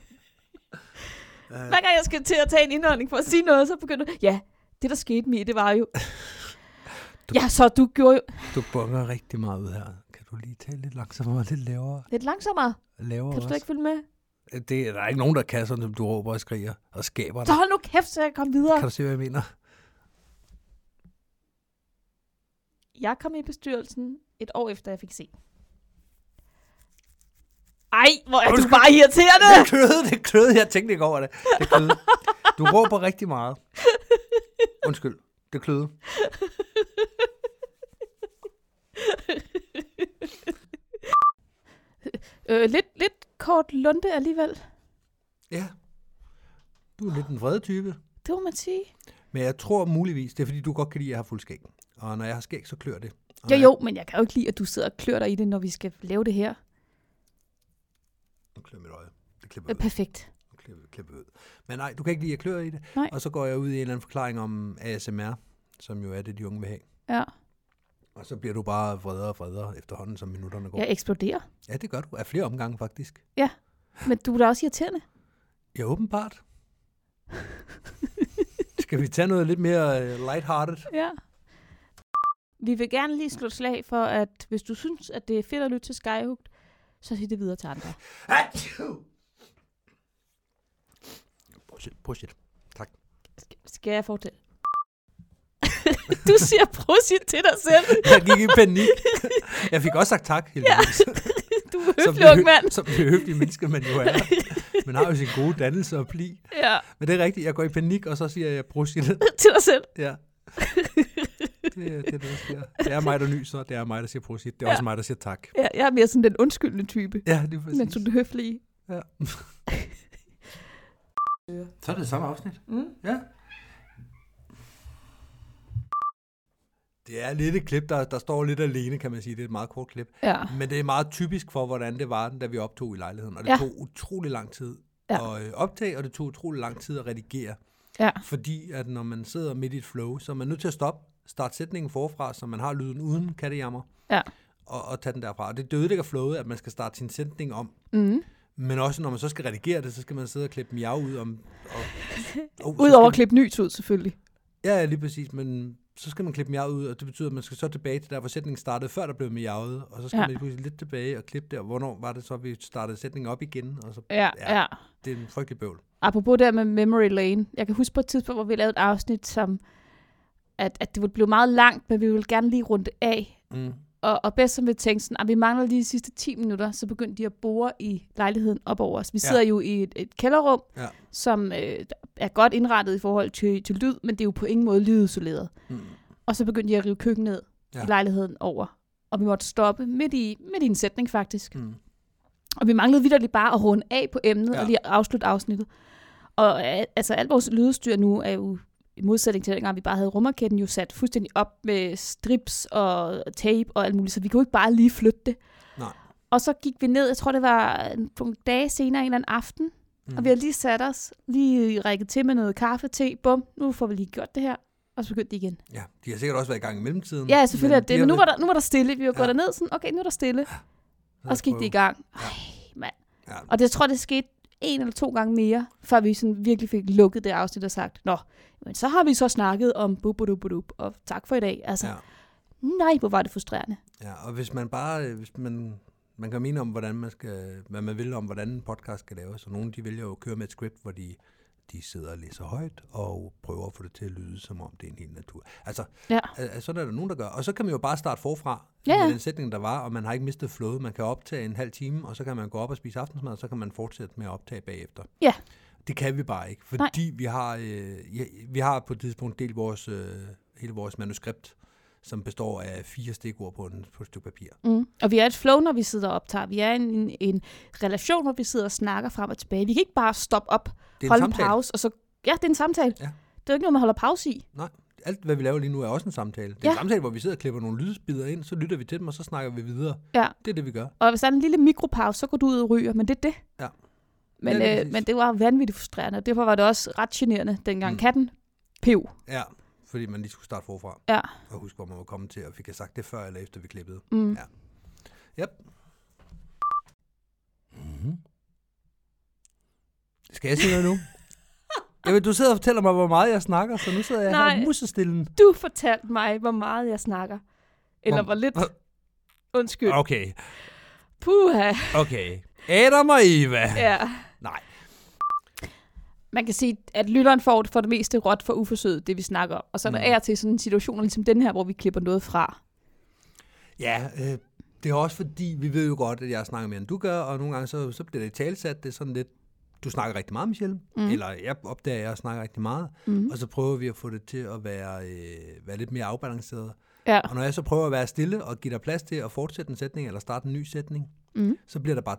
Hver gang jeg skal til at tage en indholdning for at sige noget, så begynder du... Ja, det der skete med, det var jo... Ja, så du gjorde jo... Du bunger rigtig meget ud her. Kan du lige tale lidt langsommere og lidt lavere? Lidt langsommere. Lavere Kan du også? slet ikke følge med? Det er der er ikke nogen, der kan sådan, som du råber og skriger og skaber Så dig. hold nu kæft, så jeg kan komme videre. Kan du se, hvad jeg mener? Jeg kom i bestyrelsen et år efter, jeg fik se. Ej, hvor er du bare irriterende! Det er kløde. Jeg tænkte ikke over det. Det er kløde. Du råber rigtig meget. Undskyld. Det er kløde. Lidt kort lunde alligevel. Ja. Du er lidt en vrede type. Det må man sige. Men jeg tror muligvis, det er fordi, du godt kan lide, at jeg har fuld skæg. Og når jeg har skæg, så klør det. Og Jo, men jeg kan jo ikke lide, at du sidder og klør dig i det, når vi skal lave det her. Nu klør mit øje. Det klipper ud. Perfekt. Klipper ud. Men nej, du kan ikke lide, at jeg klør i det. Nej. Og så går jeg ud i en eller anden forklaring om ASMR, som jo er det, de unge vil have. Ja. Og så bliver du bare vredere og vredere efterhånden, som minutterne går. Jeg eksploderer. Ja, det gør du. Af flere omgange, faktisk. Ja, men du er da også irriterende. Ja, åbenbart. Skal vi tage noget lidt mere lighthearted? Ja. Vi vil gerne lige slå et slag for, at hvis du synes, at det er fedt at lytte til Skyhooked, så sig det videre til andre. Prosit. Tak. Skal jeg fortælle? Du siger prosit til dig selv. Jeg gik i panik. Jeg fik også sagt tak, heldigvis. Ja. Du er høflig, ung mand. Som det høflige menneske, man jo er. Man har jo sin gode dannelse og pli. Ja. Men det er rigtigt, jeg går i panik, og så siger jeg prosit. Til dig selv. Ja. Det er det, der sker. Det er mig, der nyser, det er mig, der siger prosit. Det er også mig, der siger tak. Ja, jeg er mere sådan den undskyldende type. Ja, det er præcis. Men du er den høflige. Ja. Så er det samme afsnit. Mm. Ja. Det er lidt et klip, der står lidt alene, kan man sige. Det er et meget kort klip. Ja. Men det er meget typisk for, hvordan det var, da vi optog i lejligheden. Og det tog utrolig lang tid at optage, og det tog utrolig lang tid at redigere. Ja. Fordi at når man sidder midt i et flow, så er man nødt til at starte sætningen forfra, så man har lyden uden kattejammer. Ja. Og tage den derfra. Og det ødelægger flowet, at man skal starte sin sætning om. Mm. Men også når man så skal redigere det, så skal man sidde og klippe miau ud om... Udover at klippe nyt ud, selvfølgelig. Ja, lige præcis. Men så skal man klippe miau ud, og det betyder, at man skal så tilbage til der, hvor sætningen startede, før der blev miauet. Og så skal man lige lidt tilbage og klippe der. Hvornår var det så, vi startede sætningen op igen? Og så, Ja. Det er en frygtelig bøvl. Apropos der med Memory Lane. Jeg kan huske på et tidspunkt, hvor vi lavede et afsnit, som at det blev meget langt, men vi ville gerne lige runde af. Mm. Og bedst som vi tænkte sådan, at vi mangler lige de sidste 10 minutter, så begyndte de at bore i lejligheden op over os. Vi sidder jo i et kælderrum, som er godt indrettet i forhold til lyd, men det er jo på ingen måde lydisoleret. Mm. Og så begyndte de at rive køkkenet ned i lejligheden over. Og vi måtte stoppe midt i en sætning faktisk. Mm. Og vi manglede vitterligt bare at runde af på emnet og lige afslutte afsnittet. Og altså alt vores lydstyr nu er jo i modsætning til dengang, vi bare havde rumraketten jo sat fuldstændig op med strips og tape og alt muligt, så vi kunne ikke bare lige flytte det. Nej. Og så gik vi ned, jeg tror det var nogle dage senere, en eller anden aften, og vi havde lige sat os, lige rækket til med noget kaffe, te, bum, nu får vi lige gjort det her, og så begyndte de igen. Ja, de har sikkert også været i gang i mellemtiden. Ja, selvfølgelig men nu var der stille, vi var gået derned, sådan, okay, nu er der stille, og så gik det i gang. Ej, mand. Ja. Og det, jeg tror, det skete 1 eller 2 gange mere, før vi sådan virkelig fik lukket det afsnit og sagt, nå, men så har vi så snakket om bubudubudup, og tak for i dag. Altså, nej, hvor var det frustrerende. Ja, og hvis man bare, man kan mene om, hvad man vil om, hvordan en podcast skal laves, og nogle de vælger jo at køre med et script, hvor de sidder og læser højt, og prøver at få det til at lyde, som om det er en hel natur. Altså, sådan er der nogen, der gør. Og så kan man jo bare starte forfra med den sætning, der var, og man har ikke mistet flowet. Man kan optage en halv time, og så kan man gå op og spise aftensmad, og så kan man fortsætte med at optage bagefter. Ja. Det kan vi bare ikke, fordi vi har på et tidspunkt delt hele vores manuskript, som består af 4 stikord på et stykke papir. Og vi er et flow, når vi sidder og optager. Vi er en relation, hvor vi sidder og snakker frem og tilbage. Vi kan ikke bare stoppe op, holde en pause, og så... Ja, det er en samtale. Ja. Det er jo ikke noget, man holder pause i. Nej, alt hvad vi laver lige nu er også en samtale. Det er en samtale, hvor vi sidder og klipper nogle lydbider ind, så lytter vi til dem, og så snakker vi videre. Ja. Det er det, vi gør. Og hvis der er en lille mikropause, så går du ud og ryger, men det er det. Ja. Men det var vanvittigt frustrerende, og derfor var det også ret generende, dengang katten pev. Ja, fordi man lige skulle starte forfra. Ja. Og huske, hvor man var kommet til, og fik jeg sagt det før eller efter, vi klippede. Ja. Yep. Mm-hmm. Skal jeg sige noget nu? Jamen, du sidder og fortæller mig, hvor meget jeg snakker, så nu sidder jeg her musestillen. Du fortalte mig, hvor meget jeg snakker. Eller hvor lidt. Undskyld. Okay. Puha. Okay. Adam og Eva. Ja. Nej. Man kan sige, at lytteren får det meste råt for uforsøget, det vi snakker om. Og så er der til sådan situationer ligesom den her, hvor vi klipper noget fra. Ja, det er også fordi, vi ved jo godt, at jeg snakker mere, end du gør, og nogle gange så bliver det talsat, det er sådan lidt, du snakker rigtig meget, Michelle, eller jeg opdager, at jeg snakker rigtig meget, og så prøver vi at få det til at være lidt mere afbalanceret. Ja. Og når jeg så prøver at være stille og give dig plads til at fortsætte en sætning, eller starte en ny sætning, så bliver der bare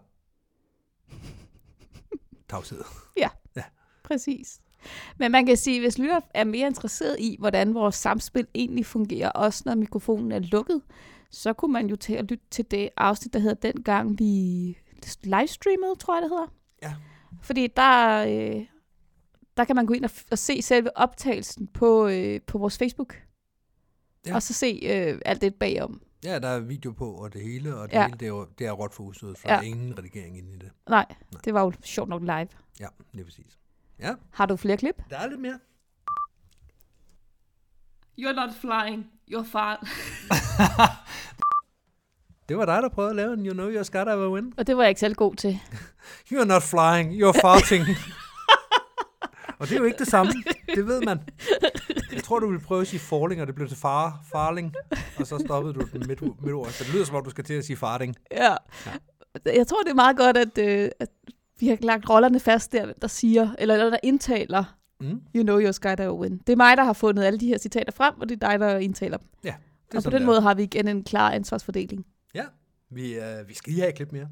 tavshed. Ja, præcis. Men man kan sige, hvis lytter er mere interesseret i, hvordan vores samspil egentlig fungerer, også når mikrofonen er lukket, så kunne man jo tage og lytte til det afsnit, der hedder dengang vi livestreamede, tror jeg det hedder. Ja. Fordi der kan man gå ind og se selve optagelsen på vores Facebook. Ja. Og så se alt det bagom. Ja, der er video på, og det hele, og det hele, det er råt for udsødet, for der er ingen redigering inde i det. Nej, det var jo sjovt nok live. Ja, det er præcis. Ja. Har du flere klip? Der er lidt mere. You're not flying, you're far. Det var dig, der prøvede at lave en You Know Your Skydiver Win. Og det var jeg ikke selv god til. You're not flying, you're farting. Og det er jo ikke det samme. Det ved man. Jeg tror, du ville prøve at sige falling, og det blev til farling. Og så stoppede du den midtord. Så det lyder som om, du skal til at sige farting. Ja. Jeg tror, det er meget godt, at vi har lagt rollerne fast der siger, eller der indtaler You Know Your Skydiver Win. Det er mig, der har fundet alle de her citater frem, og det er dig, der indtaler dem. Ja, og på den måde har vi igen en klar ansvarsfordeling. Ja, vi skal lige have et klip mere.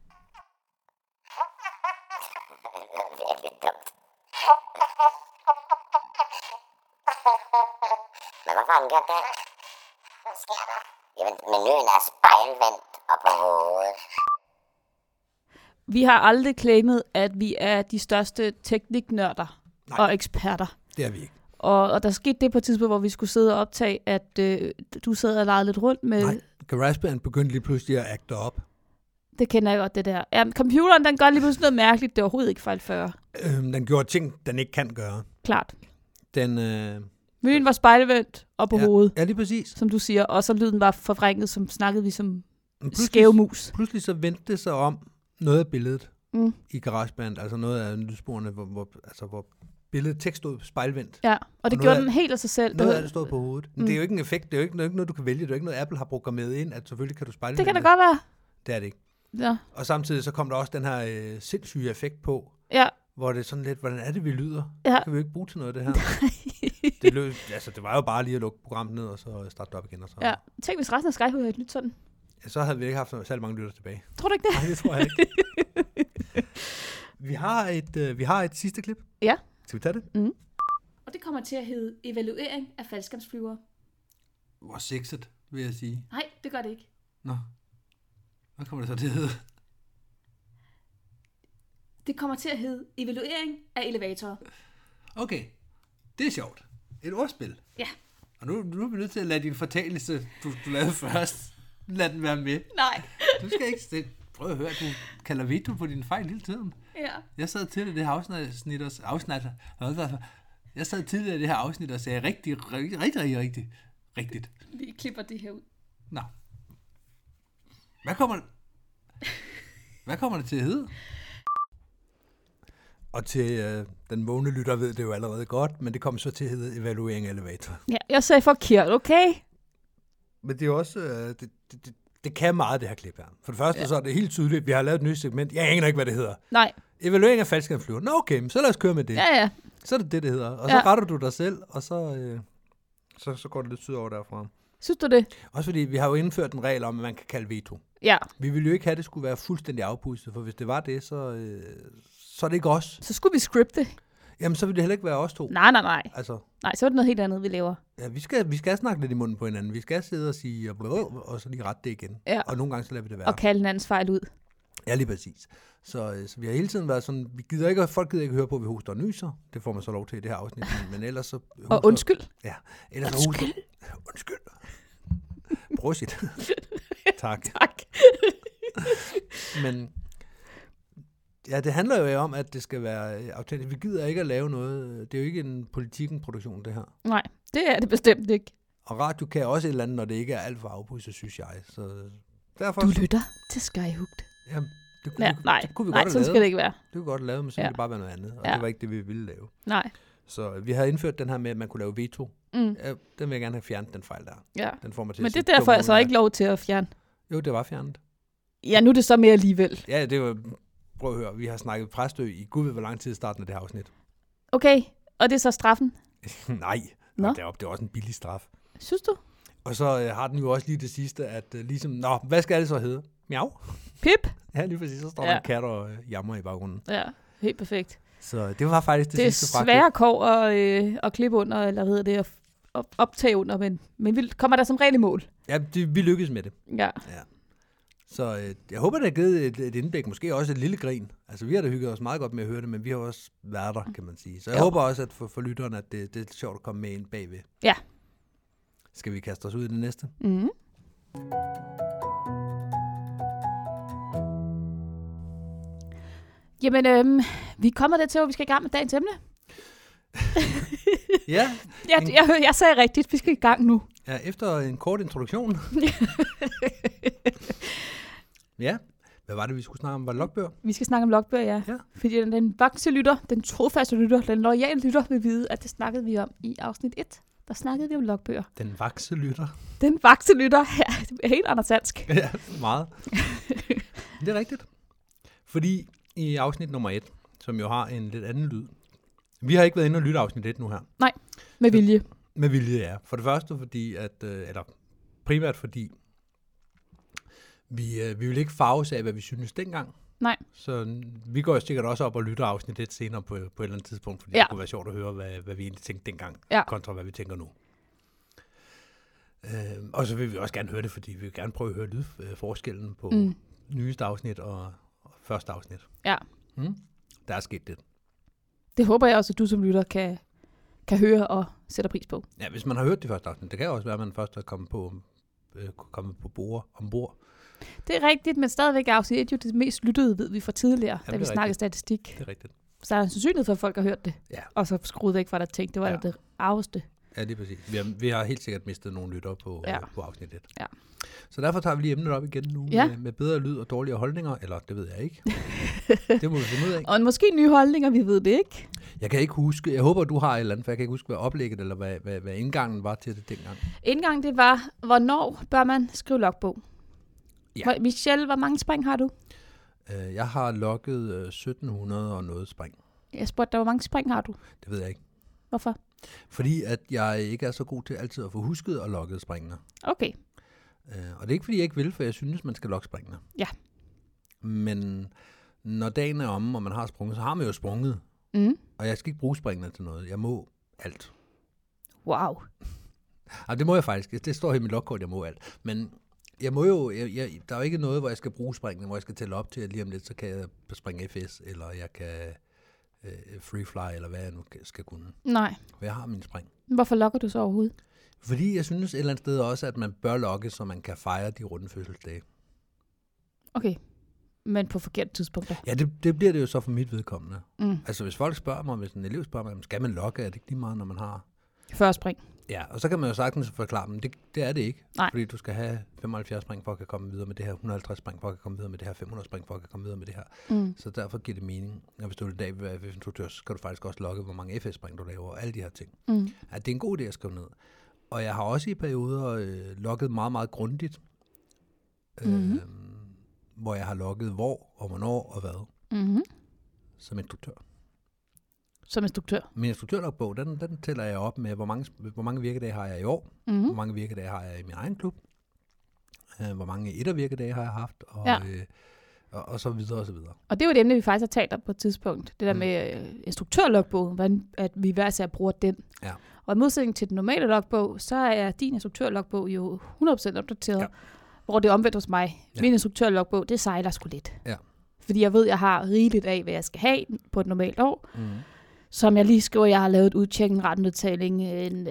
Men hvorfor har den gjort det? Hvad sker der? Jamen, menuen er spejlvendt op på hovedet. Vi har aldrig claimet, at vi er de største tekniknørder og eksperter. Det er vi ikke. Og der skete det på et tidspunkt, hvor vi skulle sidde og optage, at du sad og legede lidt rundt med... Nej, GarageBand begyndte lige pludselig at acte op. Det kender jeg godt, det der. Ja, computeren, den gør lige pludselig noget mærkeligt. Det er overhovedet ikke fejl før. Den gjorde ting, den ikke kan gøre. Klart. Menuen var spejlvendt op på hovedet. Ja, lige præcis. Som du siger. Og så lyden var forvrænget, som snakkede vi som skæve mus. Pludselig så vendte det sig om noget af billedet i GarageBand. Altså noget af lydsporene, hvor billedet tekst stod spejlvendt. Ja, og det gjorde den helt af sig selv. Noget af det stod på hovedet. Men det er jo ikke en effekt. Det er jo ikke noget, du kan vælge. Det er jo ikke noget, Apple har programmeret ind, at selvfølgelig kan du spejlvende. Det kan da godt være. Det er det ikke. Ja. Og samtidig så kom der også den her sindssyge effekt på, hvor det er sådan lidt, hvordan er det, vi lyder? Ja. Det kan vi jo ikke bruge til noget af det her. Det var jo bare lige at lukke programmet ned, og så starte det op igen. Og så. Ja, tænk hvis resten af Skype havde lyttet sådan. Ja, så havde vi ikke haft særlig mange lytter tilbage. Tror du ikke det? Nej, det tror jeg ikke. Vi har et sidste klip. Ja. Skal vi tage det? Mm. Og det kommer til at hedde evaluering af faldskærmsflyvere. Hvor sexet, vil jeg sige. Nej, det gør det ikke. Nå. Hvad kommer det så til at hedde? Det kommer til at hedde evaluering af elevatorer. Okay, det er sjovt. Et ordspil. Ja. Og nu er vi nødt til at lade din fortalelse, du lavede først, lade den være med. Nej. Du skal ikke prøv at høre, du kalder veto på din fejl hele tiden. Ja. Jeg sad til det her afsnit og sagde rigtigt. Vi klipper det her ud. Nå. Hvad kommer det til at hedde? Og til den vågne lytter ved det jo allerede godt, men det kommer så til at hedde evaluering af elevator. Ja, jeg sagde forkert, okay? Men det er jo også, det kan meget det her klip her. For det første så er det helt tydeligt, vi har lavet et nyt segment. Jeg aner ikke, hvad det hedder. Nej. Evaluering af faldskærmsflyver. Nå okay, så lad os køre med det. Ja. Så er det hedder. Og så retter du dig selv, og så går det lidt sydover derfra. Synes du det? Også fordi vi har jo indført en regel om, at man kan kalde veto. Ja. Vi ville jo ikke have, at det skulle være fuldstændig afpustet, for hvis det var det, så er det ikke os. Så skulle vi scripte. Jamen, så ville det heller ikke være os to. Nej. Altså, Nej, så er det noget helt andet, vi laver. ja, vi skal snakke lidt i munden på hinanden. Vi skal sidde og sige, og så lige rette det igen. Ja. Og nogle gange så lader vi det være. Og kalde hinandens fejl ud. Ja, lige præcis. Så vi har hele tiden været sådan, folk gider ikke høre på, at vi hoster og nyser. Det får man så lov til i det her afsnit. Men ellers så... Og undskyld. Ja, ellers undskyld. Undskyld. Prosit. Tak. Tak. Men ja, det handler jo om, at det skal være autentisk. Vi gider ikke at lave noget. Det er jo ikke en politikken-produktion, det her. Nej, det er det bestemt ikke. Og radio kan også et eller andet, når det ikke er alt for afpudset, synes jeg. Så derfor... Du lytter til Skyhooked. Jamen, det kunne, Ja, det nej, kunne vi godt have sådan lavet. skal det ikke være. Det kunne godt have lavet, men så ville det bare være noget andet. Og det var ikke det, vi ville lave. Nej. Så vi har indført den her med, at man kunne lave veto. Ja, den vil jeg gerne have fjernet, den fejl der. Ja. Den får mig til Men at det sige, er derfor dum, altså ikke lov til at fjerne. Jo, det var fjernet. Ja, nu er det så mere alligevel. Ja, det var... Prøv at høre, vi har snakket Præstø i gud ved hvor lang tid i starten af det her afsnit. Okay, og det er så straffen? Nej, Nå. det er også en billig straf. Synes du? Og så har den jo også lige det sidste, at ligesom, hvad skal det så hedde? Miau? Pip? Ja, lige præcis, så står der en kat og jammer i baggrunden. Ja, helt perfekt. Så det var faktisk det sidste fra. Det er svære kår at klippe under, eller hvad hedder det, at optage under, men vi kommer der som regel i mål. Ja, vi lykkedes med det. Ja. Så jeg håber, det har givet et indblik, måske også et lille grin. Altså, vi har da hygget os meget godt med at høre det, men vi har også været der, kan man sige. Så jeg håber også, at for lytterne, at det er sjovt at komme med ind bagved. Ja. Skal vi kaste os ud i det næste? Mhm. Jamen, vi kommer der til, at vi skal i gang med dagens emne. Ja. Jeg sagde rigtigt, vi skal i gang nu. Ja, efter en kort introduktion. Ja. Hvad var det, vi skulle snakke om? Var det logbøger? Vi skal snakke om logbøger, ja. Fordi den vakse lytter, den trofaste lytter, den loyale lytter vil vide, at det snakkede vi om i afsnit 1. Der snakkede vi om logbøger. Den vakse lytter. Den vakse lytter, ja, det er helt andersansk. Ja, meget. Det er rigtigt. Fordi i afsnit nummer 1, som jo har en lidt anden lyd. Vi har ikke været inde og lytte afsnit 1 nu her. Nej, med vilje. Med vilje, ja. For det første fordi, eller primært fordi, vi vil ikke farves af, hvad vi synes dengang. Nej. Så vi går jo sikkert også op og lytter afsnit 1 senere på et eller andet tidspunkt, fordi det kunne være sjovt at høre, hvad vi egentlig tænkte dengang, kontra hvad vi tænker nu. Og så vil vi også gerne høre det, fordi vi vil gerne prøve at høre lydforskellen på nyeste afsnit og første afsnit. Ja. Der er sket det. Det håber jeg også, at du som lytter kan høre og sætter pris på. Ja, hvis man har hørt det første afsnit. Det kan også være, at man først er kommet på bord ombord. Det er rigtigt, men stadigvæk er afsnit jo det mest lyttede, ved vi fra tidligere, da vi snakkede statistik. Det er rigtigt. Så er der en sandsynlighed for, at folk har hørt det. Ja. Og så skruet væk fra der tænkte, det var det arveste. Ja, det er præcis. Vi har helt sikkert mistet nogle lyttere på afsnit 1. Ja. Så derfor tager vi lige emnet op igen nu med bedre lyd og dårligere holdninger. Eller det ved jeg ikke. Det må vi finde ud af. Og måske nye holdninger, vi ved det ikke. Jeg kan ikke huske. Jeg håber, du har et eller andet, for jeg kan ikke huske, hvad oplægget eller hvad indgangen var til det dengang. Indgangen, det var, hvornår bør man skrive logbog? Ja. Michelle, hvor mange spring har du? Jeg har logget 1700 og noget spring. Jeg spurgte dig, hvor mange spring har du? Det ved jeg ikke. Hvorfor? Fordi at jeg ikke er så god til altid at få husket og logget springene. Okay. Og det er ikke, fordi jeg ikke vil, for jeg synes, man skal logge springene. Ja. Men når dagen er omme, og man har sprunget, så har man jo sprunget. Og jeg skal ikke bruge springene til noget. Jeg må alt. Wow. Altså, det må jeg faktisk. Det står i mit logkort, jeg må alt. Men jeg må jo, der er jo ikke noget, hvor jeg skal bruge springene, hvor jeg skal tælle op til, at lige om lidt, så kan jeg springe FS, eller jeg kan freefly, eller hvad jeg nu skal kunne. Nej. For jeg har min spring. Hvorfor logger du så overhovedet? Fordi jeg synes et eller andet sted også, at man bør logge, så man kan fejre de runde fødselsdage. Okay. Men på forkert tidspunkter. Ja, det bliver det jo så for mit vedkommende. Mm. Altså, hvis folk spørger mig, hvis en elev spørger mig, skal man logge? Er det ikke lige meget, når man har... 40 spring. Ja, og så kan man jo sagtens forklare, men det er det ikke. Nej. Fordi du skal have 75 spring for at kan komme videre med det her, 150 spring for at kan komme videre med det her, 500 spring for at kan komme videre med det her. Mm. Så derfor giver det mening. Og hvis du i dag vil være FF-instruktør, så skal du faktisk også logge, hvor mange FS-spring du laver, og alle de her ting. Mm. Ja, det er en god idé at skrive ned. Og jeg har også i perioder logget meget, meget grundigt. Hvor jeg har logget hvor, og hvornår, og hvad. Mm-hmm. Som instruktør. Som instruktør? Min instruktørlogbog, den tæller jeg op med, hvor mange virkedage har jeg i år, hvor mange virkedage har jeg i min egen klub, hvor mange ettervirkedage har jeg haft, og så videre og så videre. Og det er jo et emne, vi faktisk har talt om på et tidspunkt. Det der med instruktørlogbogen, hvordan at vi hver især bruger den. Ja. Og i modsætning til den normale logbog, så er din instruktørlogbog jo 100% opdateret, hvor det er omvendt hos mig. Ja. Min instruktørlogbog, det sejler sgu lidt. Ja. Fordi jeg ved, jeg har rigeligt af, hvad jeg skal have på et normalt år. Som jeg lige skriver, jeg har lavet et udtjek, en rettenudtaling, en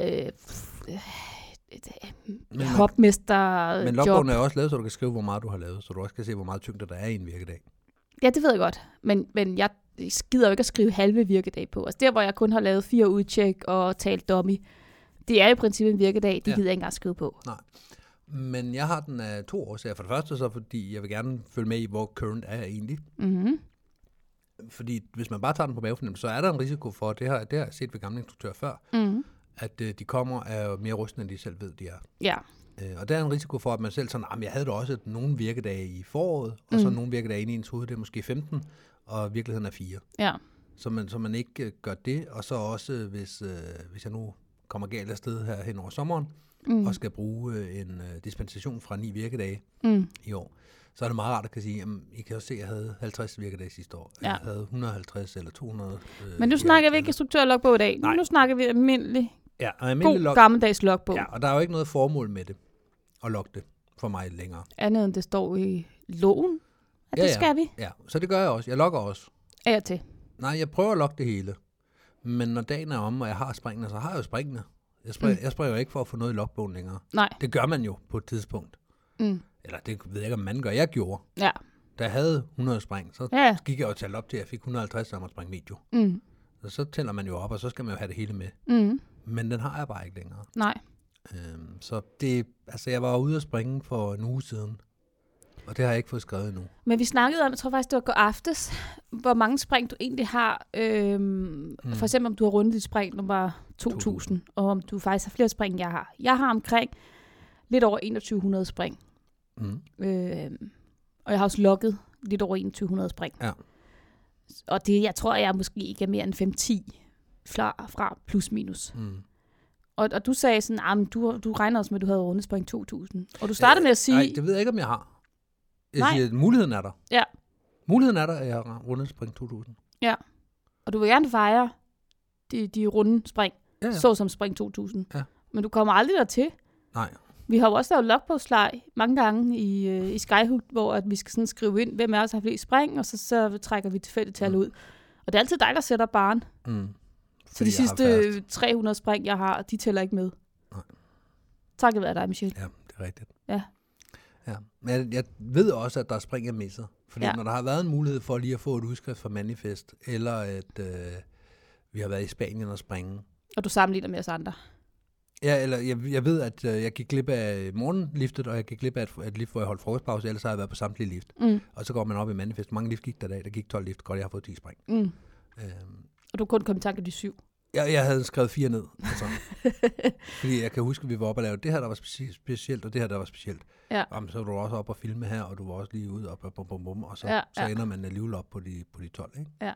hopmester Men logbogen er også lavet, så du kan skrive, hvor meget du har lavet, så du også kan se, hvor meget tyngde der er i en virkedag. Ja, det ved jeg godt. Men jeg gider jo ikke at skrive halve virkedag på. Altså der, hvor jeg kun har lavet 4 udtjek og talt dummy, det er i princippet en virkedag, det gider jeg ikke engang skrive på. Nej. Men jeg har den af 2 årsager. For det første så, fordi jeg vil gerne følge med i, hvor current er jeg egentlig. Mm-hmm. Fordi hvis man bare tager den på mavefornemmelse, så er der en risiko for, det har jeg set ved gamle instruktører før, at de kommer af mere rustne, end de selv ved, de er. Ja. Og der er en risiko for, at man selv sådan, jeg havde da også nogle virkedage i foråret, og så nogle virkedage inde i ens hoved, det er måske 15, og virkeligheden er 4. Ja. Så man ikke gør det, og så også, hvis jeg nu kommer galt afsted her hen over sommeren, og skal bruge en dispensation fra 9 virkedage i år, så er det meget rart at kan sige, at I kan også se, at jeg havde 50 virkedage sidste år. Ja. Jeg havde 150 eller 200. Men nu snakker vi ikke instruktørlogbog i dag. Nej. Nu snakker vi almindelig, god gammeldags logbog. Ja, og der er jo ikke noget formål med det, at logge det for mig længere. Andet end det står i loven, at det skal vi. Ja, så det gør jeg også. Jeg logger også. Af og til. Nej, jeg prøver at logge det hele. Men når dagen er om, og jeg har springene, så har jeg jo springene. Jeg springer jo ikke for at få noget i logbogen længere. Nej. Det gør man jo på et tidspunkt. Eller det ved jeg ikke, om man gør. Jeg gjorde. Ja. Da jeg havde 100 spring, så gik jeg jo talt op til, at jeg fik 150, så jeg måtte springe video. Så tæller man jo op, og så skal man jo have det hele med. Men den har jeg bare ikke længere. Nej. Så det, altså jeg var ude at springe for en uge siden, og det har jeg ikke fået skrevet endnu. Men vi snakkede om, jeg tror faktisk, det var går aftes, hvor mange spring du egentlig har. For eksempel, om du har rundet dit spring nummer 2000, og om du faktisk har flere spring, end jeg har. Jeg har omkring lidt over 2100 spring. Og jeg har også logget lidt over 2100 spring. Ja. Og det, jeg tror, jeg måske ikke er mere end 5-10 fra plus minus. Og du sagde sådan, du regner også med, at du havde rundet spring 2000. Og du startede med at sige... Nej, det ved jeg ikke, om jeg har. Jeg siger, at muligheden er der. Ja. Muligheden er der, at jeg har rundet spring 2000. Ja. Og du vil gerne fejre de runde spring, så som spring 2000. Ja. Men du kommer aldrig dertil. Nej. Vi har jo også lavet logbogsleg mange gange i Skyhook, hvor at vi skal sådan skrive ind, hvem af os har flest spring, og så trækker vi tilfældigt tal ud. Og det er altid dig, der sætter barren. Så de sidste 300 spring, jeg har, de tæller ikke med. Nej. Takket være dig, Michelle. Ja, det er rigtigt. Ja. Ja. Men jeg ved også, at der er spring, jeg misser. Fordi når der har været en mulighed for lige at få et udskrift fra Manifest, eller at vi har været i Spanien og springe. Og du sammenligner med os andre. Ja, eller jeg ved, at jeg gik glip af morgenliftet, og jeg gik glip af et lift, hvor jeg holdt frokostpause, ellers har jeg været på samtlige lift. Og så går man op i Manifest. Mange lift gik der dag. Der gik 12 lift. Godt, jeg har fået 10 spring. Og du kun kom i tanke af de 7. Jeg havde skrevet 4 ned. Altså. Fordi jeg kan huske, at vi var oppe og lave det her, der var specielt, og det her, der var specielt. Ja. Så var du også oppe og filme her, og du var også lige ude op, og så ender man alligevel op på de 12, ikke? Ja.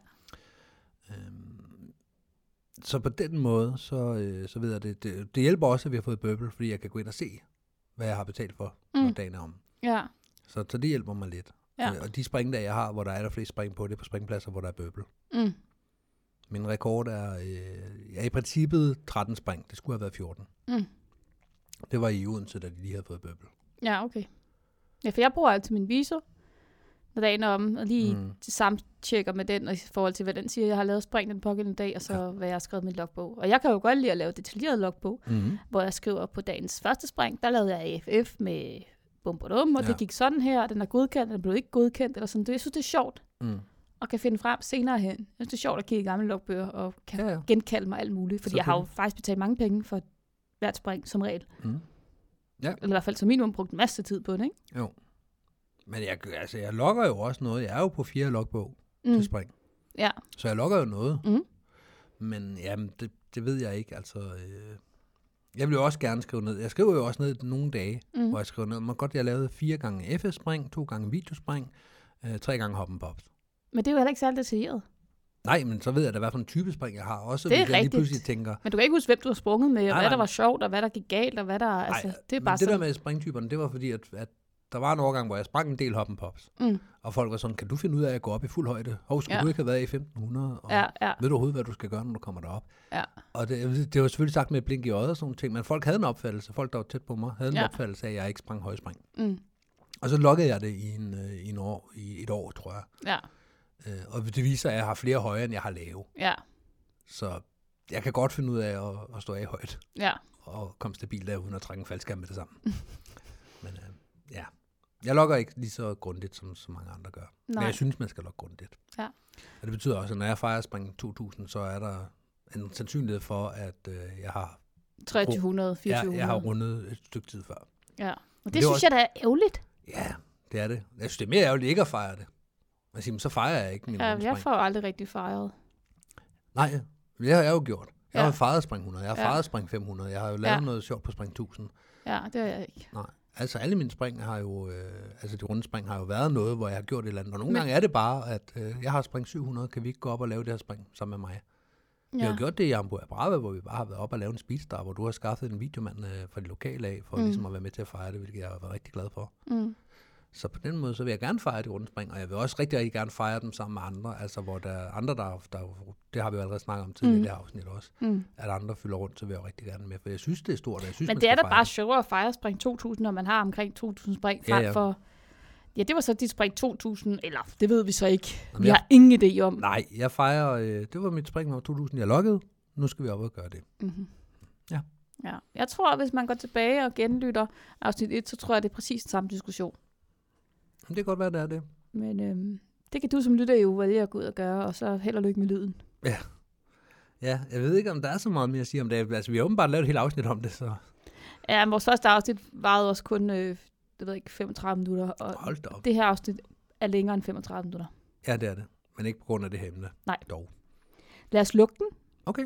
Så på den måde, så ved jeg, det hjælper også, at vi har fået bøbbel, fordi jeg kan gå ind og se, hvad jeg har betalt for, når dagen er om. Ja. Så det hjælper mig lidt. Ja. Og de springdage, jeg har, hvor der er der flest spring på, det er på springpladser, hvor der er bøbbel. Mm. Min rekord er i princippet 13 spring. Det skulle have været 14. Mm. Det var i Odense, da de lige havde fået bøbbel. Ja, okay. Ja, for jeg bruger altid min visor, når dagen er om, og lige samtjekker med den, og i forhold til, hvad den siger, jeg har lavet spring den pågældende dag, og så hvad jeg har skrevet i min logbog. Og jeg kan jo godt lide at lave detaljeret logbog, hvor jeg skriver på dagens første spring, der lavede jeg AFF med bum, og det gik sådan her, den er godkendt, den blev ikke godkendt, eller sådan. Jeg synes, det er sjovt, og kan finde frem senere hen. Jeg synes, det er sjovt at kigge i gamle logbøger, og kan genkalde mig alt muligt, fordi jeg har jo faktisk betalt mange penge for hvert spring, som regel. Ja. Eller i hvert fald som minimum brugt en masse tid på det, ikke? Jo. Men jeg logger jo også noget. Jeg er jo på 4 logbog til spring. Ja. Så jeg logger jo noget. Men jamen, det ved jeg ikke. Altså, jeg vil jo også gerne skrive ned. Jeg skriver jo også ned nogle dage, hvor jeg skriver ned. Jeg lavede 4 gange FS-spring, 2 gange videospring, 3 gange hoppen pops. Men det er jo heller ikke særlig detaljeret. Nej, men så ved jeg da, hvad for en type spring jeg har. Også det er hvis jeg rigtigt. Lige pludselig tænker... Men du kan ikke huske, hvem du har sprunget med, og hvad der var sjovt, og hvad der gik galt, og hvad der... Altså, det er bare det der med springtyperne, det var fordi, at der var en overgang, hvor jeg sprang en del hoppen pops. Og folk var sådan, kan du finde ud af at gå op i fuld højde? Skulle du ikke have været i 1500? Og ved du overhovedet, hvad du skal gøre, når du kommer derop? Ja. Og det var selvfølgelig sagt med et blink i øjet og sådan nogle ting, men folk havde en opfattelse, folk der var tæt på mig, havde en opfattelse af, at jeg ikke sprang højspring. Og så loggede jeg det i et år, tror jeg. Ja. Og det viser, at jeg har flere høje, end jeg har lave. Ja. Så jeg kan godt finde ud af at stå af højt. Ja. Og komme stabilt der, uden at trække en faldskærm med det samme. Men ja, jeg logger ikke lige så grundigt, som så mange andre gør. Nej. Men jeg synes, man skal logge grundigt. Ja. Og det betyder også, at når jeg fejrer spring 2000, så er der en sandsynlighed for, at jeg har... 2300, 2400. Jeg har rundet et stykke tid før. Ja, og det synes også, jeg da er ærgerligt. Ja, det er det. Jeg synes, det er mere ærgerligt ikke at fejre det. Jeg siger, så fejrer jeg ikke min rundspring. Jeg får aldrig rigtig fejret. Nej, det har jeg jo gjort. Jeg har fejret spring 100, jeg har fejret spring 500, jeg har jo lavet noget sjovt på spring 1000. Ja, det har jeg ikke. Nej, altså alle mine spring har jo, altså de runde spring har jo været noget, hvor jeg har gjort et eller andet. Og nogle gange er det bare, at jeg har spring 700, kan vi ikke gå op og lave det her spring sammen med mig? Vi har gjort det i Amboa Brava, hvor vi bare har været op og lavet en speedstar, hvor du har skaffet en videomand fra de lokale af, for ligesom at være med til at fejre det, hvilket jeg har været rigtig glad for. Så på den måde, så vil jeg gerne fejre de rundspring, og jeg vil også rigtig, rigtig gerne fejre dem sammen med andre, altså hvor der er andre, der det har vi jo allerede snakket om tidligere i det afsnit også, at andre fylder rundt, så vil jeg jo rigtig gerne med, for jeg synes, det er stort, og jeg synes, men det er da bare sjovere at fejre spring 2000, når man har omkring 2000 spring, frem for... Ja, det var så dit spring 2000, eller det ved vi så ikke. Jamen, vi har ingen idé om. Nej, jeg fejrer, det var mit spring over 2000, jeg loggede. Nu skal vi op og gøre det. Ja. Ja. Jeg tror, hvis man går tilbage og genlytter afsnit 1, så tror jeg, det er præcis den samme diskussion. Det kan godt være, det er det. Men det kan du som lytter jo vælge at gå ud og gøre, og så held og lykke med lyden. Ja. Ja, jeg ved ikke, om der er så meget mere at sige om det. Altså, vi har åbenbart lavet et helt afsnit om det, så... Ja, vores første afsnit varede også kun, det ved ikke, 35 minutter. Og hold da op. Det her afsnit er længere end 35 minutter. Ja, det er det. Men ikke på grund af det her emne. Nej. Dog. Lad os lukke den. Okay.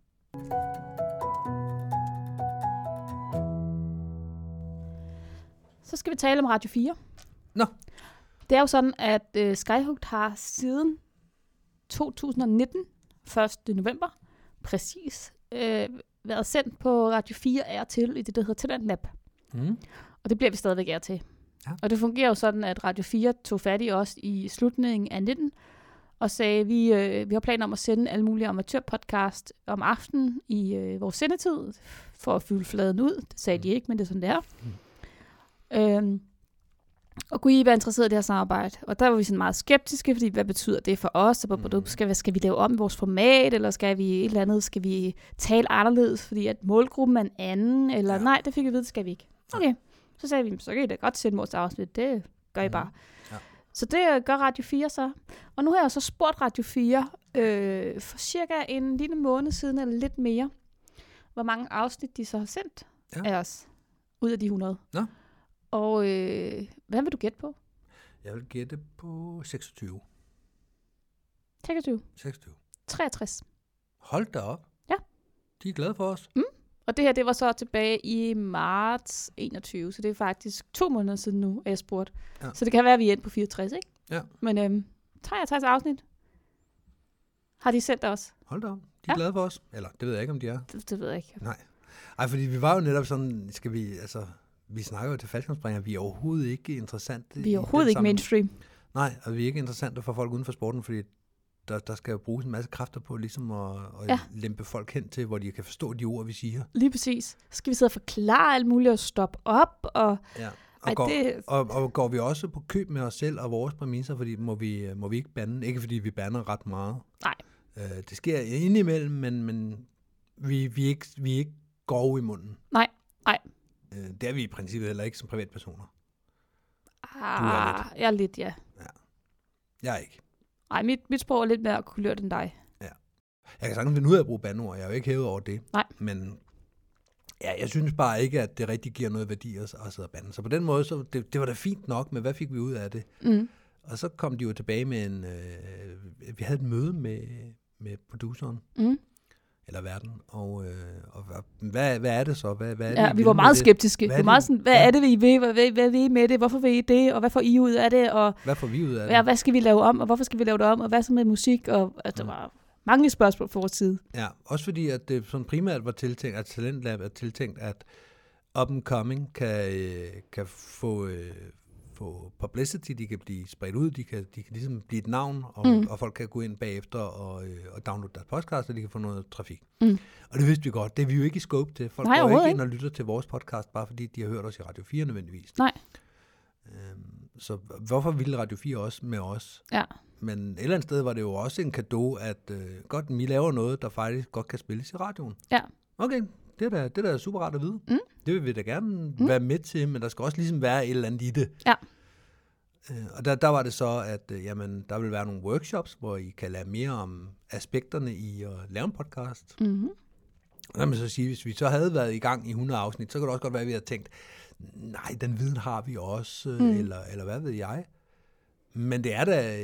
Så skal vi tale om Radio 4. Nå. Det er jo sådan, at Skyhugt har siden 2019, 1. november, præcis, været sendt på Radio 4 af og til i det, der hedder Talent Lab. Og det bliver vi stadigvæk af til. Ja. Og det fungerer jo sådan, at Radio 4 tog fat i os i slutningen af 19 og sagde, vi har planer om at sende alle mulige amatørpodcast om aftenen i vores sendetid, for at fylde fladen ud. Det sagde de ikke, men det er sådan, det er. Og kunne I være interesseret i det her samarbejde? Og der var vi sådan meget skeptiske, fordi hvad betyder det for os? Skal vi lave om i vores format, eller skal vi et eller andet, skal vi tale anderledes, fordi at målgruppen er en anden? Eller nej, det fik vi at vide, det skal vi ikke. Okay, så sagde vi, så kan I da godt sende vores afsnit, det gør I bare. Ja. Så det gør Radio 4 så. Og nu har jeg så spurgt Radio 4 for cirka en lille måned siden, eller lidt mere, hvor mange afsnit de så har sendt af os, ud af de 100. Ja. Og hvad vil du gætte på? Jeg vil gætte på 26. 26? 26. 63. Hold da op. Ja. De er glade for os. Og det her, det var så tilbage i marts 21, så det er faktisk 2 måneder siden nu, at jeg spurgte. Ja. Så det kan være, at vi er endt på 64, ikke? Ja. Men 63 afsnit har de sendt os. Hold da op. De er glade for os. Eller, det ved jeg ikke, om de er. Det ved jeg ikke. Nej. Ej, fordi vi var jo netop sådan, vi snakker jo til faldskærmsspringere, vi er overhovedet ikke interessante. Vi er overhovedet ikke mainstream. Nej, og vi er ikke interessante for folk uden for sporten, fordi der skal jo bruges en masse kræfter på ligesom at lempe folk hen til, hvor de kan forstå de ord, vi siger. Lige præcis. Så skal vi sidde og forklare alt muligt og stoppe op. Og, og går vi også på køb med os selv og vores præmisser, fordi må vi ikke bande. Ikke fordi vi bander ret meget. Nej. Det sker indimellem, men vi er ikke grove i munden. Nej. Det er vi i princippet heller ikke som privatpersoner. Jeg er lidt, ja. Jeg er ikke. Nej, mit sprog er lidt mere kulørt end dig. Ja. Jeg kan sagtens finde ud af at bruge bandeord. Jeg er jo ikke hævet over det. Nej. Men jeg synes bare ikke, at det rigtig giver noget værdi at sidde og bande. Så på den måde, så det var da fint nok, men hvad fik vi ud af det? Mm. Og så kom de jo tilbage med vi havde et møde med produceren. Mm. Eller verden. Og hvad er det så? Hvad er det, vi var meget skeptiske. Hvad er det, vi vil? Hvad vil I med det? Hvorfor vil I det? Og hvad får I ud af det? Og hvad får vi ud af det? Hvad skal vi lave om? Og hvorfor skal vi lave det om? Og hvad så med musik? Og der var mange spørgsmål fra vores side. Ja, også fordi, at det sådan primært var tiltænkt, at Talentlab er tiltænkt, at up and coming kan få publicity, de kan blive spredt ud, de kan ligesom blive et navn, og folk kan gå ind bagefter og downloade deres podcast, og de kan få noget trafik. Mm. Og det vidste vi godt. Det er vi jo ikke i scope til. Folk går ikke ind og lytter til vores podcast, bare fordi de har hørt os i Radio 4 nødvendigvis. Nej. Så hvorfor ville Radio 4 også med os? Ja. Men et eller andet sted var det jo også en cadeau, at vi laver noget, der faktisk godt kan spilles i radioen. Ja. Okay, det er da super rart at vide. Mm. Det vil vi da gerne være med til, men der skal også ligesom være et eller andet i det. Ja. Og der var det så, at der vil være nogle workshops, hvor I kan lære mere om aspekterne i at lave en podcast. Mm-hmm. Og kan man så sige, hvis vi så havde været i gang i 100 afsnit, så kan det også godt være, at vi havde tænkt, nej, den viden har vi også, eller hvad ved jeg. Men det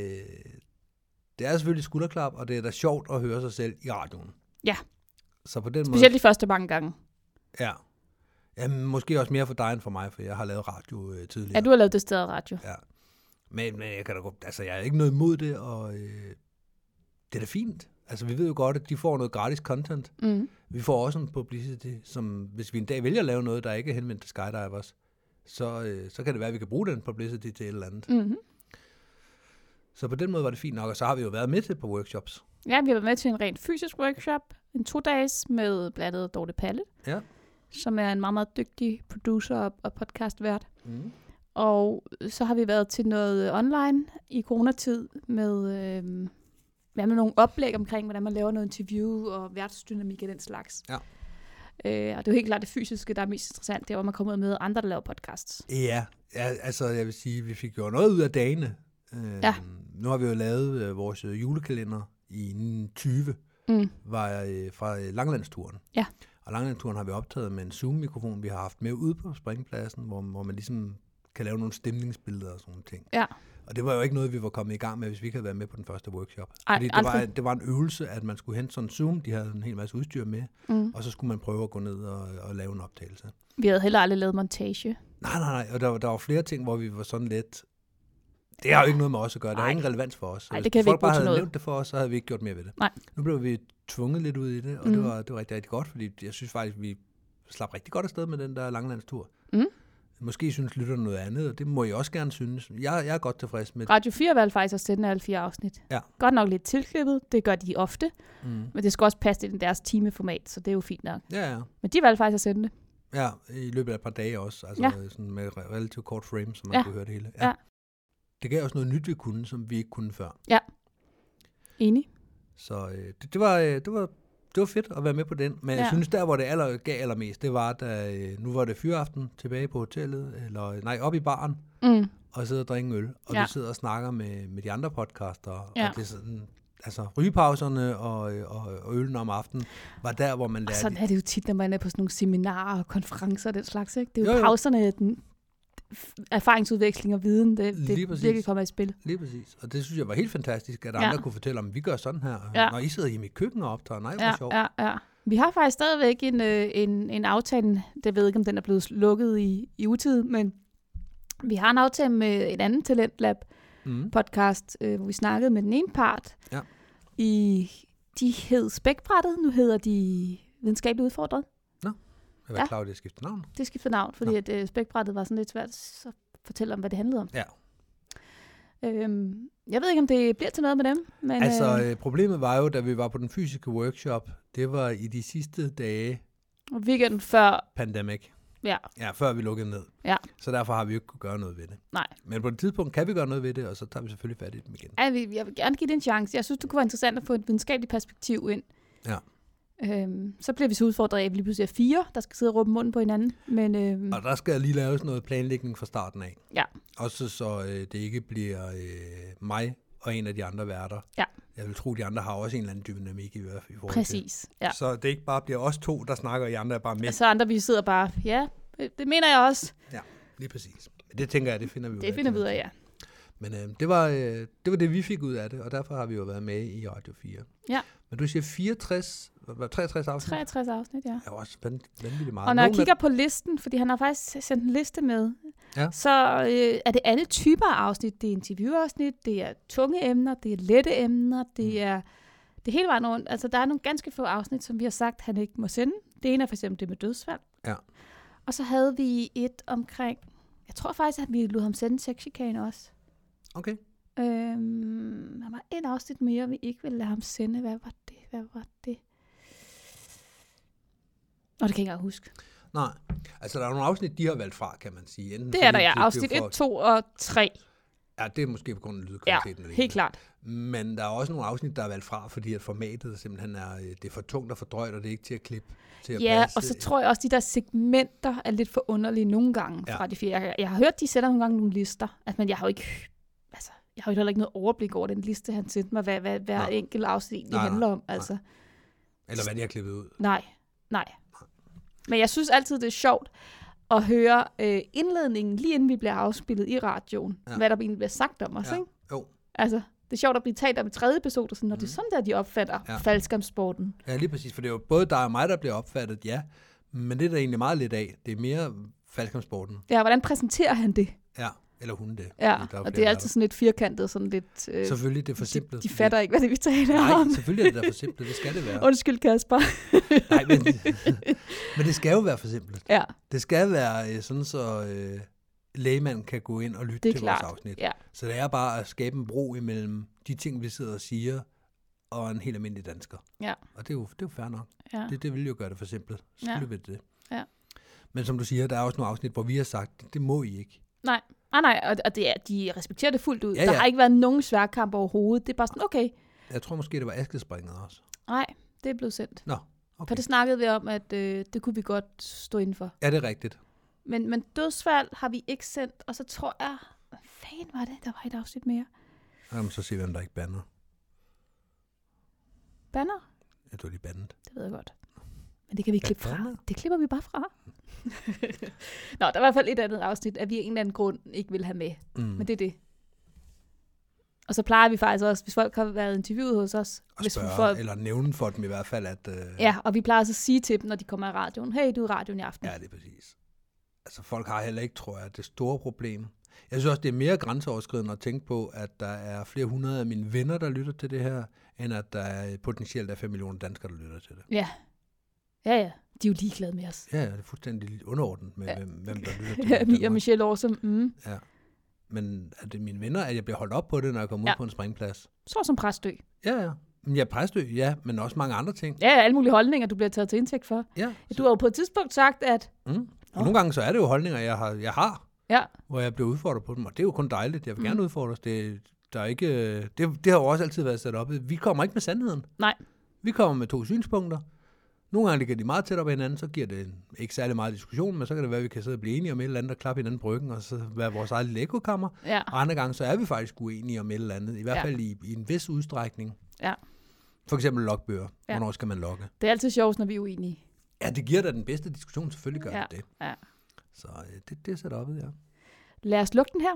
er selvfølgelig skulderklap, og det er da sjovt at høre sig selv i radioen. Ja. Så på den specielt de første mange gange. Ja. Jamen, måske også mere for dig end for mig, for jeg har lavet radio tidligere. Ja, du har lavet det stedet radio. Ja. Men jeg kan da godt, altså jeg er ikke noget imod det, og det er da fint. Altså vi ved jo godt, at de får noget gratis content. Mm. Vi får også en publicity, som hvis vi en dag vælger at lave noget, der ikke er henvendt til skydivers, så kan det være, at vi kan bruge den publicity til et eller andet. Mm-hmm. Så på den måde var det fint nok, og så har vi jo været med til på workshops. Ja, vi har været med til en rent fysisk workshop, en 2-dages med blandt andet Dorte Palle, som er en meget, meget dygtig producer og podcastvært. Mm. Og så har vi været til noget online i coronatid med nogle oplæg omkring, hvordan man laver noget interview og værtsdynamik og den slags. Ja. Og det er jo helt klart det fysiske, der er mest interessant. Det er, hvor man kommer ud med andre, der laver podcasts. Ja, altså jeg vil sige, vi fik jo noget ud af dagene. Nu har vi jo lavet vores julekalender i 20, var fra Langlandsturen. Ja. Og Langlandsturen har vi optaget med en Zoom-mikrofon, vi har haft med ude på springpladsen, hvor man ligesom kan lave nogle stemningsbilleder og sådan nogle ting. Ja. Og det var jo ikke noget, vi var kommet i gang med, hvis vi ikke havde været med på den første workshop. Fordi det var en øvelse, at man skulle hente sådan en Zoom, de havde en hel masse udstyr med, og så skulle man prøve at gå ned og lave en optagelse. Vi havde heller aldrig lavet montage. Nej, og der var flere ting, hvor vi var sådan lidt... Det har jo ikke noget med os at gøre. Det har ingen relevans for os. Nej, det kan vi ikke bruge til noget. Hvis folk bare havde nævnt det for os, så havde vi ikke gjort mere ved det. Nej. Nu blev vi tvunget lidt ud i det, og det var rigtig, rigtig godt, fordi jeg synes faktisk, vi slap rigtig godt afsted med den der Langlandstur. Mm. Måske synes lytterne noget andet, og det må I også gerne synes. Jeg er godt tilfreds med det. Radio 4 valgte faktisk at sende alle 4 afsnit. Ja. Godt nok lidt tilklippet, det gør de ofte, men det skal også passe til deres timeformat, så det er jo fint nok. Ja. Men de valgte faktisk at sende det. Ja, i løbet af et par dage også, altså sådan med relativt kort frame, så man kunne høre det hele. Ja. Det gav også noget nyt, vi kunne, som vi ikke kunne før. Ja, enig. Så det var fedt at være med på den, men jeg synes, der hvor det gav allermest, det var, da nu var det fyraften tilbage på hotellet, op i baren, og sidde og drikke øl, og vi sidder og snakker med de andre podcaster, og det er sådan, altså rygepauserne og øllen om aftenen, var der, hvor man lærte... Og sådan er det jo tit, når man er på sådan nogle seminarer og konferencer og den slags, ikke? Det er jo pauserne, den erfaringsudveksling og viden, det virkelig kommer i spil. Lige præcis. Og det synes jeg var helt fantastisk, at andre kunne fortælle om, vi gør sådan her. Når I sidder hjemme i køkkenet og optager, nej, hvor sjovt. Ja. Vi har faktisk stadigvæk en aftale, det ved ikke, om den er blevet lukket i utid, men vi har en aftale med en anden Talentlab podcast, hvor vi snakkede med den ene part. Ja. De hed Spækbrættet, nu hedder de Videnskabeligt Udfordret. Jeg var klar over, at det skiftede navn. Det skiftede navn, fordi at Spækbrættet var sådan lidt svært at fortælle om, hvad det handlede om. Ja. Jeg ved ikke, om det bliver til noget med dem. Men, Altså, problemet var jo, da vi var på den fysiske workshop, det var i de sidste dage weekenden før. pandemic. Ja. Ja, før vi lukkede ned. Ja. Så derfor har vi jo ikke kunne gøre noget ved det. Nej. Men på et tidspunkt kan vi gøre noget ved det, og så tager vi selvfølgelig fat i dem igen. Jeg vil gerne give det en chance. Jeg synes, det kunne være interessant at få et videnskabeligt perspektiv ind. Ja. Så bliver vi så udfordret af, at vi lige pludselig er 4, der skal sidde og råbe munden på hinanden. Men, Og der skal lige laves noget planlægning fra starten af. Ja. Også så det ikke bliver mig og en af de andre værter. Ja. Jeg vil tro, at de andre har også en eller anden dynamik i forhold præcis. til. Ja. Så det ikke bare bliver os to, der snakker, og de andre er bare med. Og så andre, vi sidder bare, ja, det mener jeg også. Ja, lige præcis. Men det tænker jeg, det finder vi ud af. Det finder vi ud af, ja. Men det var det, vi fik ud af det, og derfor har vi jo været med i Radio 4. Ja. Men du siger 63 afsnit? 63 afsnit, ja. Det er også vanvittigt meget. Og når jeg kigger på listen, fordi han har faktisk sendt en liste med, så er det alle typer af afsnit. Det er interviewafsnit, det er tunge emner, det er lette emner, det er hele vejen rundt. Altså, der er nogle ganske få afsnit, som vi har sagt, han ikke må sende. Det ene er for eksempel det med dødsfald. Ja. Og så havde vi et omkring, jeg tror faktisk, at vi lod ham sende sexchikane også. Okay. Der var et afsnit mere, vi ikke ville lade ham sende. Hvad var det? Og det kan jeg ikke engang huske. Nej, altså der er nogle afsnit, de har valgt fra, kan man sige. Enten det er der, ja. Afsnit 1, 2 og 3. Ja, det er måske på grund af lydkvaliteten. Ja, helt klart. Men der er også nogle afsnit, der er valgt fra, fordi at formatet simpelthen det er for tungt og for drøjt, og det er ikke til at klippe. Til at passe. Og så tror jeg også, de der segmenter er lidt for underlige nogle gange fra de 4. Jeg har hørt, de sætter nogle gange nogle lister, men jeg har jo ikke... Jeg har jo heller ikke noget overblik over den liste, han sendte mig, hvad hver enkelt afsnit egentlig handler om. Altså. Eller hvad de har klippet ud. Nej. Men jeg synes altid, det er sjovt at høre indledningen, lige inden vi bliver afspillet i radioen, hvad der egentlig bliver sagt om os, ikke? Jo. Altså, det er sjovt at blive talt om i tredje episode, og sådan, når det er sådan der, de opfatter faldskærmssporten. Ja, lige præcis, for det er jo både dig og mig, der bliver opfattet, ja, men det er der egentlig meget lidt af. Det er mere faldskærmssporten. Ja, hvordan præsenterer han det? Ja. Eller hun det. Ja, og det er altid sådan lidt firkantet, sådan lidt... selvfølgelig, det er for simpelt. De fatter ikke, hvad det vi taler om. Nej, selvfølgelig er det da for simpelt. Det skal det være. Undskyld, Kasper. Nej, men det skal jo være for simpelt. Ja. Det skal være sådan, så lægemand kan gå ind og lytte til vores afsnit. Ja. Så det er bare at skabe en bro imellem de ting, vi sidder og siger, og en helt almindelig dansker. Ja. Og det er jo fair nok. Ja. Det vil jo gøre det for simpelt. Selvfølgelig vil det. Ja. Men som du siger, der er også nogle afsnit, hvor vi har sagt, det må I ikke. Nej, og det er, de respekterer det fuldt ud. Ja. Der har ikke været nogen sværkamp overhovedet. Det er bare sådan, okay. Jeg tror måske, det var Askespringet også. Nej, det er blevet sendt. Nå, okay. For det snakkede vi om, at det kunne vi godt stå inden for. Ja, det er rigtigt. Men dødsfald har vi ikke sendt, og så tror jeg, hvad fanden var det? Der var et afsnit mere. Så kan man så se, hvem der ikke bander. Banner? Jeg tror, de er bandet. Det ved jeg godt. Men det kan vi klippe fra. Det klipper vi bare fra. Nå, der var i hvert fald et andet afsnit, at vi af en eller anden grund ikke vil have med. Men det er det. Og så plejer vi faktisk også, hvis folk har været interviewet hos os. Og spørge, eller nævne for dem i hvert fald, at... Ja, og vi plejer også at sige til dem, når de kommer i radioen, hey, du er i radioen i aften. Ja, det er præcis. Altså, folk har heller ikke, tror jeg, det store problem. Jeg synes også, det er mere grænseoverskridende at tænke på, at der er flere hundrede af mine venner, der lytter til det her, end at der er potentielt er 5 millioner danskere, der lytter til det. Ja. Ja. De er jo ligeglade med os. Ja, det er fuldstændig underordnet med, hvem der lytter til det. Ja, og Michelle Awesome. Ja. Men er det mine venner, at jeg bliver holdt op på det, når jeg kommer ud på en springplads? Så som Præstø. Ja. Men ja, Præstø, ja, men også mange andre ting. Ja, alle mulige holdninger, du bliver taget til indtægt for. Ja. Du har jo på et tidspunkt sagt, at... Og nogle gange så er det jo holdninger, jeg har ja. Hvor jeg bliver udfordret på dem, og det er jo kun dejligt. Jeg vil gerne udfordres. Det har jo også altid været sat op. Vi kommer ikke med sandheden. Nej. Vi kommer med 2 synspunkter. Nogle gange ligger de meget tæt op ad hinanden, så giver det ikke særlig meget diskussion, men så kan det være, at vi kan sidde og blive enige om et eller andet, og klappe hinanden bryggen, og så være vores eget lille ekokammer. Ja. Og andre gange, så er vi faktisk uenige om et eller andet, i hvert fald i en vis udstrækning. Ja. For eksempel logbøger. Ja. Hvornår skal man logge? Det er altid sjovt, når vi er uenige. Ja, det giver da den bedste diskussion, selvfølgelig gør det. Ja. Så det er sat oppe, ja. Lad os lukke den her.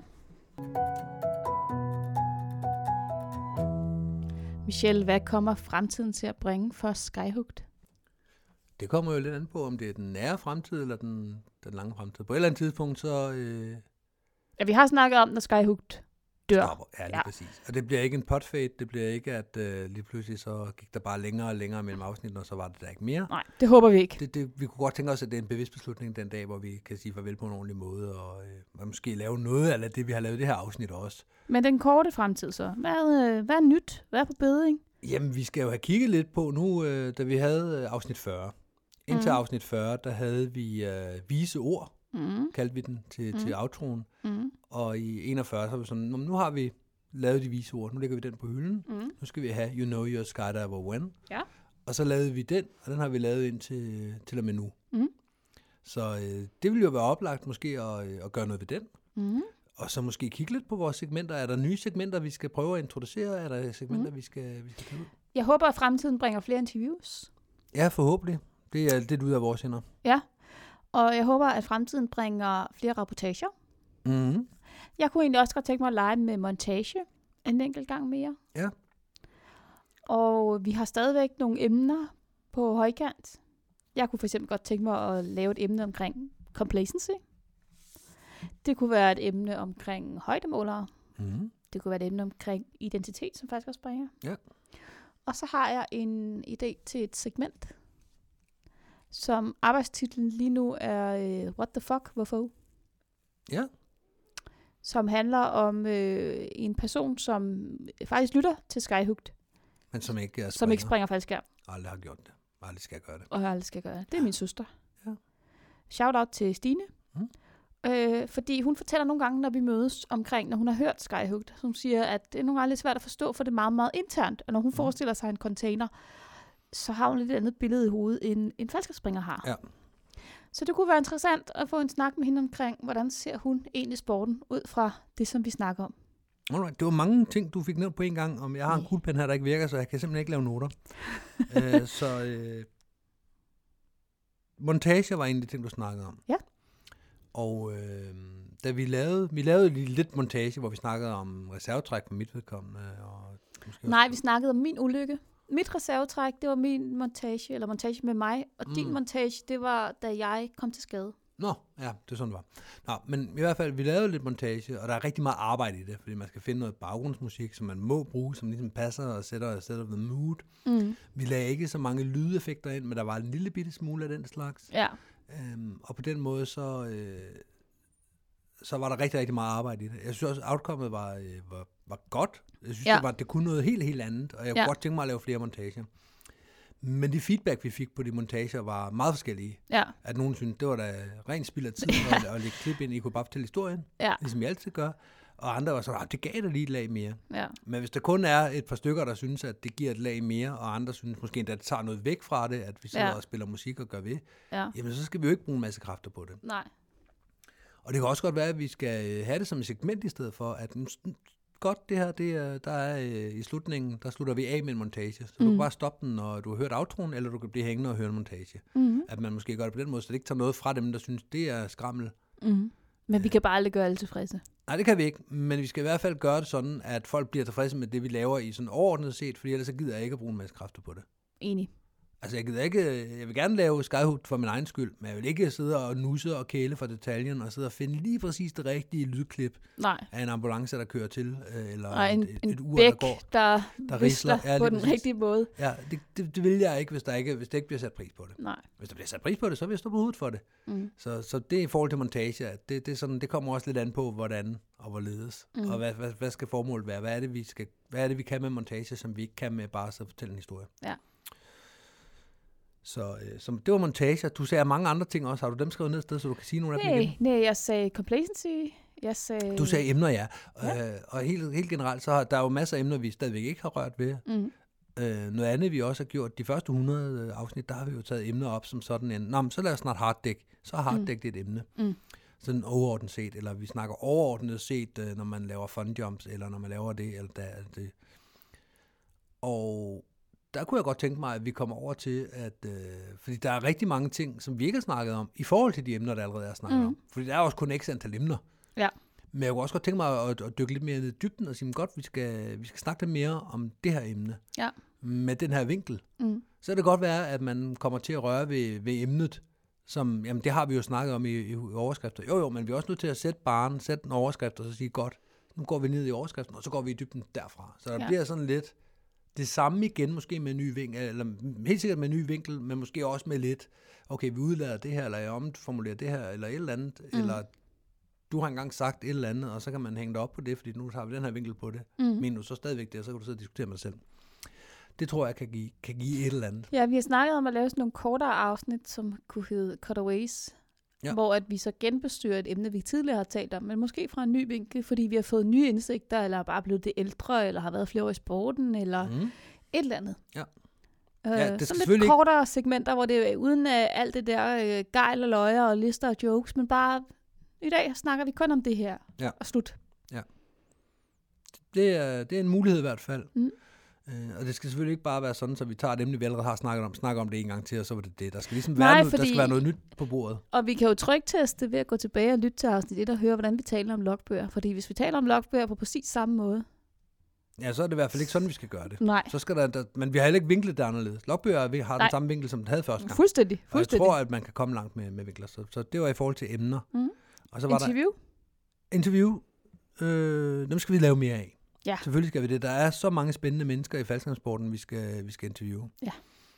Michelle, hvad kommer fremtiden til at bringe for Skyhooked? Det kommer jo lidt an på, om det er den nære fremtid, eller den lange fremtid. På et eller andet tidspunkt, så... Ja, vi har snakket om, når Skyhooked dør. Stopper. Ja, lige præcis. Og det bliver ikke en potfade, det bliver ikke, at lige pludselig så gik der bare længere og længere mellem afsnitten, og så var det der ikke mere. Nej, det håber vi ikke. Vi kunne godt tænke os, at det er en bevidst beslutning den dag, hvor vi kan sige farvel på en ordentlig måde, og måske lave noget af det, vi har lavet i det her afsnit også. Men den korte fremtid så, hvad er nyt? Hvad er på beding? Jamen, vi skal jo have kigget lidt på nu, da vi havde afsnit 40. Indtil afsnit 40, der havde vi vise ord, kaldte vi den til outroen. Og i 41, så var vi sådan, nu har vi lavet de vise ord, nu lægger vi den på hylden. Nu skal vi have You Know Your Skydiver When. Ja. Og så lavede vi den, og den har vi lavet ind til og med nu. Så det vil jo være oplagt måske at gøre noget ved den. Og så måske kigge lidt på vores segmenter. Er der nye segmenter, vi skal prøve at introducere? Er der segmenter, vi skal tage ud? Jeg håber, at fremtiden bringer flere interviews. Ja, forhåbentlig. Det er lidt ud af vores hænder. Ja, og jeg håber, at fremtiden bringer flere rapportager. Jeg kunne egentlig også godt tænke mig at lege med montage en enkelt gang mere. Ja. Og vi har stadigvæk nogle emner på højkant. Jeg kunne for eksempel godt tænke mig at lave et emne omkring complacency. Det kunne være et emne omkring højdemålere. Det kunne være et emne omkring identitet, som faktisk også bringer. Ja. Og så har jeg en idé til et segment, som arbejdstitlen lige nu er What the fuck, hvorfor? Ja. Som handler om en person, som faktisk lytter til Skyhooked. Men som ikke er Som ikke springer faldskærm. Aldrig har gjort det. Aldrig skal jeg gøre det. Og jeg aldrig skal gøre det. Det er min søster. Ja. Shout out til Stine. Fordi hun fortæller nogle gange, når vi mødes omkring, når hun har hørt Skyhooked, hun siger, at det er nogle gange lidt svært at forstå, for det er meget, meget internt. Og når hun forestiller sig en container, så har hun lidt andet billede i hovedet, end en faldskærmsspringer har. Ja. Så det kunne være interessant at få en snak med hende omkring, hvordan ser hun egentlig sporten ud fra det, som vi snakker om. Alright. Det var mange ting, du fik nævnt på en gang. Om jeg har en kuglepen her, der ikke virker, så jeg kan simpelthen ikke lave noter. Montage var en af de ting, du snakkede om. Ja. Og da vi lavede lidt montage, hvor vi snakkede om reservetræk for mit vedkommende. Og nej, vi snakkede om min ulykke. Mit reservetræk, det var min montage, eller montage med mig. Og din montage, det var, da jeg kom til skade. Nå, ja, det er sådan, det var. Nå, men i hvert fald, vi lavede lidt montage, og der er rigtig meget arbejde i det, fordi man skal finde noget baggrundsmusik, som man må bruge, som ligesom passer og sætter the mood. Vi lagde ikke så mange lydeffekter ind, men der var en lille bitte smule af den slags. Ja. Og på den måde, så var der rigtig, rigtig meget arbejde i det. Jeg synes også, at outcomet var godt. Jeg synes, det kunne noget helt, helt andet, og jeg kunne godt tænke mig at lave flere montager. Men de feedback, vi fik på de montager, var meget forskellige. Ja. At nogen syntes, det var da rent spild af tid at lægge klip ind. I kunne bare fortælle historien, ligesom jeg altid gør. Og andre var så, det gav da lige et lag mere. Ja. Men hvis der kun er et par stykker, der synes, at det giver et lag mere, og andre synes måske endda, at det tager noget væk fra det, at vi sidder og spiller musik og gør ved, jamen så skal vi jo ikke bruge en masse kræfter på det. Nej. Og det kan også godt være, at vi skal have det som et segment i stedet for, at godt, det her, der er i slutningen, der slutter vi af med en montage. Så du kan bare stoppe den, når du har hørt outroen, eller du kan blive hængende og høre en montage. At man måske gør det på den måde, så det ikke tager noget fra dem, der synes, det er skrammel. Men vi kan bare aldrig gøre alle tilfredse. Nej, det kan vi ikke, men vi skal i hvert fald gøre det sådan, at folk bliver tilfredse med det, vi laver i sådan overordnet set, fordi ellers så gider jeg ikke at bruge en masse kræfter på det. Enig. Altså, jeg vil gerne lave Skyhooked for min egen skyld, men jeg vil ikke sidde og nusse og kæle for detaljen, og sidde og finde lige præcis det rigtige lydklip af en ambulance, der kører til, eller et ur, bæk, der går, der risler på den rigtige måde. Ja, det vil jeg ikke, hvis det ikke bliver sat pris på det. Nej. Hvis der bliver sat pris på det, så vil jeg stå på hovedet for det. Så det er i forhold til montage, at det er sådan, det kommer også lidt an på, hvordan og hvorledes, og hvad skal formålet være? Hvad er det, vi kan med montage, som vi ikke kan med bare at fortælle en historie? Ja. Så det var montager. Du sagde mange andre ting også. Har du dem skrevet ned et sted, så du kan sige nogle af dem igen? Nej, jeg sagde complacency. Du sagde emner, ja. Og helt generelt, så der er jo masser af emner, vi stadigvæk ikke har rørt ved. Noget andet, vi også har gjort, de første 100 afsnit, der har vi jo taget emner op som sådan så lad os snart harddæk. Så er harddæk det et emne. Sådan overordnet set, eller vi snakker overordnet set, når man laver fun jumps, eller når man laver det, eller det. Og der kunne jeg godt tænke mig, at vi kommer over til, at fordi der er rigtig mange ting, som vi ikke har snakket om, i forhold til de emner, der allerede er snakket om. Fordi der er også kun x antal emner. Ja. Men jeg kunne også godt tænke mig at dykke lidt mere ned i dybden og sige, godt, vi skal snakke lidt mere om det her emne. Ja. Med den her vinkel. Så kan det godt være, at man kommer til at røre ved emnet, som, det har vi jo snakket om i overskrifter. Jo, men vi er også nødt til at sætte en overskrift, og så sige, godt, nu går vi ned i overskriften, og så går vi i dybden derfra. Så der Ja. bliver sådan lidt det samme igen, måske med en ny vinkel, eller helt sikkert med en ny vinkel, men måske også med lidt, okay, vi udlader det her, eller jeg omformulerer det her, eller et eller andet, eller du har engang sagt et eller andet, og så kan man hænge dig op på det, fordi nu har vi den her vinkel på det. Men du så stadigvæk det, og så kan du sidde og diskutere med dig selv. Det tror jeg kan give et eller andet. Ja, vi har snakket om at lave sådan nogle kortere afsnit, som kunne hedde Cutaways, hvor at vi så genbestyrer et emne, vi tidligere har talt om, men måske fra en ny vinkel, fordi vi har fået nye indsigter, eller bare blevet det ældre, eller har været flere år i sporten, eller et eller andet. Ja. Ja, det sådan lidt kortere segmenter, hvor det er uden alt det der gejl og løjer og lister og jokes, men bare i dag snakker vi kun om det her, og slut. Ja. Det er en mulighed i hvert fald. Og det skal selvfølgelig ikke bare være sådan, så vi tager et emne, vi allerede har snakker om det en gang til, og så var det det. Der skal ligesom der skal være noget nyt på bordet. Og vi kan jo trykteste ved at gå tilbage og lytte til afsnit 1 og høre, hvordan vi taler om logbøger. Fordi hvis vi taler om logbøger på præcis samme måde, ja, så er det i hvert fald ikke sådan, vi skal gøre det. Nej. Så skal men vi har heller ikke vinklet det anderledes. Logbøger har den samme vinkel, som den havde første gang. Fuldstændig. Og jeg tror, at man kan komme langt med vinkler. Så det var i forhold til emner. Og så var Interview. Dem skal vi lave mere af. Ja. Selvfølgelig skal vi det. Der er så mange spændende mennesker i faldskærmssporten, vi skal interviewe. Ja.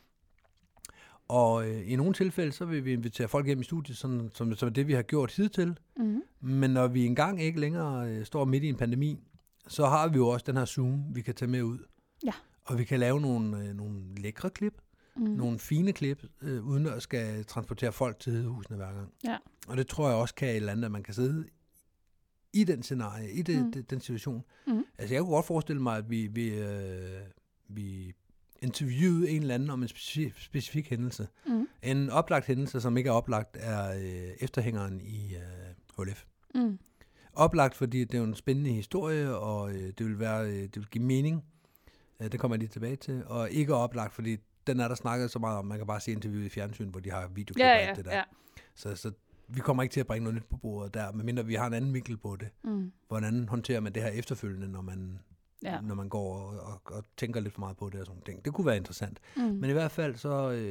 Og i nogle tilfælde, så vil vi invitere folk hjem i studiet, som det, vi har gjort hidtil. Men når vi engang ikke længere står midt i en pandemi, så har vi jo også den her Zoom, vi kan tage med ud. Ja. Og vi kan lave nogle lækre klip, nogle fine klip, uden at skal transportere folk til hedehusene hver gang. Ja. Og det tror jeg også kan et eller andet, at man kan sidde i den scenarie, i den situation. Altså jeg kunne godt forestille mig, at vi interviewede en eller anden om en specifik hændelse. En oplagt hændelse, som ikke er oplagt, er efterhængeren i HLF. Oplagt, fordi det er jo en spændende historie, og det vil give mening. Det kommer jeg lige tilbage til. Og ikke oplagt, fordi den er der snakket så meget om. Man kan bare se interviewet i fjernsyn, hvor de har videoklip og alt det der. Ja. Så vi kommer ikke til at bringe noget nyt på bordet der, medmindre vi har en anden vinkel på det. Hvordan håndterer man det her efterfølgende, når man går og tænker lidt for meget på det og sådan ting. Det kunne være interessant. Men i hvert fald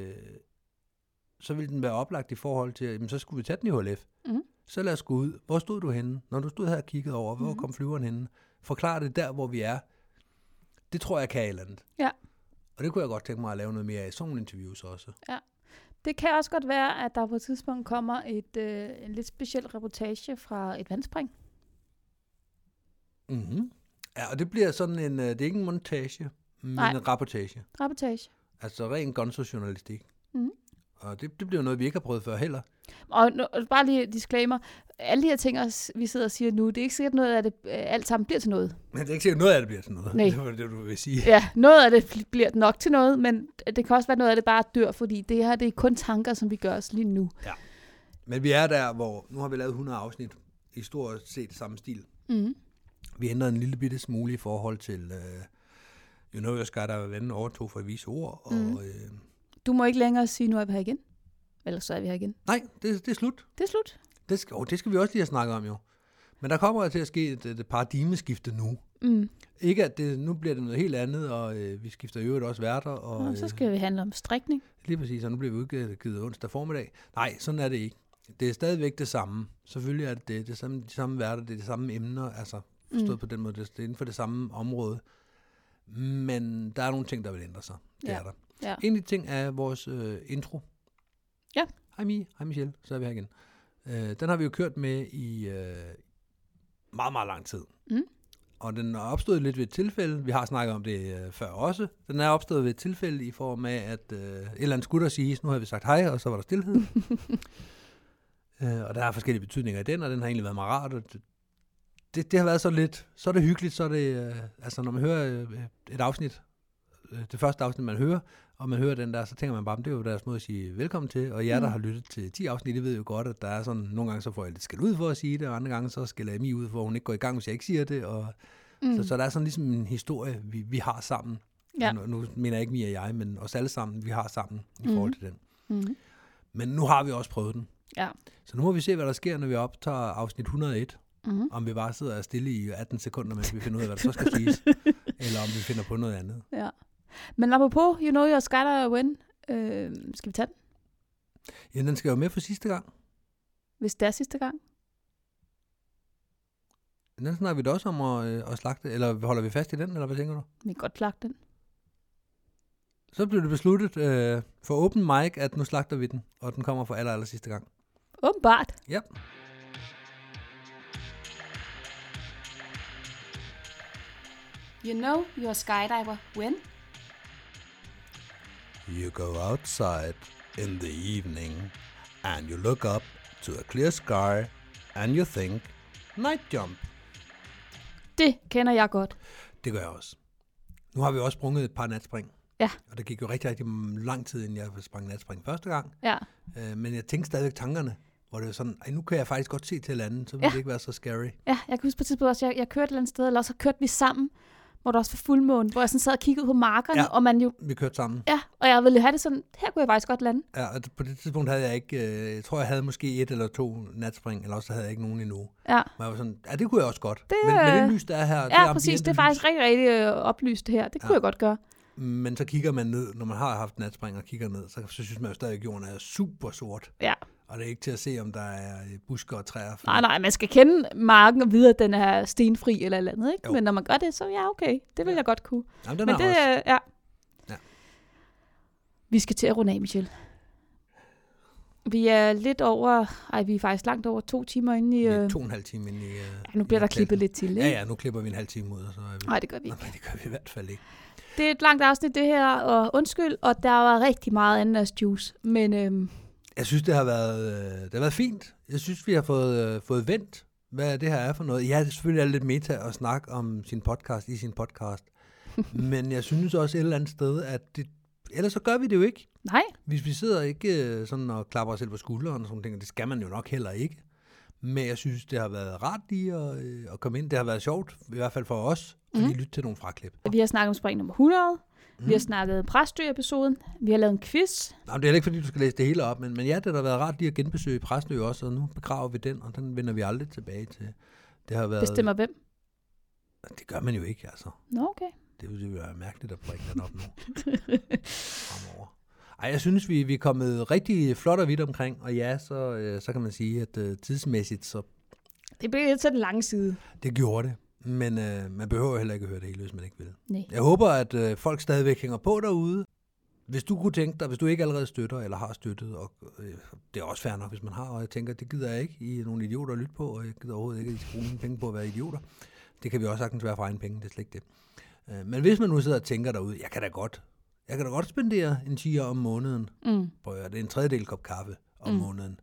så vil den være oplagt i forhold til, jamen, så skulle vi tage den i HLF. Så lad os gå ud. Hvor stod du henne? Når du stod her og kiggede over, hvor kom flyveren henne? Forklar det der, hvor vi er. Det tror jeg kan et eller andet. Ja. Og det kunne jeg godt tænke mig at lave noget mere af. Sådan nogle interviews også. Ja. Det kan også godt være, at der på et tidspunkt kommer en lidt speciel reportage fra et vandspring. Ja, og det bliver sådan det er ikke en montage, men en rapportage. Rapportage. Altså ren gonzo-journalistik. Og det bliver noget, vi ikke har prøvet før heller. Og bare lige disclaimer. Alle de her ting, vi sidder og siger nu, det er ikke sikkert noget af det alt sammen bliver til noget. Men det er ikke sikkert noget af det bliver til noget. Nej. Det var det, du vil sige. Ja, noget af det bliver nok til noget, men det kan også være noget af det bare dør, fordi det her, det er kun tanker, som vi gør os lige nu. Ja. Men vi er der, hvor nu har vi lavet 100 afsnit i stort set samme stil. Vi ændrede en lille bitte smule i forhold til You Know Your Sky, der ven overtog for at vise ord. Og, du må ikke længere sige, nu er vi her igen. Eller så er vi her igen. Nej, det er slut. Det er slut. Det skal vi også lige have snakket om jo. Men der kommer til at ske et paradigmeskifte nu. Ikke at nu bliver det noget helt andet, og vi skifter i øvrigt også værter. Og så skal vi handle om strikning. Lige præcis, og nu bliver vi udgivet onsdag formiddag. Nej, sådan er det ikke. Det er stadigvæk det samme. Selvfølgelig er det de samme værter, det er de samme emner, altså forstået på den måde, det er inden for det samme område. Men der er nogle ting, der vil ændre sig. Det er der. Ja. En af de ting er vores intro. Ja. Hej Mie, hej Michelle, så er vi her igen. Den har vi jo kørt med i meget, meget lang tid. Og den er opstået lidt ved et tilfælde. Vi har snakket om det før også. Den er opstået ved et tilfælde i form af, at et eller andet skulle der siges. Nu har vi sagt hej, og så var der stillhed. Og der er forskellige betydninger i den, og den har egentlig været meget rart. Og det har været så lidt, så er det hyggeligt, så er det, altså når man hører et afsnit, det første afsnit, man hører, og man hører den der, så tænker man bare, det er jo deres måde at sige velkommen til, og jer, der har lyttet til 10 afsnit, det ved jo godt, at der er sådan, nogle gange så får jeg lidt skæld ud for at sige det, og andre gange så skælder jeg mig ud for, at hun ikke går i gang, hvis jeg ikke siger det, og så der er sådan ligesom en historie, vi har sammen. Ja. Nu mener jeg ikke Mia og jeg, men os alle sammen, vi har sammen i forhold til den. Men nu har vi også prøvet den. Ja. Så nu må vi se, hvad der sker, når vi optager afsnit 101. Om vi bare sidder stille i 18 sekunder, mens vi finder ud af, hvad der så skal siges. Eller om vi finder på noget andet. Ja. Men apropos You Know Your Sky, der win, skal vi tage den? Ja, den skal jo med for sidste gang. Hvis det er sidste gang. Den snakker vi da også om at slagte, eller holder vi fast i den, eller hvad tænker du? Vi kan godt slagte den. Så blev det besluttet for open mic, at nu slagter vi den, og den kommer for aller sidste gang. Åbenbart. Ja. You know you're a skydiver when? You go outside in the evening, and you look up to a clear sky, and you think, night jump. Det kender jeg godt. Det gør jeg også. Nu har vi også sprunget et par natspring. Ja. Og det gik jo rigtig, rigtig lang tid, inden jeg sprang natspring første gang. Ja. Men jeg tænkte stadigvæk tankerne, hvor det var sådan, nu kan jeg faktisk godt se til landet, så vil det ikke være så scary. Ja, jeg kan huske på et tidspunkt også, jeg kørte et eller andet sted, eller så kørte vi sammen, hvor der også var fuldmåne, hvor jeg sådan sad og kiggede på markerne, og man jo... Vi kørte sammen. Ja, og jeg ville have det sådan, her kunne jeg faktisk godt lande. Ja, og på det tidspunkt havde jeg ikke, jeg tror jeg havde måske 1 eller 2 natspring, eller også havde jeg ikke nogen endnu. Ja. Men jeg var sådan, ja, det kunne jeg også godt. Men det lys, der er her, det er præcis, det er faktisk rigtig, rigtig oplyst det her. Det kunne jeg godt gøre. Men så kigger man ned, når man har haft natspring og kigger ned, så synes man jo stadig, at jorden er super sort. Ja. Og det er ikke til at se, om der er busker og træer. Nej, man skal kende marken og vide, at den er stenfri eller andet, ikke? Jo. Men når man gør det, så ja, okay, det vil jeg godt kunne. Jamen, men det også. Ja. Vi skal til at runde af, Michelle. Vi er lidt over, vi er faktisk langt over 2 timer inde i... 2,5 timer inde i... nu bliver der klippet lidt til, ikke? Ja, nu klipper vi en halv time ud. Nej, det gør vi ikke. Nej, det gør vi i hvert fald ikke. Det er et langt afsnit, det her, og undskyld, og der var rigtig meget ananasjuice, men... Jeg synes, det har været fint. Jeg synes, vi har fået vendt, hvad det her er for noget. Ja, det selvfølgelig er lidt meta at snakke om sin podcast i sin podcast. Men jeg synes også et eller andet sted, at ellers så gør vi det jo ikke. Nej. Hvis vi sidder ikke sådan og klapper os selv på skulderen og sådan ting, det skal man jo nok heller ikke. Men jeg synes, det har været rart lige at komme ind. Det har været sjovt, i hvert fald for os, at lige lytte til nogle fraklip. Vi har snakket om spring nummer 100. Vi har snakket Præstø-episoden. Vi har lavet en quiz. Nej, det er ikke, fordi du skal læse det hele op, men ja, det har været rart lige at genbesøge Præstø også, og nu begraver vi den, og den vender vi aldrig tilbage til. Det har været... Bestemmer hvem? Det gør man jo ikke, altså. Nå, okay. Det vil være mærkeligt at bringe den op nu. Fremover. Ej, jeg synes, vi er kommet rigtig flot og vidt omkring, og ja, så kan man sige, at tidsmæssigt, så... Det blev lidt til den lange side. Det gjorde det. Men man behøver heller ikke at høre det hele, hvis man ikke vil. Nej. Jeg håber, at folk stadigvæk hænger på derude. Hvis du kunne tænke dig, hvis du ikke allerede støtter eller har støttet, og det er også fair nok, hvis man har, og jeg tænker, det gider jeg ikke, I er nogle idioter at lytte på, og jeg gider overhovedet ikke, at I skal bruge mine penge på at være idioter. Det kan vi også sagtens være for egen penge, det er slet ikke det. Men hvis man nu sidder og tænker derude, jeg kan da godt spendere en 10 om måneden, på det er en tredjedel kop kaffe om måneden,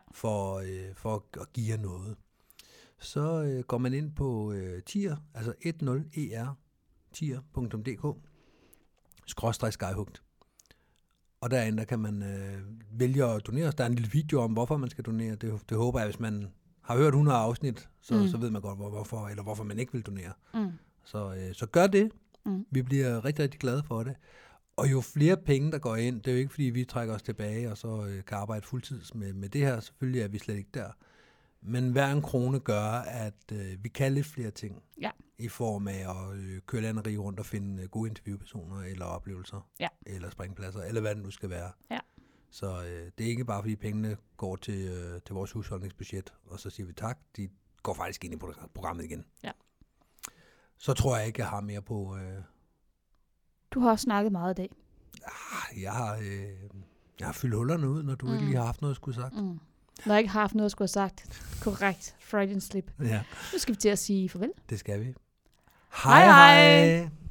for at give jer noget. Så går man ind på tier, altså 10er, tier.dk, /skyhugt. Og derinde, der kan man vælge at donere. Der er en lille video om, hvorfor man skal donere. Det håber jeg, hvis man har hørt 100 afsnit, så ved man godt, hvorfor, eller hvorfor man ikke vil donere. Så gør det. Vi bliver rigtig, rigtig glade for det. Og jo flere penge, der går ind, det er jo ikke, fordi vi trækker os tilbage, og så kan arbejde fuldtids med det her. Selvfølgelig er vi slet ikke der. Men hver en krone gør, at vi kan lidt flere ting. Ja. I form af at køre land og rige rundt og finde gode interviewpersoner, eller oplevelser, eller springpladser, eller hvad det nu skal være. Ja. Så det er ikke bare, fordi pengene går til vores husholdningsbudget, og så siger vi tak. De går faktisk ind i programmet igen. Ja. Så tror jeg ikke, jeg har mere på... Du har også snakket meget i dag. Jeg har fyldt hullerne ud, når du ikke lige har haft noget at skulle sagt. Når jeg ikke har haft noget at skulle have sagt. Korrekt. Freudian slip. Ja. Nu skal vi til at sige farvel. Det skal vi. Hej hej!